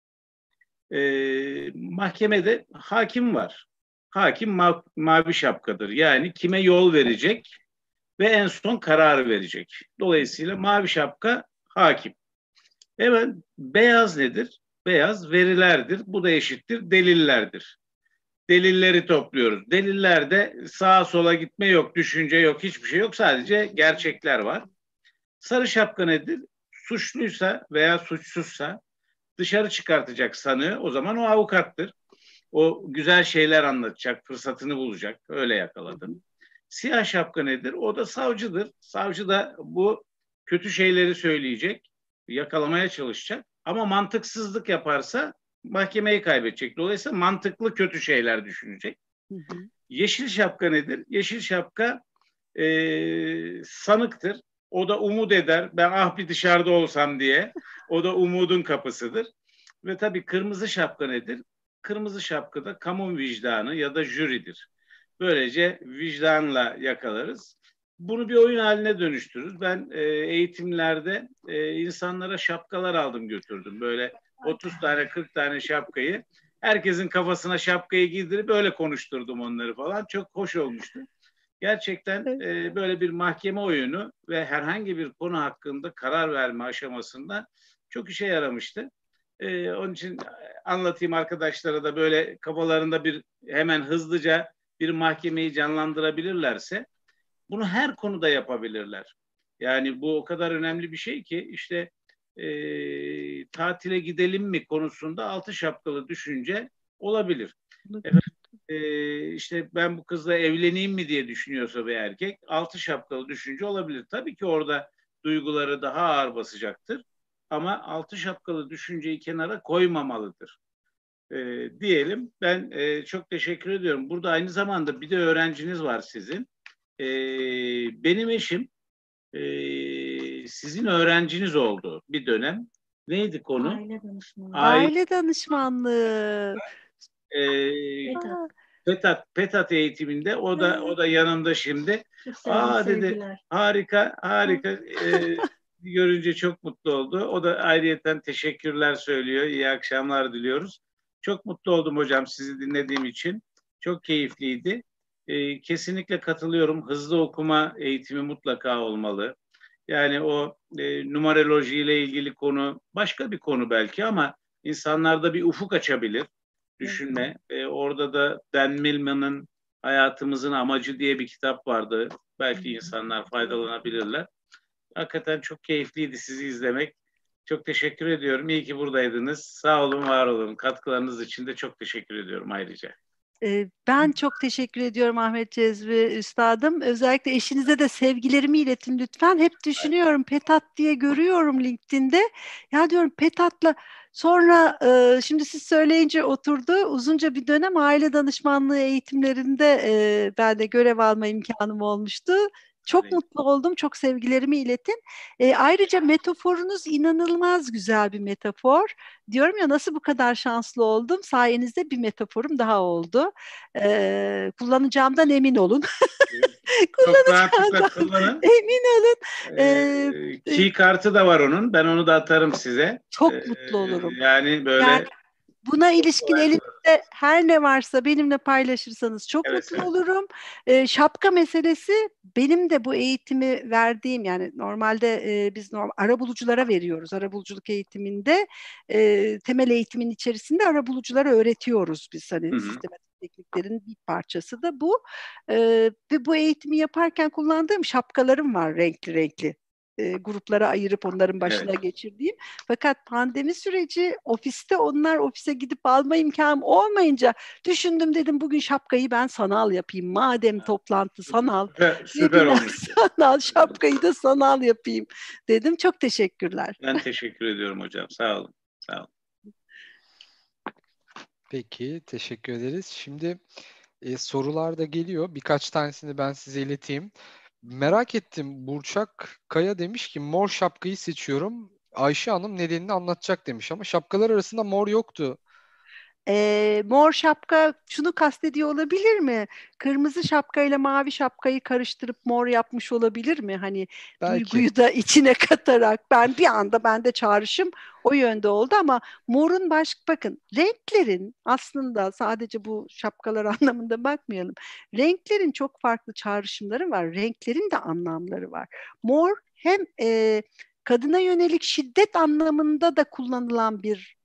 E, mahkemede hakim var. Hakim ma- mavi şapkadır. Yani kime yol verecek ve en son kararı verecek. Dolayısıyla mavi şapka hakim. Hemen beyaz nedir? Beyaz verilerdir. Bu da eşittir delillerdir. Delilleri topluyoruz. Delillerde sağa sola gitme yok, düşünce yok, hiçbir şey yok. Sadece gerçekler var. Sarı şapka nedir? Suçluysa veya suçsuzsa dışarı çıkartacak sanığı, o zaman o avukattır. O güzel şeyler anlatacak, fırsatını bulacak. Öyle yakaladım. Siyah şapka nedir? O da savcıdır. Savcı da bu kötü şeyleri söyleyecek, yakalamaya çalışacak. Ama mantıksızlık yaparsa mahkemeyi kaybedecek. Dolayısıyla mantıklı kötü şeyler düşünecek. Hı hı. Yeşil şapka nedir? Yeşil şapka e, sanıktır. O da umut eder. Ben ah bir dışarıda olsam diye. O da umudun kapısıdır. Ve tabii kırmızı şapka nedir? Kırmızı şapka da kamu vicdanı ya da jüridir. Böylece vicdanla yakalarız. Bunu bir oyun haline dönüştürürüz. Ben e, eğitimlerde e, insanlara şapkalar aldım götürdüm. Böyle otuz tane kırk tane şapkayı herkesin kafasına şapkayı giydirip öyle konuşturdum onları falan. Çok hoş olmuştu. Gerçekten Evet. e, böyle bir mahkeme oyunu ve herhangi bir konu hakkında karar verme aşamasında çok işe yaramıştı. E, onun için anlatayım arkadaşlara da, böyle kafalarında bir hemen hızlıca bir mahkemeyi canlandırabilirlerse. Bunu her konuda yapabilirler. Yani bu o kadar önemli bir şey ki işte e, tatile gidelim mi konusunda altı şapkalı düşünce olabilir. Efendim, e, işte ben bu kızla evleneyim mi diye düşünüyorsa bir erkek altı şapkalı düşünce olabilir. Tabii ki orada duyguları daha ağır basacaktır. Ama altı şapkalı düşünceyi kenara koymamalıdır. E, diyelim. Ben e, çok teşekkür ediyorum. Burada aynı zamanda bir de öğrenciniz var sizin. E, benim eşim e, sizin öğrenciniz oldu bir dönem. Neydi konu? Aile danışmanlığı. Aile, Aile danışmanlığı. e, Petat. Aa, Petat, Petat eğitiminde o da o da yanımda şimdi. Çok selam, Aa dedi sevgiler. harika harika e, görünce çok mutlu oldu. O da ayrıyeten teşekkürler söylüyor. İyi akşamlar diliyoruz. Çok mutlu oldum hocam sizi dinlediğim için. Çok keyifliydi. E, kesinlikle katılıyorum. Hızlı okuma eğitimi mutlaka olmalı. Yani o e, numeroloji ile ilgili konu başka bir konu belki ama insanlarda bir ufuk açabilir. Düşünme. E, orada da Dan Millman'ın Hayatımızın Amacı diye bir kitap vardı. Belki insanlar faydalanabilirler. Hakikaten çok keyifliydi sizi izlemek. Çok teşekkür ediyorum. İyi ki buradaydınız. Sağ olun, var olun. Katkılarınız için de çok teşekkür ediyorum ayrıca. e, ben çok teşekkür ediyorum Ahmet Cezmi Üstadım. Özellikle eşinize de sevgilerimi iletin lütfen. Hep düşünüyorum Petat diye görüyorum LinkedIn'de. Ya diyorum Petat'la sonra e, şimdi siz söyleyince oturdu. Uzunca bir dönem aile danışmanlığı eğitimlerinde e, ben de görev alma imkanım olmuştu. Çok mutlu oldum. Çok sevgilerimi iletin. E, ayrıca metaforunuz inanılmaz güzel bir metafor. Diyorum ya nasıl bu kadar şanslı oldum? Sayenizde bir metaforum daha oldu. E, kullanacağımdan emin olun. Çok rahatlıkla Kullanacağımdan kullanın. emin olun. E, Ee, e, key kartı da var onun. Ben onu da atarım size. Ee, çok mutlu olurum. yani böyle Yani buna ilişkin kolay kullanın. elinizde her ne varsa benimle paylaşırsanız çok Evet, mutlu evet. olurum. Ee, şapka meselesi benim de bu eğitimi verdiğim yani normalde e, biz normal, arabuluculara veriyoruz. Arabuluculuk eğitiminde e, temel eğitimin içerisinde arabuluculara öğretiyoruz biz hani Hı hı. sistematik tekniklerin bir parçası da bu. Ee, ve bu eğitimi yaparken kullandığım şapkalarım var renkli renkli. E, gruplara ayırıp onların başına Evet. geçirdiğim. Fakat pandemi süreci ofiste onlar ofise gidip alma imkanım olmayınca düşündüm dedim bugün şapkayı ben sanal yapayım. Madem toplantı sanal, Süper, süper webinar olmuş. sanal, şapkayı da sanal yapayım dedim. Çok teşekkürler. Ben teşekkür ediyorum hocam. Sağ olun. Sağ olun. Peki, teşekkür ederiz. Şimdi e, sorular da geliyor. Birkaç tanesini ben size ileteyim. Merak ettim. Burçak Kaya demiş ki mor şapkayı seçiyorum. Ayşe Hanım nedenini anlatacak demiş ama şapkalar arasında mor yoktu. Ee, mor şapka şunu kastediyor olabilir mi? Kırmızı şapkayla mavi şapkayı karıştırıp mor yapmış olabilir mi? Hani Belki. duyguyu da içine katarak ben bir anda bende çağrışım o yönde oldu ama morun baş bakın renklerin aslında sadece bu şapkalar anlamında bakmayalım. Renklerin çok farklı çağrışımları var. Renklerin de anlamları var. Mor hem e, kadına yönelik şiddet anlamında da kullanılan bir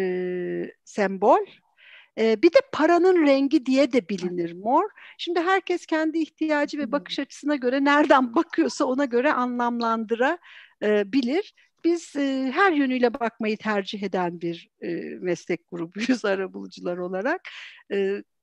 e, sembol. E, bir de paranın rengi diye de bilinir mor. Şimdi herkes kendi ihtiyacı ve bakış açısına göre nereden bakıyorsa ona göre anlamlandırabilir. Biz e, her yönüyle bakmayı tercih eden bir e, meslek grubuyuz arabulucular olarak. E,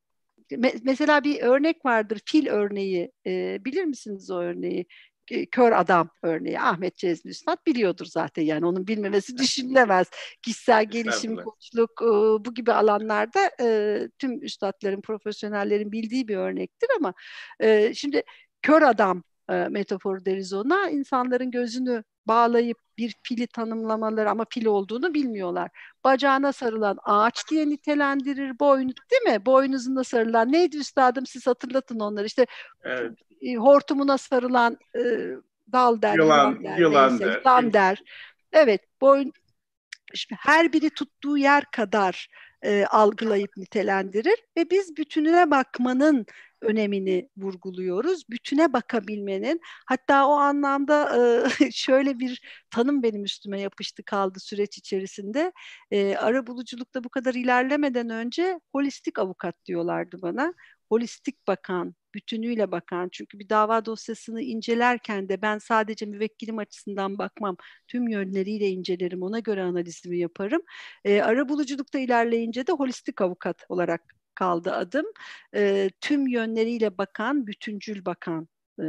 me- mesela bir örnek vardır, fil örneği. E, bilir misiniz o örneği? E, Kör adam örneği. Ahmet Cezmi Üstad biliyordur zaten yani onun bilmemesi düşünülemez. Kişisel gelişim, Estağfurullah. koçluk e, bu gibi alanlarda e, tüm üstadların, profesyonellerin bildiği bir örnektir ama e, şimdi kör adam e, metaforu deriz ona. İnsanların gözünü bağlayıp bir fili tanımlamaları ama fil olduğunu bilmiyorlar. Bacağına sarılan ağaç diye nitelendirir. Boynu değil mi? Boynuzuna sarılan neydi üstadım siz hatırlatın onları. İşte Evet. e, hortumuna sarılan e, dal der, Yılan, yılan der yılan neyse der. yılan der. Evet boyun işte her biri tuttuğu yer kadar e, algılayıp nitelendirir ve biz bütününe bakmanın önemini vurguluyoruz. Bütüne bakabilmenin hatta o anlamda e, şöyle bir tanım benim üstüme yapıştı kaldı süreç içerisinde. E, arabuluculukta bu kadar ilerlemeden önce holistik avukat diyorlardı bana. holistik bakan, bütünüyle bakan, çünkü bir dava dosyasını incelerken de ben sadece müvekkilim açısından bakmam, tüm yönleriyle incelerim, ona göre analizimi yaparım. E, arabuluculukta ilerleyince de holistik avukat olarak kaldı adım. E, tüm yönleriyle bakan, bütüncül bakan e,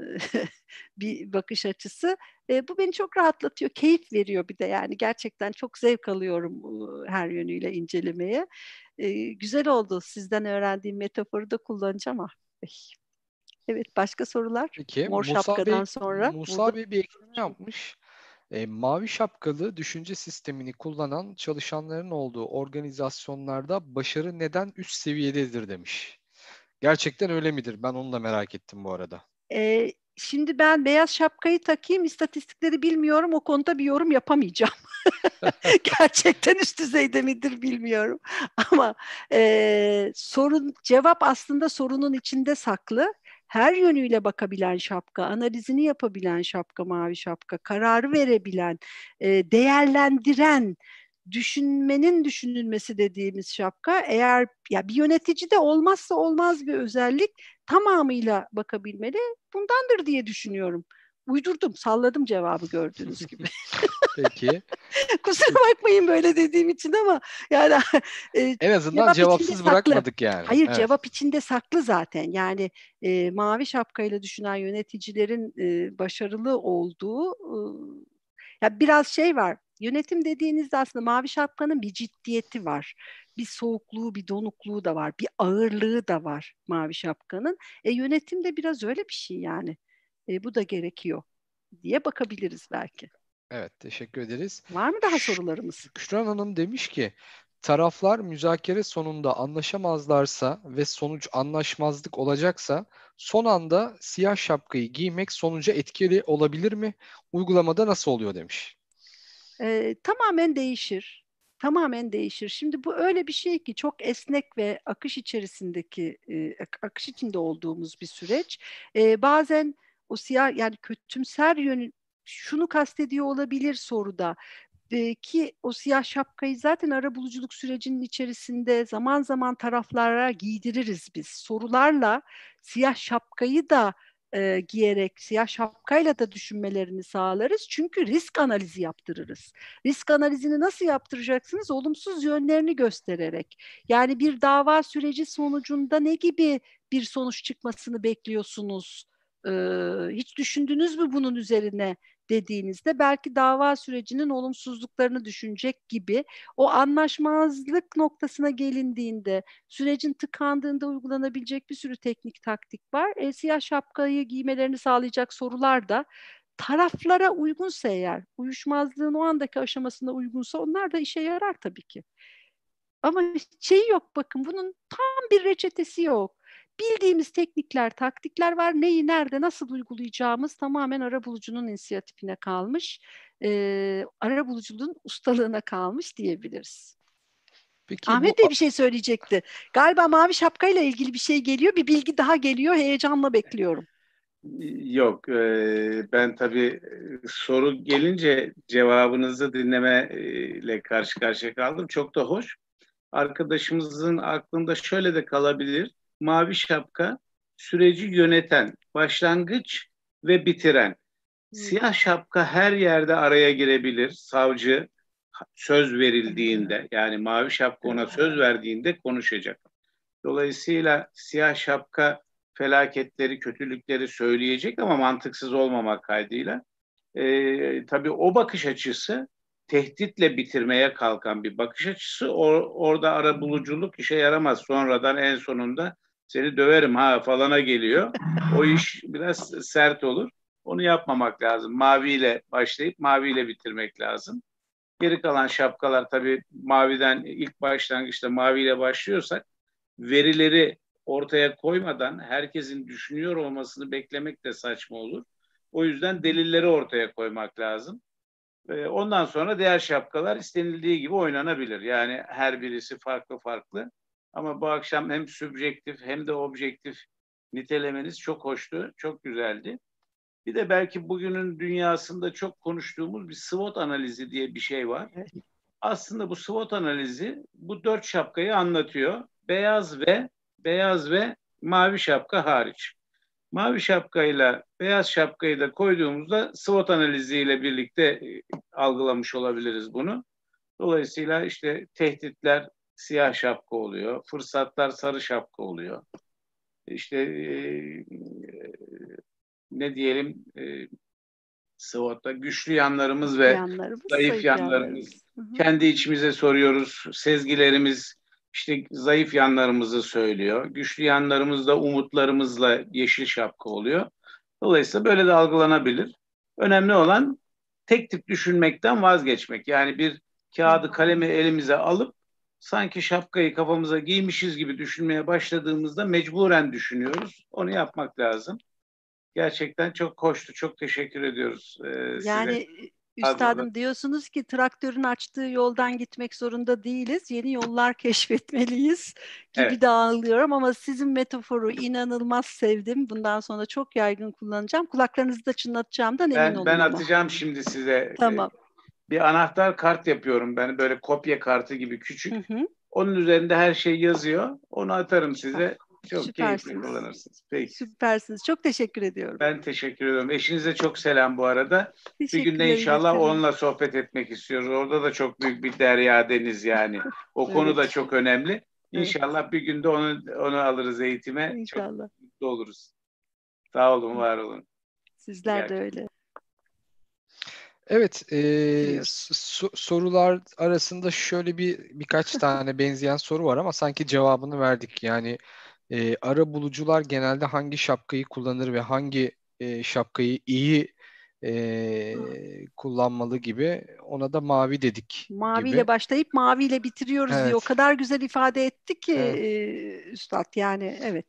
bir bakış açısı. E, bu beni çok rahatlatıyor, keyif veriyor bir de, yani gerçekten çok zevk alıyorum e, her yönüyle incelemeye. E, güzel oldu. Sizden öğrendiğim metaforu da kullanacağım. Ah, bey. Evet, başka sorular? Peki Mor Musa Bey şapkadan sonra burada. Musa Bey bir ekleme yapmış. E, mavi şapkalı düşünce sistemini kullanan çalışanların olduğu organizasyonlarda başarı neden üst seviyededir demiş. Gerçekten öyle midir? Ben onu da merak ettim bu arada. E, şimdi ben beyaz şapkayı takayım, istatistikleri bilmiyorum. O konuda bir yorum yapamayacağım. Gerçekten üst düzeyde midir bilmiyorum. Ama e, sorun cevap aslında sorunun içinde saklı. Her yönüyle bakabilen şapka, analizini yapabilen şapka, mavi şapka, kararı verebilen, e, değerlendiren, düşünmenin düşünülmesi dediğimiz şapka. Eğer ya bir yönetici de olmazsa olmaz bir özellik, tamamıyla bakabilmeli. Bundandır diye düşünüyorum. Uydurdum, salladım cevabı gördüğünüz gibi. Peki. Kusura bakmayın böyle dediğim için ama yani e, En azından cevap içinde cevapsız saklı. bırakmadık yani. Hayır, Evet. cevap içinde saklı zaten. Yani e, mavi şapkayla düşünen yöneticilerin e, başarılı olduğu e, ya biraz şey var. Yönetim dediğinizde aslında mavi şapkanın bir ciddiyeti var. Bir soğukluğu, bir donukluğu da var. Bir ağırlığı da var mavi şapkanın. E, yönetim de biraz öyle bir şey yani. E, bu da gerekiyor diye bakabiliriz belki. Evet, teşekkür ederiz. Var mı daha sorularımız? Şükran Hanım demiş ki, taraflar müzakere sonunda anlaşamazlarsa ve sonuç anlaşmazlık olacaksa son anda siyah şapkayı giymek sonuca etkili olabilir mi? Uygulamada nasıl oluyor demiş. Ee, tamamen değişir. Tamamen değişir. Şimdi bu öyle bir şey ki çok esnek ve akış içerisindeki e, ak- akış içinde olduğumuz bir süreç. Ee, bazen o siyah, yani kötümser yönü, şunu kastediyor olabilir soruda. Ee, ki o siyah şapkayı zaten arabuluculuk sürecinin içerisinde zaman zaman taraflara giydiririz biz. Sorularla siyah şapkayı da e, giyerek siyah şapkayla da düşünmelerini sağlarız. Çünkü risk analizi yaptırırız. Risk analizini nasıl yaptıracaksınız? Olumsuz yönlerini göstererek. Yani bir dava süreci sonucunda ne gibi bir sonuç çıkmasını bekliyorsunuz? Ee, hiç düşündünüz mü bunun üzerine dediğinizde belki dava sürecinin olumsuzluklarını düşünecek gibi, o anlaşmazlık noktasına gelindiğinde, sürecin tıkandığında uygulanabilecek bir sürü teknik taktik var. E, siyah şapkayı giymelerini sağlayacak sorular da taraflara uygunsa, eğer uyuşmazlığın o andaki aşamasında uygunsa, onlar da işe yarar tabii ki. Ama şey yok, bakın bunun tam bir reçetesi yok. Bildiğimiz teknikler, taktikler var. Neyi, nerede, nasıl uygulayacağımız tamamen arabulucunun inisiyatifine kalmış. Ee, arabuluculuğun ustalığına kalmış diyebiliriz. Peki bu Ahmet Bey bir şey söyleyecekti. Galiba mavi şapkayla ilgili bir şey geliyor. Bir bilgi daha geliyor. Heyecanla bekliyorum. Yok, e, ben tabii e, soru gelince cevabınızı dinlemeyle karşı karşıya kaldım. Çok da hoş. Arkadaşımızın aklında şöyle de kalabilir. Mavi şapka süreci yöneten, başlangıç ve bitiren. Hmm. Siyah şapka her yerde araya girebilir. Savcı söz verildiğinde, yani mavi şapka ona söz verdiğinde konuşacak. Dolayısıyla siyah şapka felaketleri, kötülükleri söyleyecek ama mantıksız olmamak kaydıyla. Ee, tabii o bakış açısı tehditle bitirmeye kalkan bir bakış açısı. Or- orada arabuluculuk işe yaramaz. Sonradan en sonunda seni döverim ha falana geliyor. O iş biraz sert olur. Onu yapmamak lazım. Maviyle başlayıp maviyle bitirmek lazım. Geri kalan şapkalar tabii maviden ilk başlangıçta maviyle başlıyorsak verileri ortaya koymadan herkesin düşünüyor olmasını beklemek de saçma olur. O yüzden delilleri ortaya koymak lazım. Ondan sonra diğer şapkalar istenildiği gibi oynanabilir. Yani her birisi farklı farklı. Ama bu akşam hem sübjektif hem de objektif nitelemeniz çok hoştu, çok güzeldi. Bir de belki bugünün dünyasında çok konuştuğumuz bir SWOT analizi diye bir şey var. Evet. Aslında bu SWOT analizi bu dört şapkayı anlatıyor. Beyaz ve beyaz ve Mavi şapka hariç. Mavi şapkayla beyaz şapkayı da koyduğumuzda SWOT analiziyle birlikte e, algılamış olabiliriz bunu. Dolayısıyla işte tehditler siyah şapka oluyor, fırsatlar sarı şapka oluyor. İşte e, ne diyelim e, SWOT'ta güçlü yanlarımız Güçlü ve yanlarımız, zayıf zayıf yanlarımız. yanlarımız. Hı hı. Kendi içimize soruyoruz. Sezgilerimiz işte zayıf yanlarımızı söylüyor. Güçlü yanlarımız da umutlarımızla yeşil şapka oluyor. Dolayısıyla böyle de algılanabilir. Önemli olan tek tip düşünmekten vazgeçmek. Yani bir kağıdı kalemi elimize alıp sanki şapkayı kafamıza giymişiz gibi düşünmeye başladığımızda mecburen düşünüyoruz. Onu yapmak lazım. Gerçekten çok hoştu. Çok teşekkür ediyoruz e, size. Yani Fazla da. üstadım diyorsunuz ki traktörün açtığı yoldan gitmek zorunda değiliz. Yeni yollar keşfetmeliyiz Evet. gibi dağılıyorum ama sizin metaforu inanılmaz sevdim. Bundan sonra çok yaygın kullanacağım. Kulaklarınızı da çınlatacağımdan emin Ben ben olun ama. atacağım şimdi size e, Tamam. bir anahtar kart yapıyorum ben böyle kopya kartı gibi Hı küçük. hı. Onun üzerinde her şey yazıyor. Onu atarım size. Çok keyifli Süpersiniz. kullanırsınız. Peki. Süpersiniz. Çok teşekkür ediyorum. Ben teşekkür ediyorum. Eşinize çok selam bu arada. Bir gün de Teşekkürler, inşallah iletirim. onunla sohbet etmek istiyoruz. Orada da çok büyük bir derya deniz yani. O konu da Evet. çok önemli. Evet. İnşallah bir günde onu onu alırız eğitime. Çok İnşallah. mutlu oluruz. Sağ olun, var olun. Sizler de Gerçekten. öyle. Evet, e, Bitiriyoruz. so- sorular arasında şöyle bir birkaç tane benzeyen soru var ama sanki cevabını verdik. Yani e, ara bulucular genelde hangi şapkayı kullanır ve hangi e, şapkayı iyi e, kullanmalı gibi. Ona da mavi dedik gibi. Maviyle başlayıp maviyle bitiriyoruz diye o Evet, kadar güzel ifade etti ki evet. e, üstad yani evet.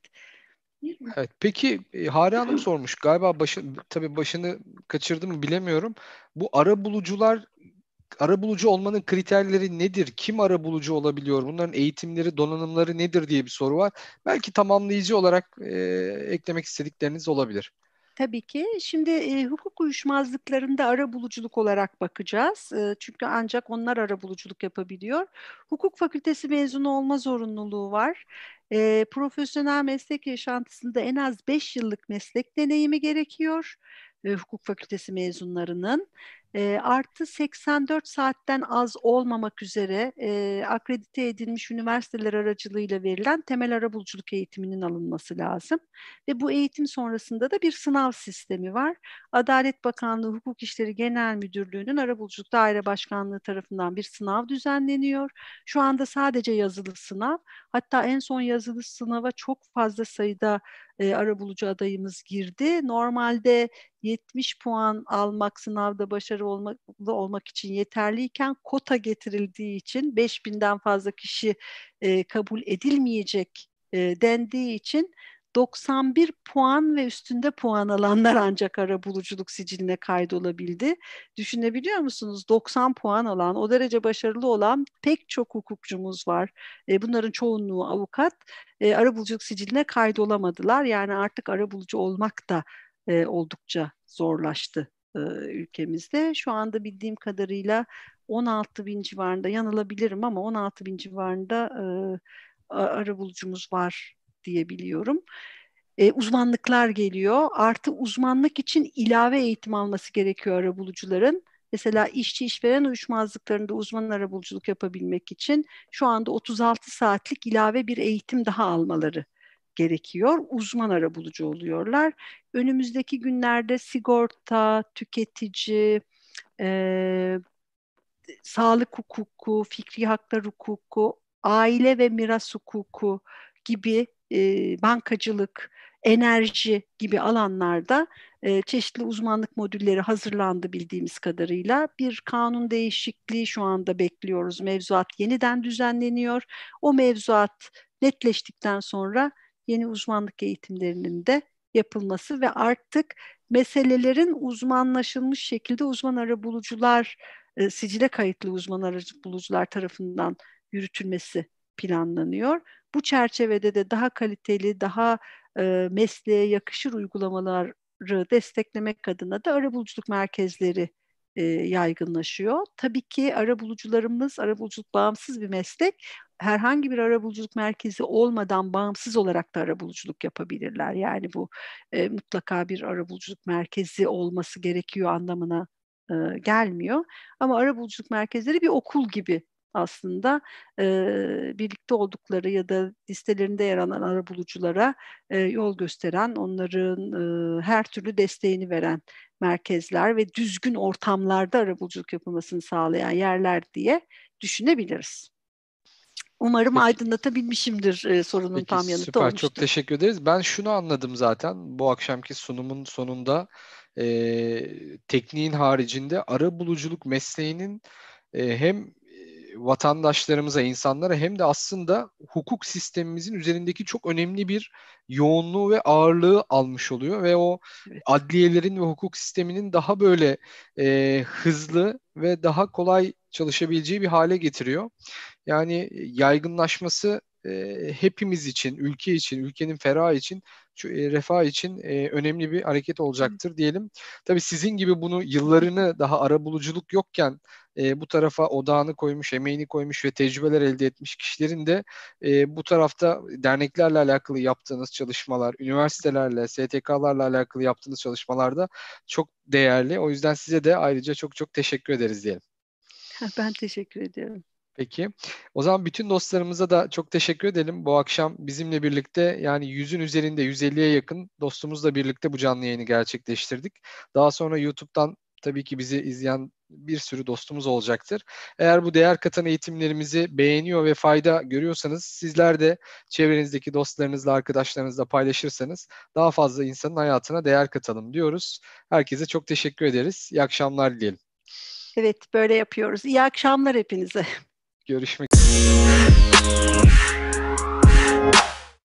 Evet. Peki e, Hare Hanım sormuş. Galiba başı, tabii başını kaçırdı mı bilemiyorum. Bu ara bulucular arabulucu olmanın kriterleri nedir? Kim arabulucu olabiliyor? Bunların eğitimleri, donanımları nedir diye bir soru var. Belki tamamlayıcı olarak e, eklemek istedikleriniz olabilir. Tabii ki. Şimdi e, hukuk uyuşmazlıklarında arabuluculuk olarak bakacağız. E, çünkü ancak onlar arabuluculuk yapabiliyor. Hukuk fakültesi mezunu olma zorunluluğu var. E, profesyonel meslek yaşantısında en az beş yıllık meslek deneyimi gerekiyor. E, hukuk fakültesi mezunlarının. E, artı seksen dört saatten az olmamak üzere e, akredite edilmiş üniversiteler aracılığıyla verilen temel arabuluculuk eğitiminin alınması lazım. Ve bu eğitim sonrasında da bir sınav sistemi var. Adalet Bakanlığı Hukuk İşleri Genel Müdürlüğü'nün Arabuluculuk Daire Başkanlığı tarafından bir sınav düzenleniyor. Şu anda sadece yazılı sınav. Hatta en son yazılı sınava çok fazla sayıda e, arabulucu adayımız girdi. Normalde yetmiş puan almak sınavda başarılı olmak, olmak için yeterliyken kota getirildiği için beş binden fazla kişi e, kabul edilmeyecek e, dendiği için doksan bir puan ve üstünde puan alanlar ancak arabuluculuk siciline kaydolabildi. Düşünebiliyor musunuz? doksan puan alan, o derece başarılı olan pek çok hukukçumuz var. E, bunların çoğunluğu avukat. E, arabuluculuk siciline kaydolamadılar. Yani artık arabulucu olmak da e, oldukça zorlaştı e, ülkemizde. Şu anda bildiğim kadarıyla on altı bin civarında, yanılabilirim ama on altı bin civarında e, arabulucumuz var diye biliyorum. E, uzmanlıklar geliyor. Artı uzmanlık için ilave eğitim alması gerekiyor arabulucuların. Mesela işçi işveren uyuşmazlıklarında uzman arabuluculuk yapabilmek için şu anda otuz altı saatlik ilave bir eğitim daha almaları gerekiyor. Uzman arabulucu oluyorlar. Önümüzdeki günlerde sigorta, tüketici, e, sağlık hukuku, fikri haklar hukuku, aile ve miras hukuku gibi e, bankacılık, enerji gibi alanlarda e, çeşitli uzmanlık modülleri hazırlandı bildiğimiz kadarıyla. Bir kanun değişikliği şu anda bekliyoruz. Mevzuat yeniden düzenleniyor. O mevzuat netleştikten sonra yeni uzmanlık eğitimlerinin de yapılması ve artık meselelerin uzmanlaşılmış şekilde uzman arabulucular e, sicile kayıtlı uzman arabulucular tarafından yürütülmesi planlanıyor. Bu çerçevede de daha kaliteli, daha e, mesleğe yakışır uygulamaları desteklemek adına da arabuluculuk merkezleri e, yaygınlaşıyor. Tabii ki arabulucularımız, arabuluculuk bağımsız bir meslek herhangi bir arabuluculuk merkezi olmadan bağımsız olarak da arabuluculuk yapabilirler. Yani bu e, mutlaka bir arabuluculuk merkezi olması gerekiyor anlamına e, gelmiyor. Ama arabuluculuk merkezleri bir okul gibi aslında e, birlikte oldukları ya da listelerinde yer alan arabuluculara e, yol gösteren, onların e, her türlü desteğini veren merkezler ve düzgün ortamlarda arabuluculuk yapılmasını sağlayan yerler diye düşünebiliriz. Umarım Peki. aydınlatabilmişimdir e, sorunun Peki tam yanıtı süper, olmuştur. çok teşekkür ederiz. Ben şunu anladım zaten bu akşamki sunumun sonunda, e, tekniğin haricinde arabuluculuk mesleğinin e, hem e, vatandaşlarımıza, insanlara hem de aslında hukuk sistemimizin üzerindeki çok önemli bir yoğunluğu ve ağırlığı almış oluyor ve o Evet. adliyelerin ve hukuk sisteminin daha böyle e, hızlı ve daha kolay çalışabileceği bir hale getiriyor. Yani yaygınlaşması e, hepimiz için, ülke için, ülkenin ferahı için, şu, e, refah için e, önemli bir hareket olacaktır diyelim. Tabii sizin gibi bunu yıllarını daha arabuluculuk yokken e, bu tarafa odağını koymuş, emeğini koymuş ve tecrübeler elde etmiş kişilerin de e, bu tarafta derneklerle alakalı yaptığınız çalışmalar, üniversitelerle, S T K'larla alakalı yaptığınız çalışmalar da çok değerli. O yüzden size de ayrıca çok çok teşekkür ederiz diyelim. Ben teşekkür ediyorum. Peki. O zaman bütün dostlarımıza da çok teşekkür edelim. Bu akşam bizimle birlikte yani yüzün üzerinde yüz elliye yakın dostumuzla birlikte bu canlı yayını gerçekleştirdik. Daha sonra YouTube'dan tabii ki bizi izleyen bir sürü dostumuz olacaktır. Eğer bu değer katan eğitimlerimizi beğeniyor ve fayda görüyorsanız sizler de çevrenizdeki dostlarınızla, arkadaşlarınızla paylaşırsanız daha fazla insanın hayatına değer katalım diyoruz. Herkese çok teşekkür ederiz. İyi akşamlar dileyelim. Evet, böyle yapıyoruz. İyi akşamlar hepinize. Görüşmek üzere.